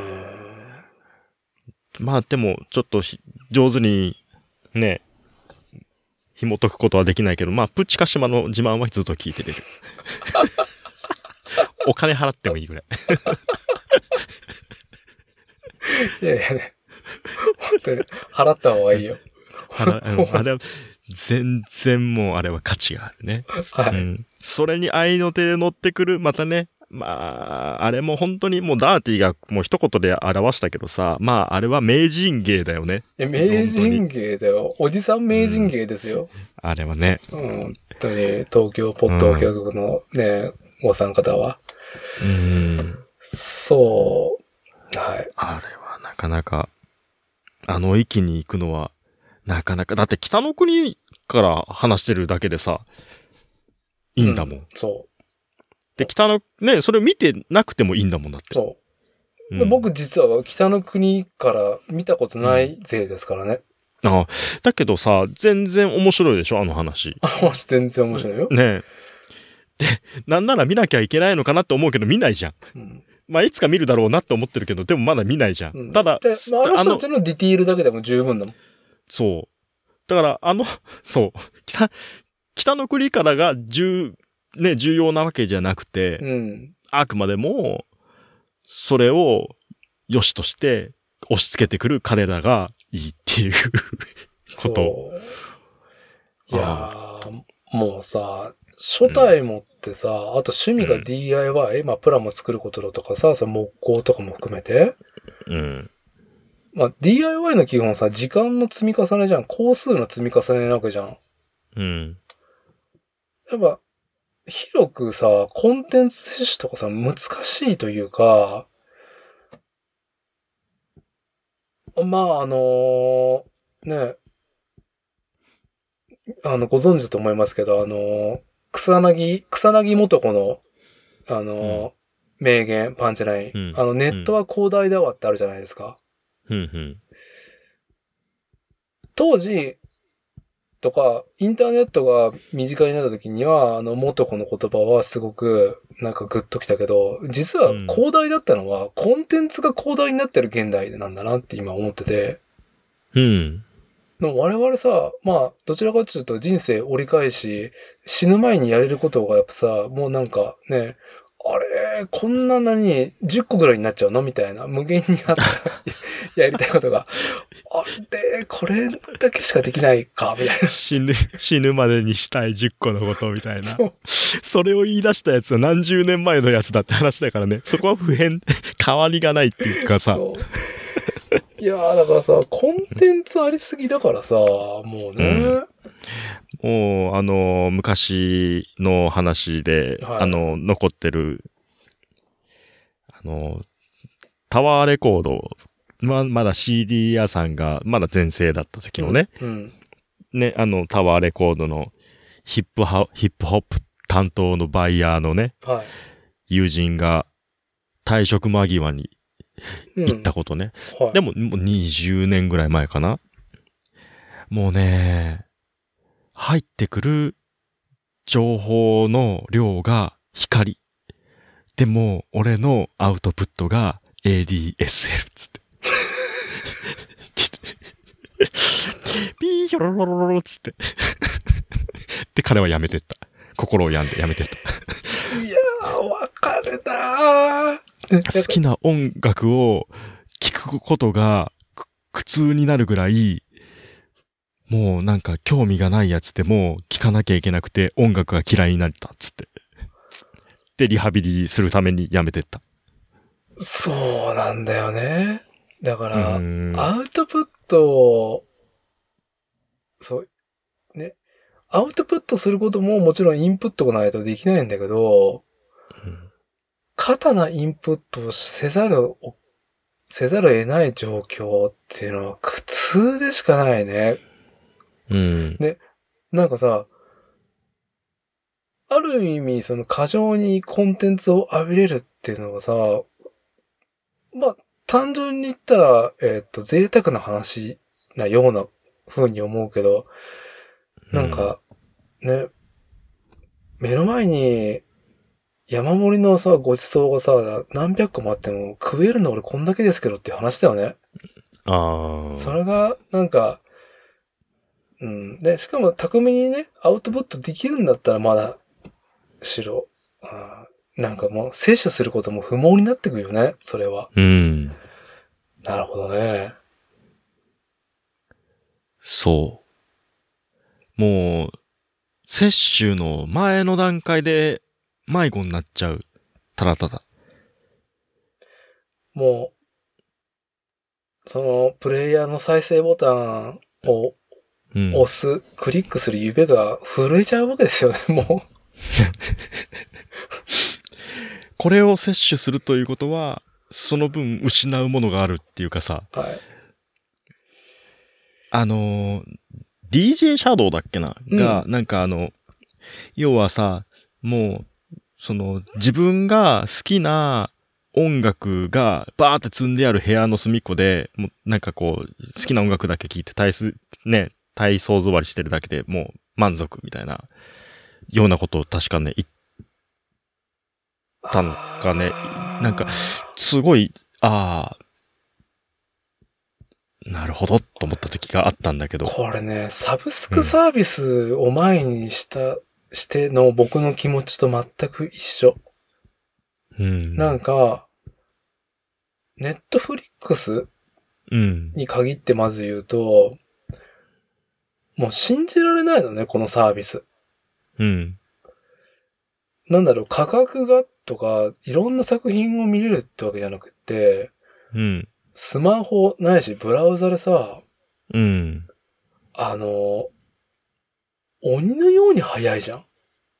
まあでも、ちょっと上手にね、紐解くことはできないけど、まあ、プチカシマの自慢はずっと聞いてれる。お金払ってもいいぐらい。
いやいやね。本当に払った方がいいよ。
あれは、全然もうあれは価値があるね。
はい。
それに愛の手で乗ってくる、またね、まあ、あれも本当にもうダーティーがもう一言で表したけどさ、まああれは名人芸だよね。
名人芸だよ。おじさん名人芸ですよ。
あれはね。
本当に東京ポッドキャストのね、ご参加は。そう。はい。
あれはなかなか、域に行くのは、なかなか、だって北の国から話してるだけでさ、いいんだもん。
そう。
で、それを見てなくてもいいんだもんだって。
そう。僕実は北の国から見たことない勢ですからね。
だけどさ、全然面白いでしょ、あの話。
話全然面白いよ。
ねえ。で、なんなら見なきゃいけないのかなって思うけど見ないじゃん。まあ、いつか見るだろうなって思ってるけど、でもまだ見ないじゃん。ただ、
あの人たちのディティールだけでも十分だもん。
そう。だから、そう。北の国からが重要なわけじゃなくて、あくまでも、それを良しとして押し付けてくる彼らがいいっていうこと。
いやー、もうさ、初代もってさ、あと趣味が DIY、まあプラモ作ることとかさ、木工とかも含めて。まあ DIY の基本さ、時間の積み重ねじゃん。工数の積み重ねなわけじゃん。やっぱ、広くさ、コンテンツ摂取とかさ、難しいというか、まあね、ご存知だと思いますけど、草薙素子の、名言、パンチライン。ネットは広大だわってあるじゃないですか。当時とか、インターネットが身近になった時には、素子の言葉はすごく、なんかグッときたけど、実は広大だったのは、コンテンツが広大になってる現代なんだなって今思ってて。我々さ、まあ、どちらかというと人生折り返し、死ぬ前にやれることがやっぱさ、もうなんかね、あれ、こんなに10個ぐらいになっちゃうのみたいな、無限にやりたいことが、あれ、これだけしかできないか、みたいな。
死ぬまでにしたい10個のことみたいな。それを言い出したやつは何十年前のやつだって話だからね。そこは変わりがないっていうかさ。
いやーだからさ、コンテンツありすぎだからさ、もうね、
もう、昔の話で、はい、残ってる、タワーレコード、まだ CD 屋さんが、まだ全盛だった時のね、ね、タワーレコードのヒップホップ担当のバイヤーのね、はい、友人が退職間際に行ったことね。はい、でも、もう20年ぐらい前かな。もうね、入ってくる情報の量が光。でも、俺のアウトプットが ADSL つって。ピーヒョロロロロつって。で、彼は辞めてった。心を病んで辞めてった。
いやー、わかるなー。
好きな音楽を聴くことが苦痛になるぐらい、もうなんか興味がないやつでも聴かなきゃいけなくて音楽が嫌いになったっつって。で、リハビリするために辞めてった。
そうなんだよね。だから、アウトプットを、そう、ね。アウトプットすることももちろんインプットがないとできないんだけど、過多なインプットをせざるを得ない状況っていうのは苦痛でしかないね。で、なんかさ、ある意味その過剰にコンテンツを浴びれるっていうのがさ、まあ、単純に言ったら、贅沢な話なような風に思うけど、なんか、ね、目の前に山盛りのさ、ごちそうがさ、何百個もあっても食えるの俺こんだけですけどっていう話だよね。それが、なんか、で、しかも巧みにね、アウトプットできるんだったらまだしろ。なんかもう摂取することも不毛になってくるよね、それは。なるほどね。
そう。もう、摂取の前の段階で迷子になっちゃう。ただただ。
もう、その、プレイヤーの再生ボタンを押す、クリックする指が震えちゃうわけですよね、もう。
これを摂取するということは、その分失うものがあるっていうかさ。はい。DJ シャドウだっけな、が、なんか要はさ、もう、自分が好きな音楽がバーって積んである部屋の隅っこで、もうなんかこう、好きな音楽だけ聴いて体操座りしてるだけでもう満足みたいな、ようなことを確かね、言ったのかね。なんか、すごい、なるほど、と思った時があったんだけど。
これね、サブスクサービスを前にしての僕の気持ちと全く一緒。なんか、ネットフリックスに限ってまず言うと、もう信じられないのね、このサービス。なんだろう、価格がとか、いろんな作品を見れるってわけじゃなくて、スマホないし、ブラウザでさ、鬼のように早いじゃん。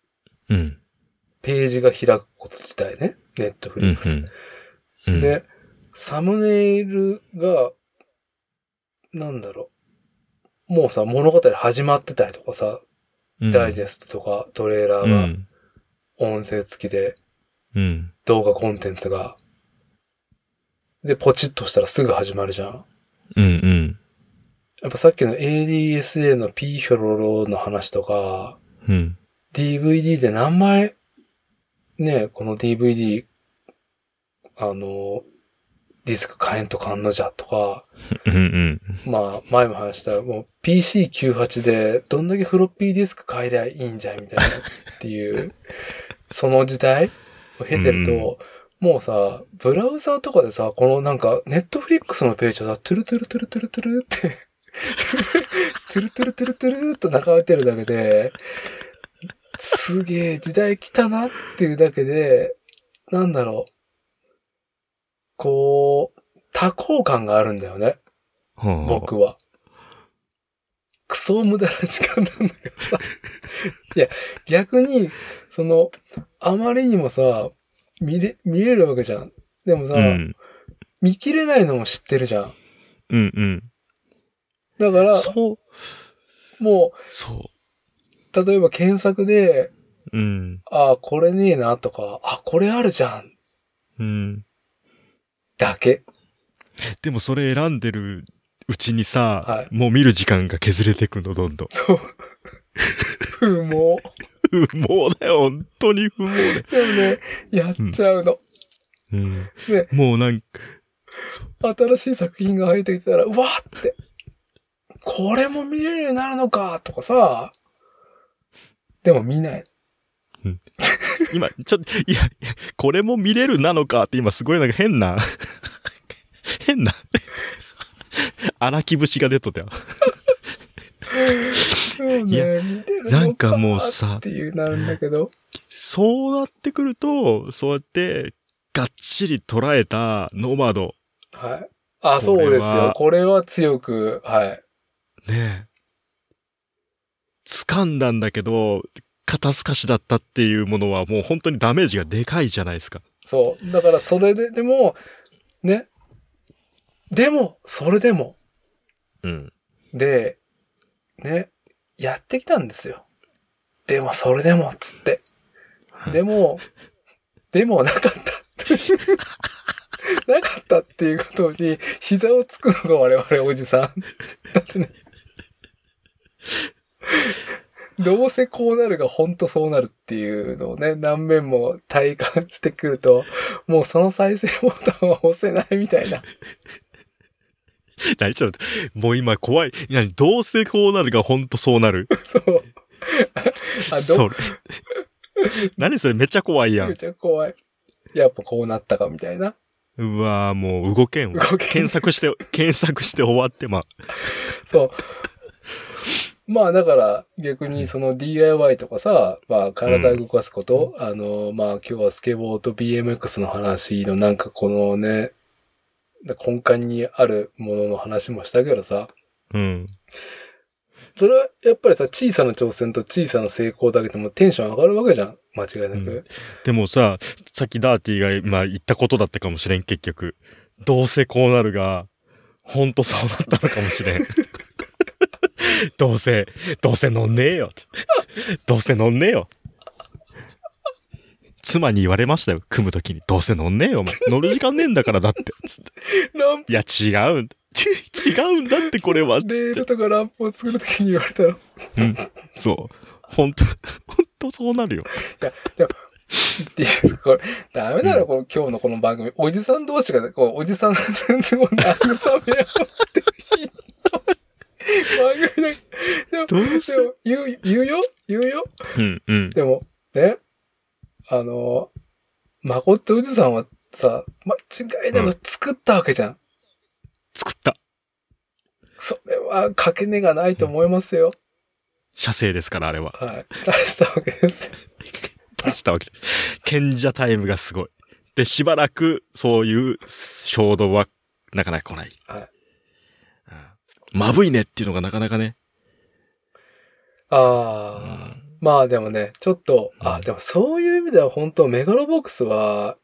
ページが開くこと自体ね。ネットフリックス。で、サムネイルが、なんだろう。もうさ、物語始まってたりとかさ、ダイジェストとかトレーラーが音声付きで、動画コンテンツが、で、ポチッとしたらすぐ始まるじゃん。やっぱさっきの ADSA のピーヒョロロの話とか、DVD で何枚、ね、この DVD、ディスク買えんとかんのじゃとか、まあ、前も話したもう PC98 でどんだけフロッピーディスク買えりゃいいんじゃいみたいなっていう、その時代を経てると、もうさ、ブラウザーとかでさ、このなんか、ネットフリックスのページをさ、トゥルトゥルトゥルトゥルトゥルって、トゥルトゥルトゥルトゥルと眺めてるだけで、すげえ時代来たなっていうだけで、なんだろう。こう、多幸感があるんだよね。僕は。 クソ無駄な時間なんだけどさ。いや、逆に、あまりにもさ、見れるわけじゃん。でもさ、見切れないのも知ってるじゃん。
うんうん。
だから、も
う、
例えば検索で、
あ、
これねえなとか、これあるじゃ
ん。
だけ。
でもそれ選んでるうちにさ、もう見る時間が削れてくの、どんどん。
そう。不毛。
不毛だよ、本当に不毛だよ。
でもね、やっちゃうの。
でもうなんか、
新しい作品が入ってきたら、うわーって、これも見れるようになるのかとかさ、でも見ない。
今、ちょっと、いや、これも見れるなのかって今すごいなんか変な荒木節が出とったよ。
そうね、見れるのか
なんかもうさ、
っていうなるんだけど。
そうなってくると、そうやって、がっちり捉えたノマド。
はい。そうですよ。これは強く、はい。
ねえ。掴んだんだけど、肩透かしだったっていうものはもう本当にダメージがでかいじゃないですか。
そう。だからそれで、でも、ね。でも、それでも。で、ね。やってきたんですよ。でも、それでも、つって。でもなかったって。なかったっていうことに膝をつくのが我々おじさんたちね。どうせこうなるが本当そうなるっていうのをね、何遍も体感してくると、もうその再生ボタンは押せないみたいな。
何ちょっと、もう今怖い。どうせこうなるが本当そうなる。
そう。
それ。何それめっちゃ怖いやん。
めっちゃ怖い。やっぱこうなったかみたいな。
うわぁ、もう動けんわ。検索して終わって
そう。まあだから逆にその DIY とかさ、まあ体動かすこと、まあ今日はスケボーと BMX の話のなんかこのね、根幹にあるものの話もしたけどさ。それはやっぱりさ、小さな挑戦と小さな成功だけでもテンション上がるわけじゃん。間違いなく。
でもさ、さっきダーティーが言ったことだったかもしれん、結局。どうせこうなるが、ほんとそうなったのかもしれん。どうせ飲んねえよ。どうせ飲んねえよ。妻に言われましたよ、組むときに。どうせ飲んねえよ、お前。乗る時間ねえんだからだって。つっていや、違うんだ。違うんだって、これは。
レールとかランプを作るときに言われたら。
そう。ほんとそうなるよ。
いや、でも、これ、ダメだろ、今日のこの番組。おじさん同士が、おじさんの全然慰め合ってる番組だ。でも、言うよ。でも、ね。まこっとおじさんはさ、間違いなく作ったわけじゃん。
作った。
それは、かけねがないと思いますよ。
写生ですから、あれは。
はい。出したわけですよ。
出したわけです。賢者タイムがすごい。で、しばらく、そういう衝動は、なかなか来ない。はい。まぶいねっていうのがなかなかね。
まあでもね、ちょっと、でもそういう意味では本当メガロボックスは、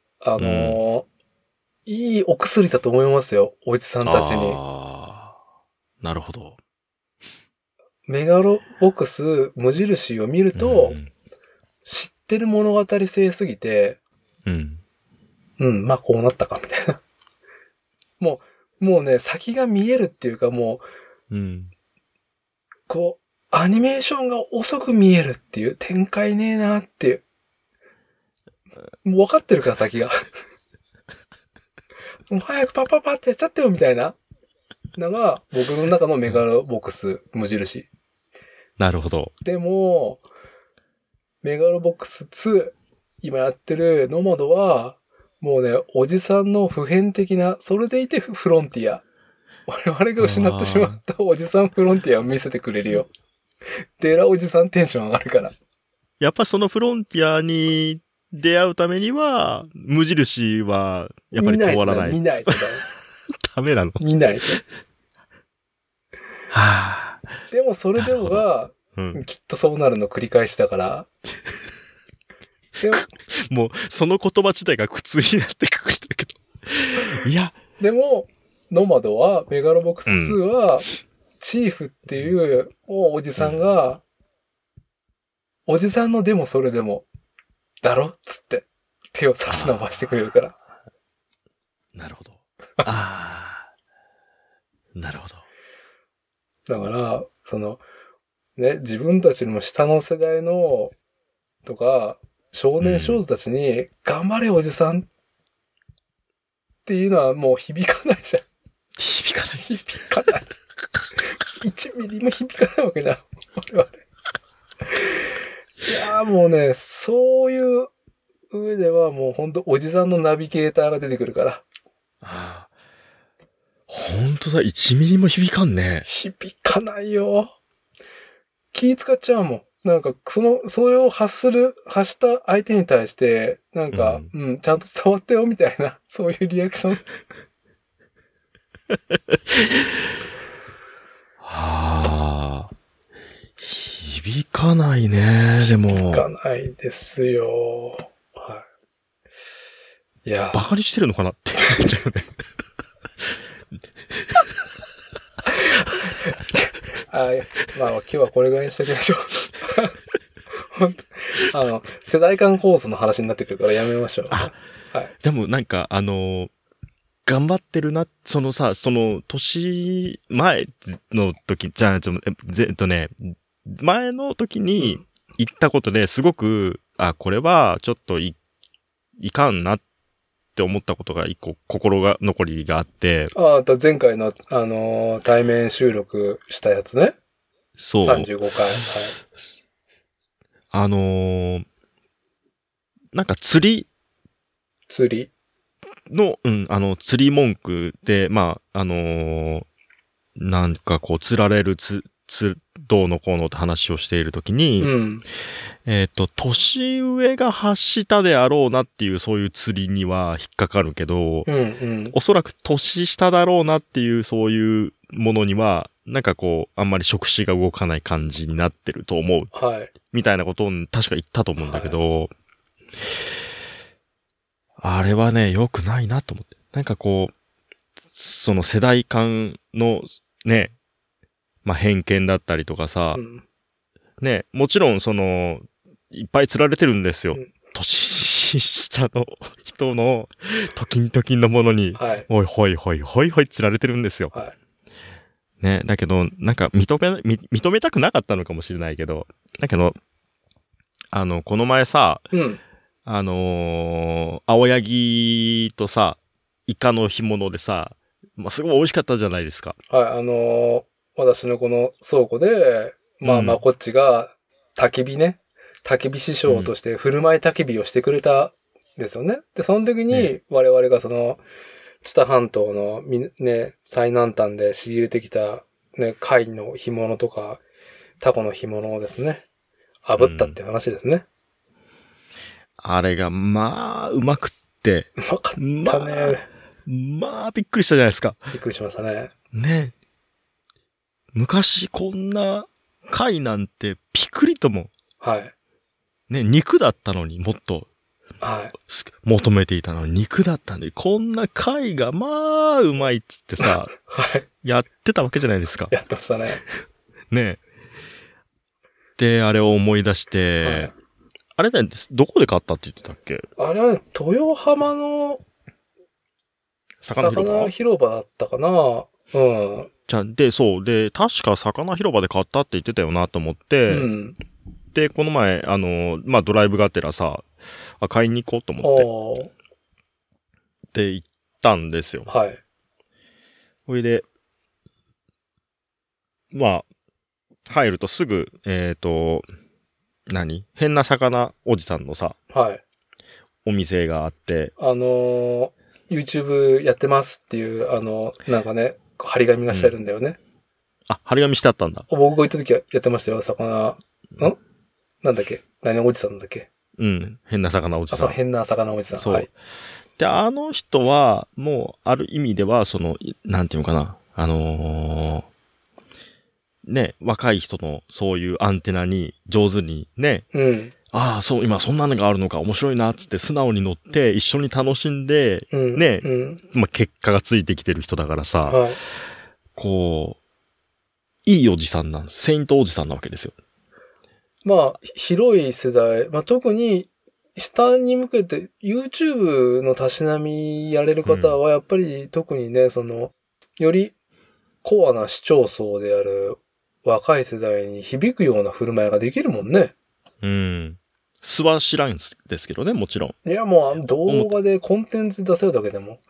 いいお薬だと思いますよ。おじさんたちに。
なるほど。
メガロボックス無印を見ると、知ってる物語性すぎて、まあこうなったかみたいな。もうね、先が見えるっていうかもう、アニメーションが遅く見えるっていう展開ねえなっていう。もう分かってるから先が。もう早くパッってやっちゃってよみたいなのが僕の中のメガロボックス無印。
なるほど。
でも、メガロボックス2、今やってるノマドは、もうね、おじさんの普遍的な、それでいてフロンティア。我々が失ってしまったおじさんフロンティアを見せてくれるよ。デラおじさんテンション上がるから。
やっぱそのフロンティアに出会うためには、無印は、やっぱり変わらない。
見ないと。
ダメなの。
見ないと。
はぁ。
でもそれでもが、きっとそうなるの繰り返しだから。
でも、もう、その言葉自体が苦痛になってくるんだけど。いや。
でも、ノマドは、メガロボックス2は、チーフっていうおじさんが、おじさんのでもそれでも、だろっつって、手を差し伸ばしてくれるから。
なるほど。ああ。なるほど。
だから、ね、自分たちの下の世代の、とか、少年少女たちに、頑張れおじさんっていうのはもう響かないじゃん。
響かない。
響かない。1ミリも響かないわけじゃん。我々。いやーもうね、そういう上ではもうほんとおじさんのナビゲーターが出てくるから。
ああ。ほんとだ、1ミリも響かんね。
響かないよ。気使っちゃうもん。なんか、それを発した相手に対して、なんか、ちゃんと伝わったよみたいな、そういうリアクション。
はあ。響かないね、でも。
響かないですよ。はい。いや。
バカにしてるのかなって思っちゃうね。
まあ今日はこれぐらいにしておきましょう。本当世代間構想の話になってくるからやめましょう。はい。
でもなんか頑張ってるな、年前の時、前の時に行ったことですごく、これはちょっといかんなって思ったことが一個心残りがあって。
前回の対面収録したやつね。
そう。
35回。
はい。なんか釣りの、釣り文句で、なんかこう、釣られるどうのこうのって話をしているときに、年上が発したであろうなっていう、そういう釣りには引っかかるけど、おそらく年下だろうなっていう、そういうものには、なんかこう、あんまり触手が動かない感じになってると思う。
はい。
みたいなことを確か言ったと思うんだけど、あれはね、良くないなと思って。なんかこう、その世代間のね、偏見だったりとかさ、ね、もちろんいっぱい釣られてるんですよ。年下の人のトキントキンのものに、おいほいほいほいほい釣られてるんですよ。ね、だけど、なんか認めたくなかったのかもしれないけど、だけど、この前さ、青柳とさ、イカの干物でさ、すごい美味しかったじゃないですか。
はい、私のこの倉庫で、こっちが焚き火師匠として振る舞い焚き火をしてくれたんですよね。で、その時に我々が知多半島のね、最南端で仕入れてきたね、貝の干物とか、タコの干物をですね、炙ったって話ですね。
あれが、うまくって。
うまかったね。
びっくりしたじゃないですか。
びっくりしましたね。
ね。昔こんな貝なんてピクリとも。
はい。
ね、肉だったのにもっと。
はい。
求めていたのに肉だったんで、こんな貝がうまいっつってさ、
はい。
やってたわけじゃないですか。
やってましたね。
ね。で、あれを思い出して、はい、あれね、どこで買ったって言ってたっけ？
あれはね、豊浜の魚広場だったかな。
で、確か魚広場で買ったって言ってたよなと思って、で、この前、ドライブがてらさ、買いに行こうと思って。で、行ったんですよ。
はい。
それで、入るとすぐ、変な魚おじさんのさ、
はい。
お店があって。
YouTube やってますっていう、なんかね、張り紙がしてあるんだよね。
張り紙してあったんだ。
僕が行った時はやってましたよ、魚。なんだっけ？何おじさんなんだっけ？
変な魚おじさん。
そう、変な魚おじさん。
そう。はい。で、あの人は、もう、ある意味では、なんていうのかな、 ね、若い人のそういうアンテナに上手にね、ああ、そう、今そんなのがあるのか面白いなっつって素直に乗って一緒に楽しんで、ね、まあ、結果がついてきてる人だからさ、はい、こう、いいおじさんなんです。セイントおじさんなわけですよ。
まあ、広い世代、まあ、特に下に向けて YouTube のたしなみやれる方はやっぱり特にね、よりコアな視聴層である若い世代に響くような振る舞いができるもんね。
素は知らんですけどね、もちろん。
いや、もう動画でコンテンツ出せるだけでも。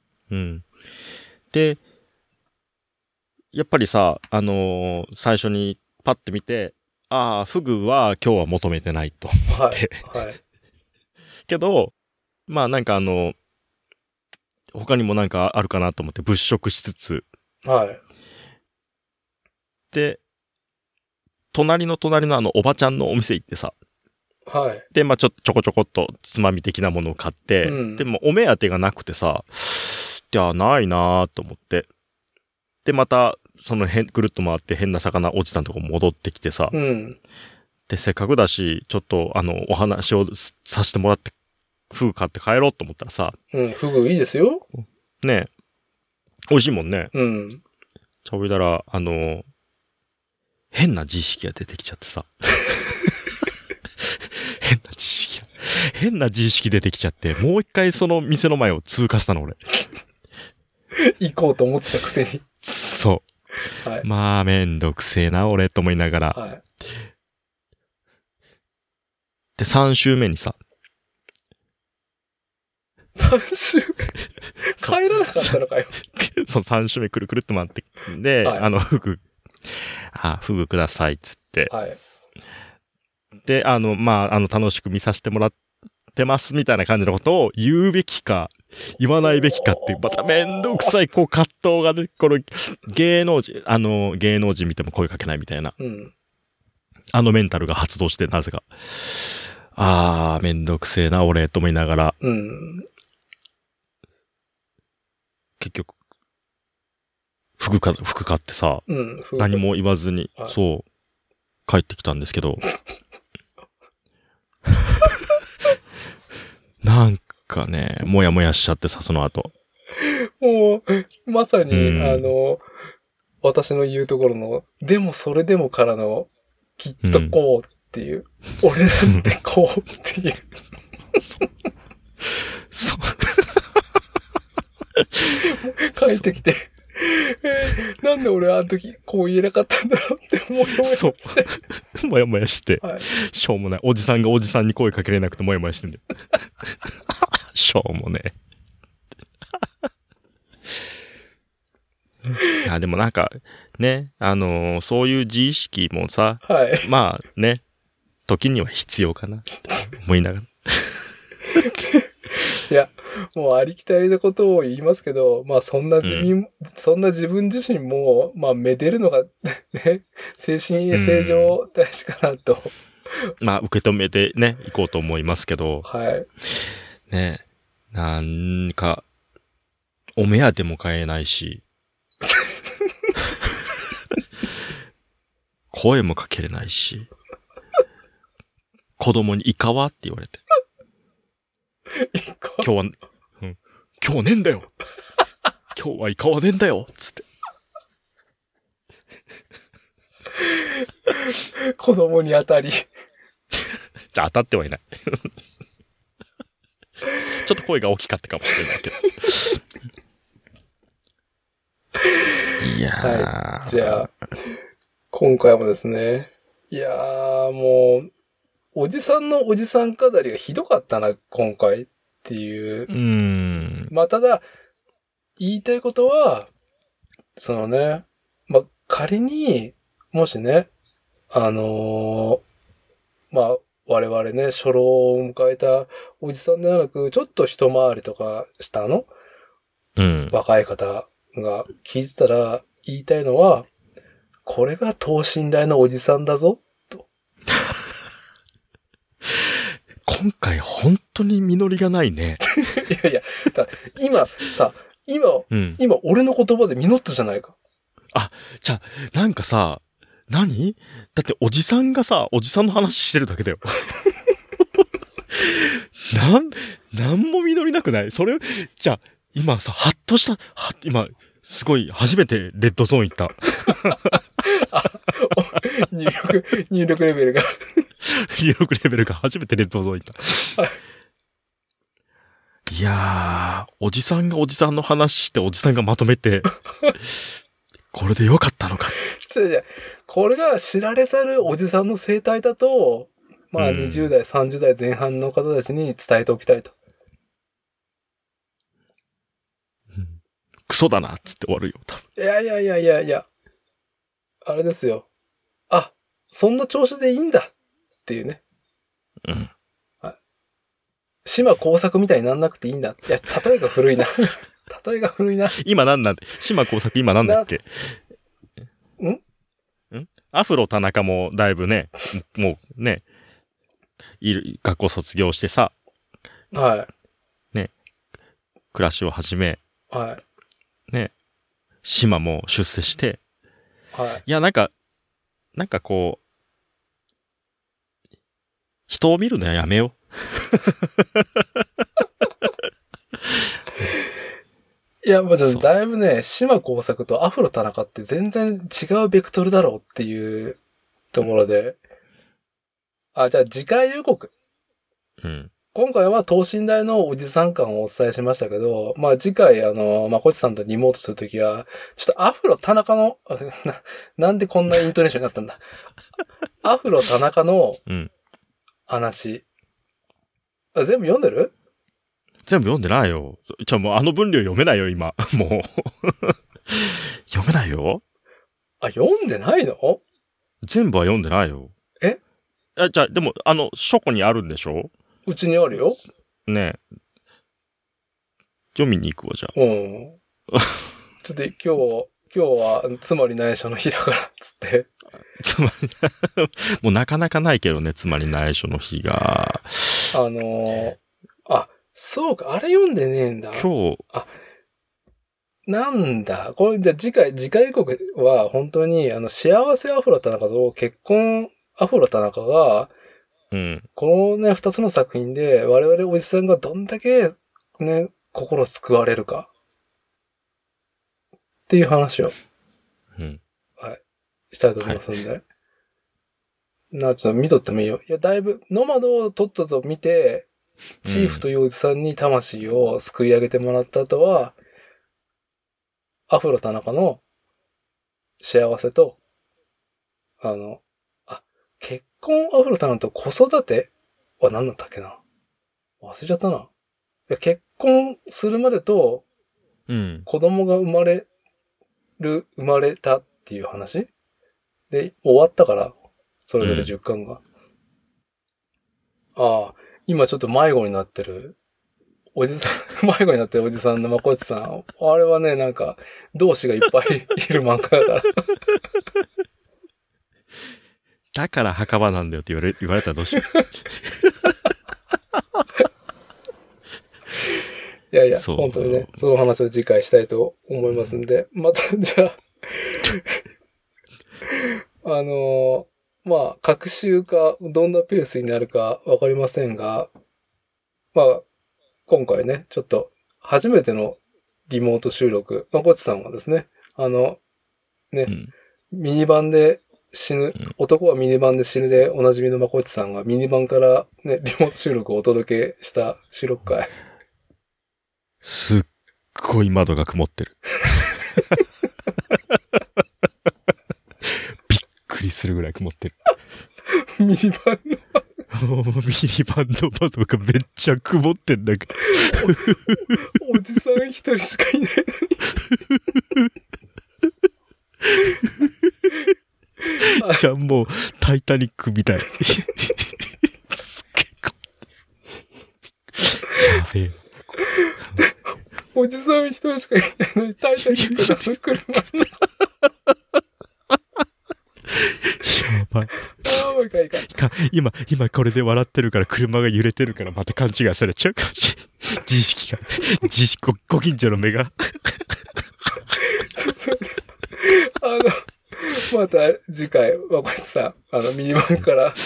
で、やっぱりさ、最初にパッて見て、ああ、フグは今日は求めてないと思って。はい。けど、まあなんか他にもなんかあるかなと思って物色しつつ。はい。で、隣のおばちゃんのお店行ってさ。はい。で、まあちょこちょこっとつまみ的なものを買って、でもお目当てがなくてさ、いや、ないなーと思って。で、また、ぐるっと回って変な魚おじさんとこ戻ってきてさ。で、せっかくだし、ちょっとお話をさせてもらって、フグ買って帰ろうと思ったらさ。
フグいいですよ。
ねえ。美味しいもんね。ちょいだら、変な自意識が出てきちゃってさ。変な自意識出てきちゃって、もう一回その店の前を通過したの、俺。
行こうと思ってたくせに。
そう。はい、まあ、めんどくせえな、俺、と思いながら。はい、で、3週目にさ。
3週目帰らなかったのかよ。
そう、3週目くるくるっと回ってきて、はい、フグください、つって。はい。で、まあ、楽しく見させてもらってます、みたいな感じのことを言うべきか、言わないべきかっていう、まためんどくさい、こう、葛藤がね、この、芸能人見ても声かけないみたいな。メンタルが発動して、なぜか。めんどくせえな、俺、と思いながら。結局、服買ってさ、何も言わずに、そう、帰ってきたんですけど、なんかね、もやもやしちゃってさ、その後。
もう、まさに、私の言うところの、でもそれでもからの、きっとこうっていう、俺なんてこうっていう。そう。帰ってきて、なんで俺あの時こう言えなかったんだろうってもやもやして。そう。
もやもやして、はい。しょうもない。おじさんがおじさんに声かけれなくてもやもやしてんだよ。しょうもねえ。いや、でもなんか、ね、そういう自意識もさ、はい、まあね、時には必要かなって思いながら。
いや、もうありきたりなことを言いますけど、まあそんな自分自身も、まあめでるのがね、精神衛生上大事かなと。
まあ受け止めてね、いこうと思いますけど。はい。ね、なんか、お目当ても買えないし、声もかけれないし、子供にイカはって言われて。今日はねえんだよ。今日はイカはねえんだよ。つって。
子供に当たり。
じゃあ当たってはいない。ちょっと声が大きかったかもしれないけど。いやー。
はい。じゃあ、今回もですね。いやー、もう、おじさんのおじさん語りがひどかったな、今回っていう。まあ、ただ、言いたいことは、まあ、仮に、もしね、まあ、我々ね、初老を迎えたおじさんではなく、ちょっと一回りとか下の、若い方が聞いてたら言いたいのは、これが等身大のおじさんだぞ、と。
今回本当に実りがないね。
いや、今、俺の言葉で実ったじゃないか。
あ、じゃあ、なんかさ、 何？だっておじさんがさ、おじさんの話してるだけだよ。なんも実りなくない？それ、じゃあ、今さ、ハッとした、今、すごい、初めてレッドゾーン行った。
入力レベルが。
入力レベルが初めてレッドゾーン行った。いやー、おじさんがおじさんの話しておじさんがまとめて、これでよかったのか。
これが知られざるおじさんの生態だと、まあ20代、30代前半の方たちに伝えておきたいと。
クソだなっつって終わるよ、多分。
いや。あれですよ。あ、そんな調子でいいんだっていうね。
うん。
島耕作みたいになんなくていいんだ。いや、例えが古いな。例えが古いな。
今なんだ島耕作今なんだっけ？アフロ田中もだいぶね、もうね、学校卒業してさ。
はい。
ね。暮らしを始め。
はい。
ね。島も出世して。
はい。
いや、なんかこう、人を見るのはやめよう。
いや、まあ、だいぶね、島耕作とアフロ田中って全然違うベクトルだろうっていうところで。じゃあ次回予告。
うん。
今回は等身大のおじさん感をお伝えしましたけど、まあ次回まこちさんとリモートするときは、ちょっとアフロ田中の、なんでこんなイントネーションになったんだ。アフロ田中の話。全部読んでる？
全部読んでないよ。もうあの分量読めないよ、今。もう。読めないよ。
読んでないの？
全部は読んでないよ。じゃあ、でも、書庫にあるんでしょ？
うちにあるよ。
ねえ。読みに行くわ、じゃあ。
うん。ちょっと今日は、つまり内緒の日だから、つって。
もうなかなかないけどね、つまり内緒の日が。
そうか、あれ読んでねえんだ。
今日。
なんだ。これ、じゃあ次回予告は、本当に、幸せアフロ田中と結婚アフロ田中が、このね、二つの作品で、我々おじさんがどんだけ、ね、心救われるか。っていう話を。はい。したいと思いますんで。はい、ちょっと見とってもいいよ。いや、だいぶ、ノマドをとっとと見て、チーフというおじさんに魂を救い上げてもらった後は、アフロ田中の幸せと、結婚アフロ田中と子育ては何だったっけな？忘れちゃったな。いや、結婚するまでと、子供が生まれたっていう話で終わったから、それぞれ10巻が。今ちょっと迷子になってるおじさん、迷子になってるおじさんのまこっちさん。あれはね、なんか、同志がいっぱいいる漫画だから。
だから墓場なんだよって言われたらどうしよ
う。いや、本当にね、その話を次回したいと思いますんで、また、じゃあ、まあ、各週か、どんなペースになるかわかりませんが、まあ、今回ね、ちょっと、初めてのリモート収録、まこっちさんはですね、ミニバンで死ぬ、男はミニバンで死ぬでおなじみのまこっちさんがミニバンからね、リモート収録をお届けした収録会。
すっごい窓が曇ってる。びっくりするぐらい曇ってる。
ミニバンの
ミニバンの窓がめっちゃ曇ってんだけど。
おじさん一人しかいないのに。
じゃあもう、タイタニックみたい。すっげえ。やべえ。
おじさん一人しかいないのに、タイタニックの車の。
やばい。今これで笑ってるから車が揺れてるからまた勘違いされちゃうかもしれない。自意識ご近所の目が。
また次回、若林さん、ミニバンの中から、はい、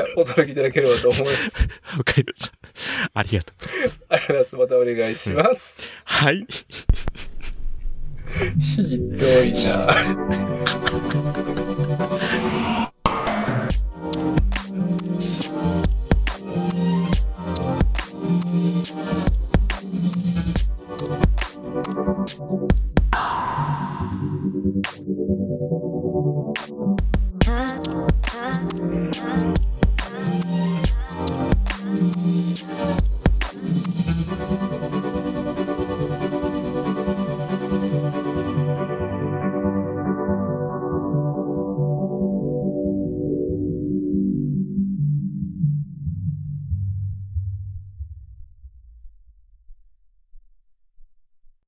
お届けいただければと思います。
わかりました。ありがとうございます。
ありがとうございます。またお願いします。
はい。
ひどいな。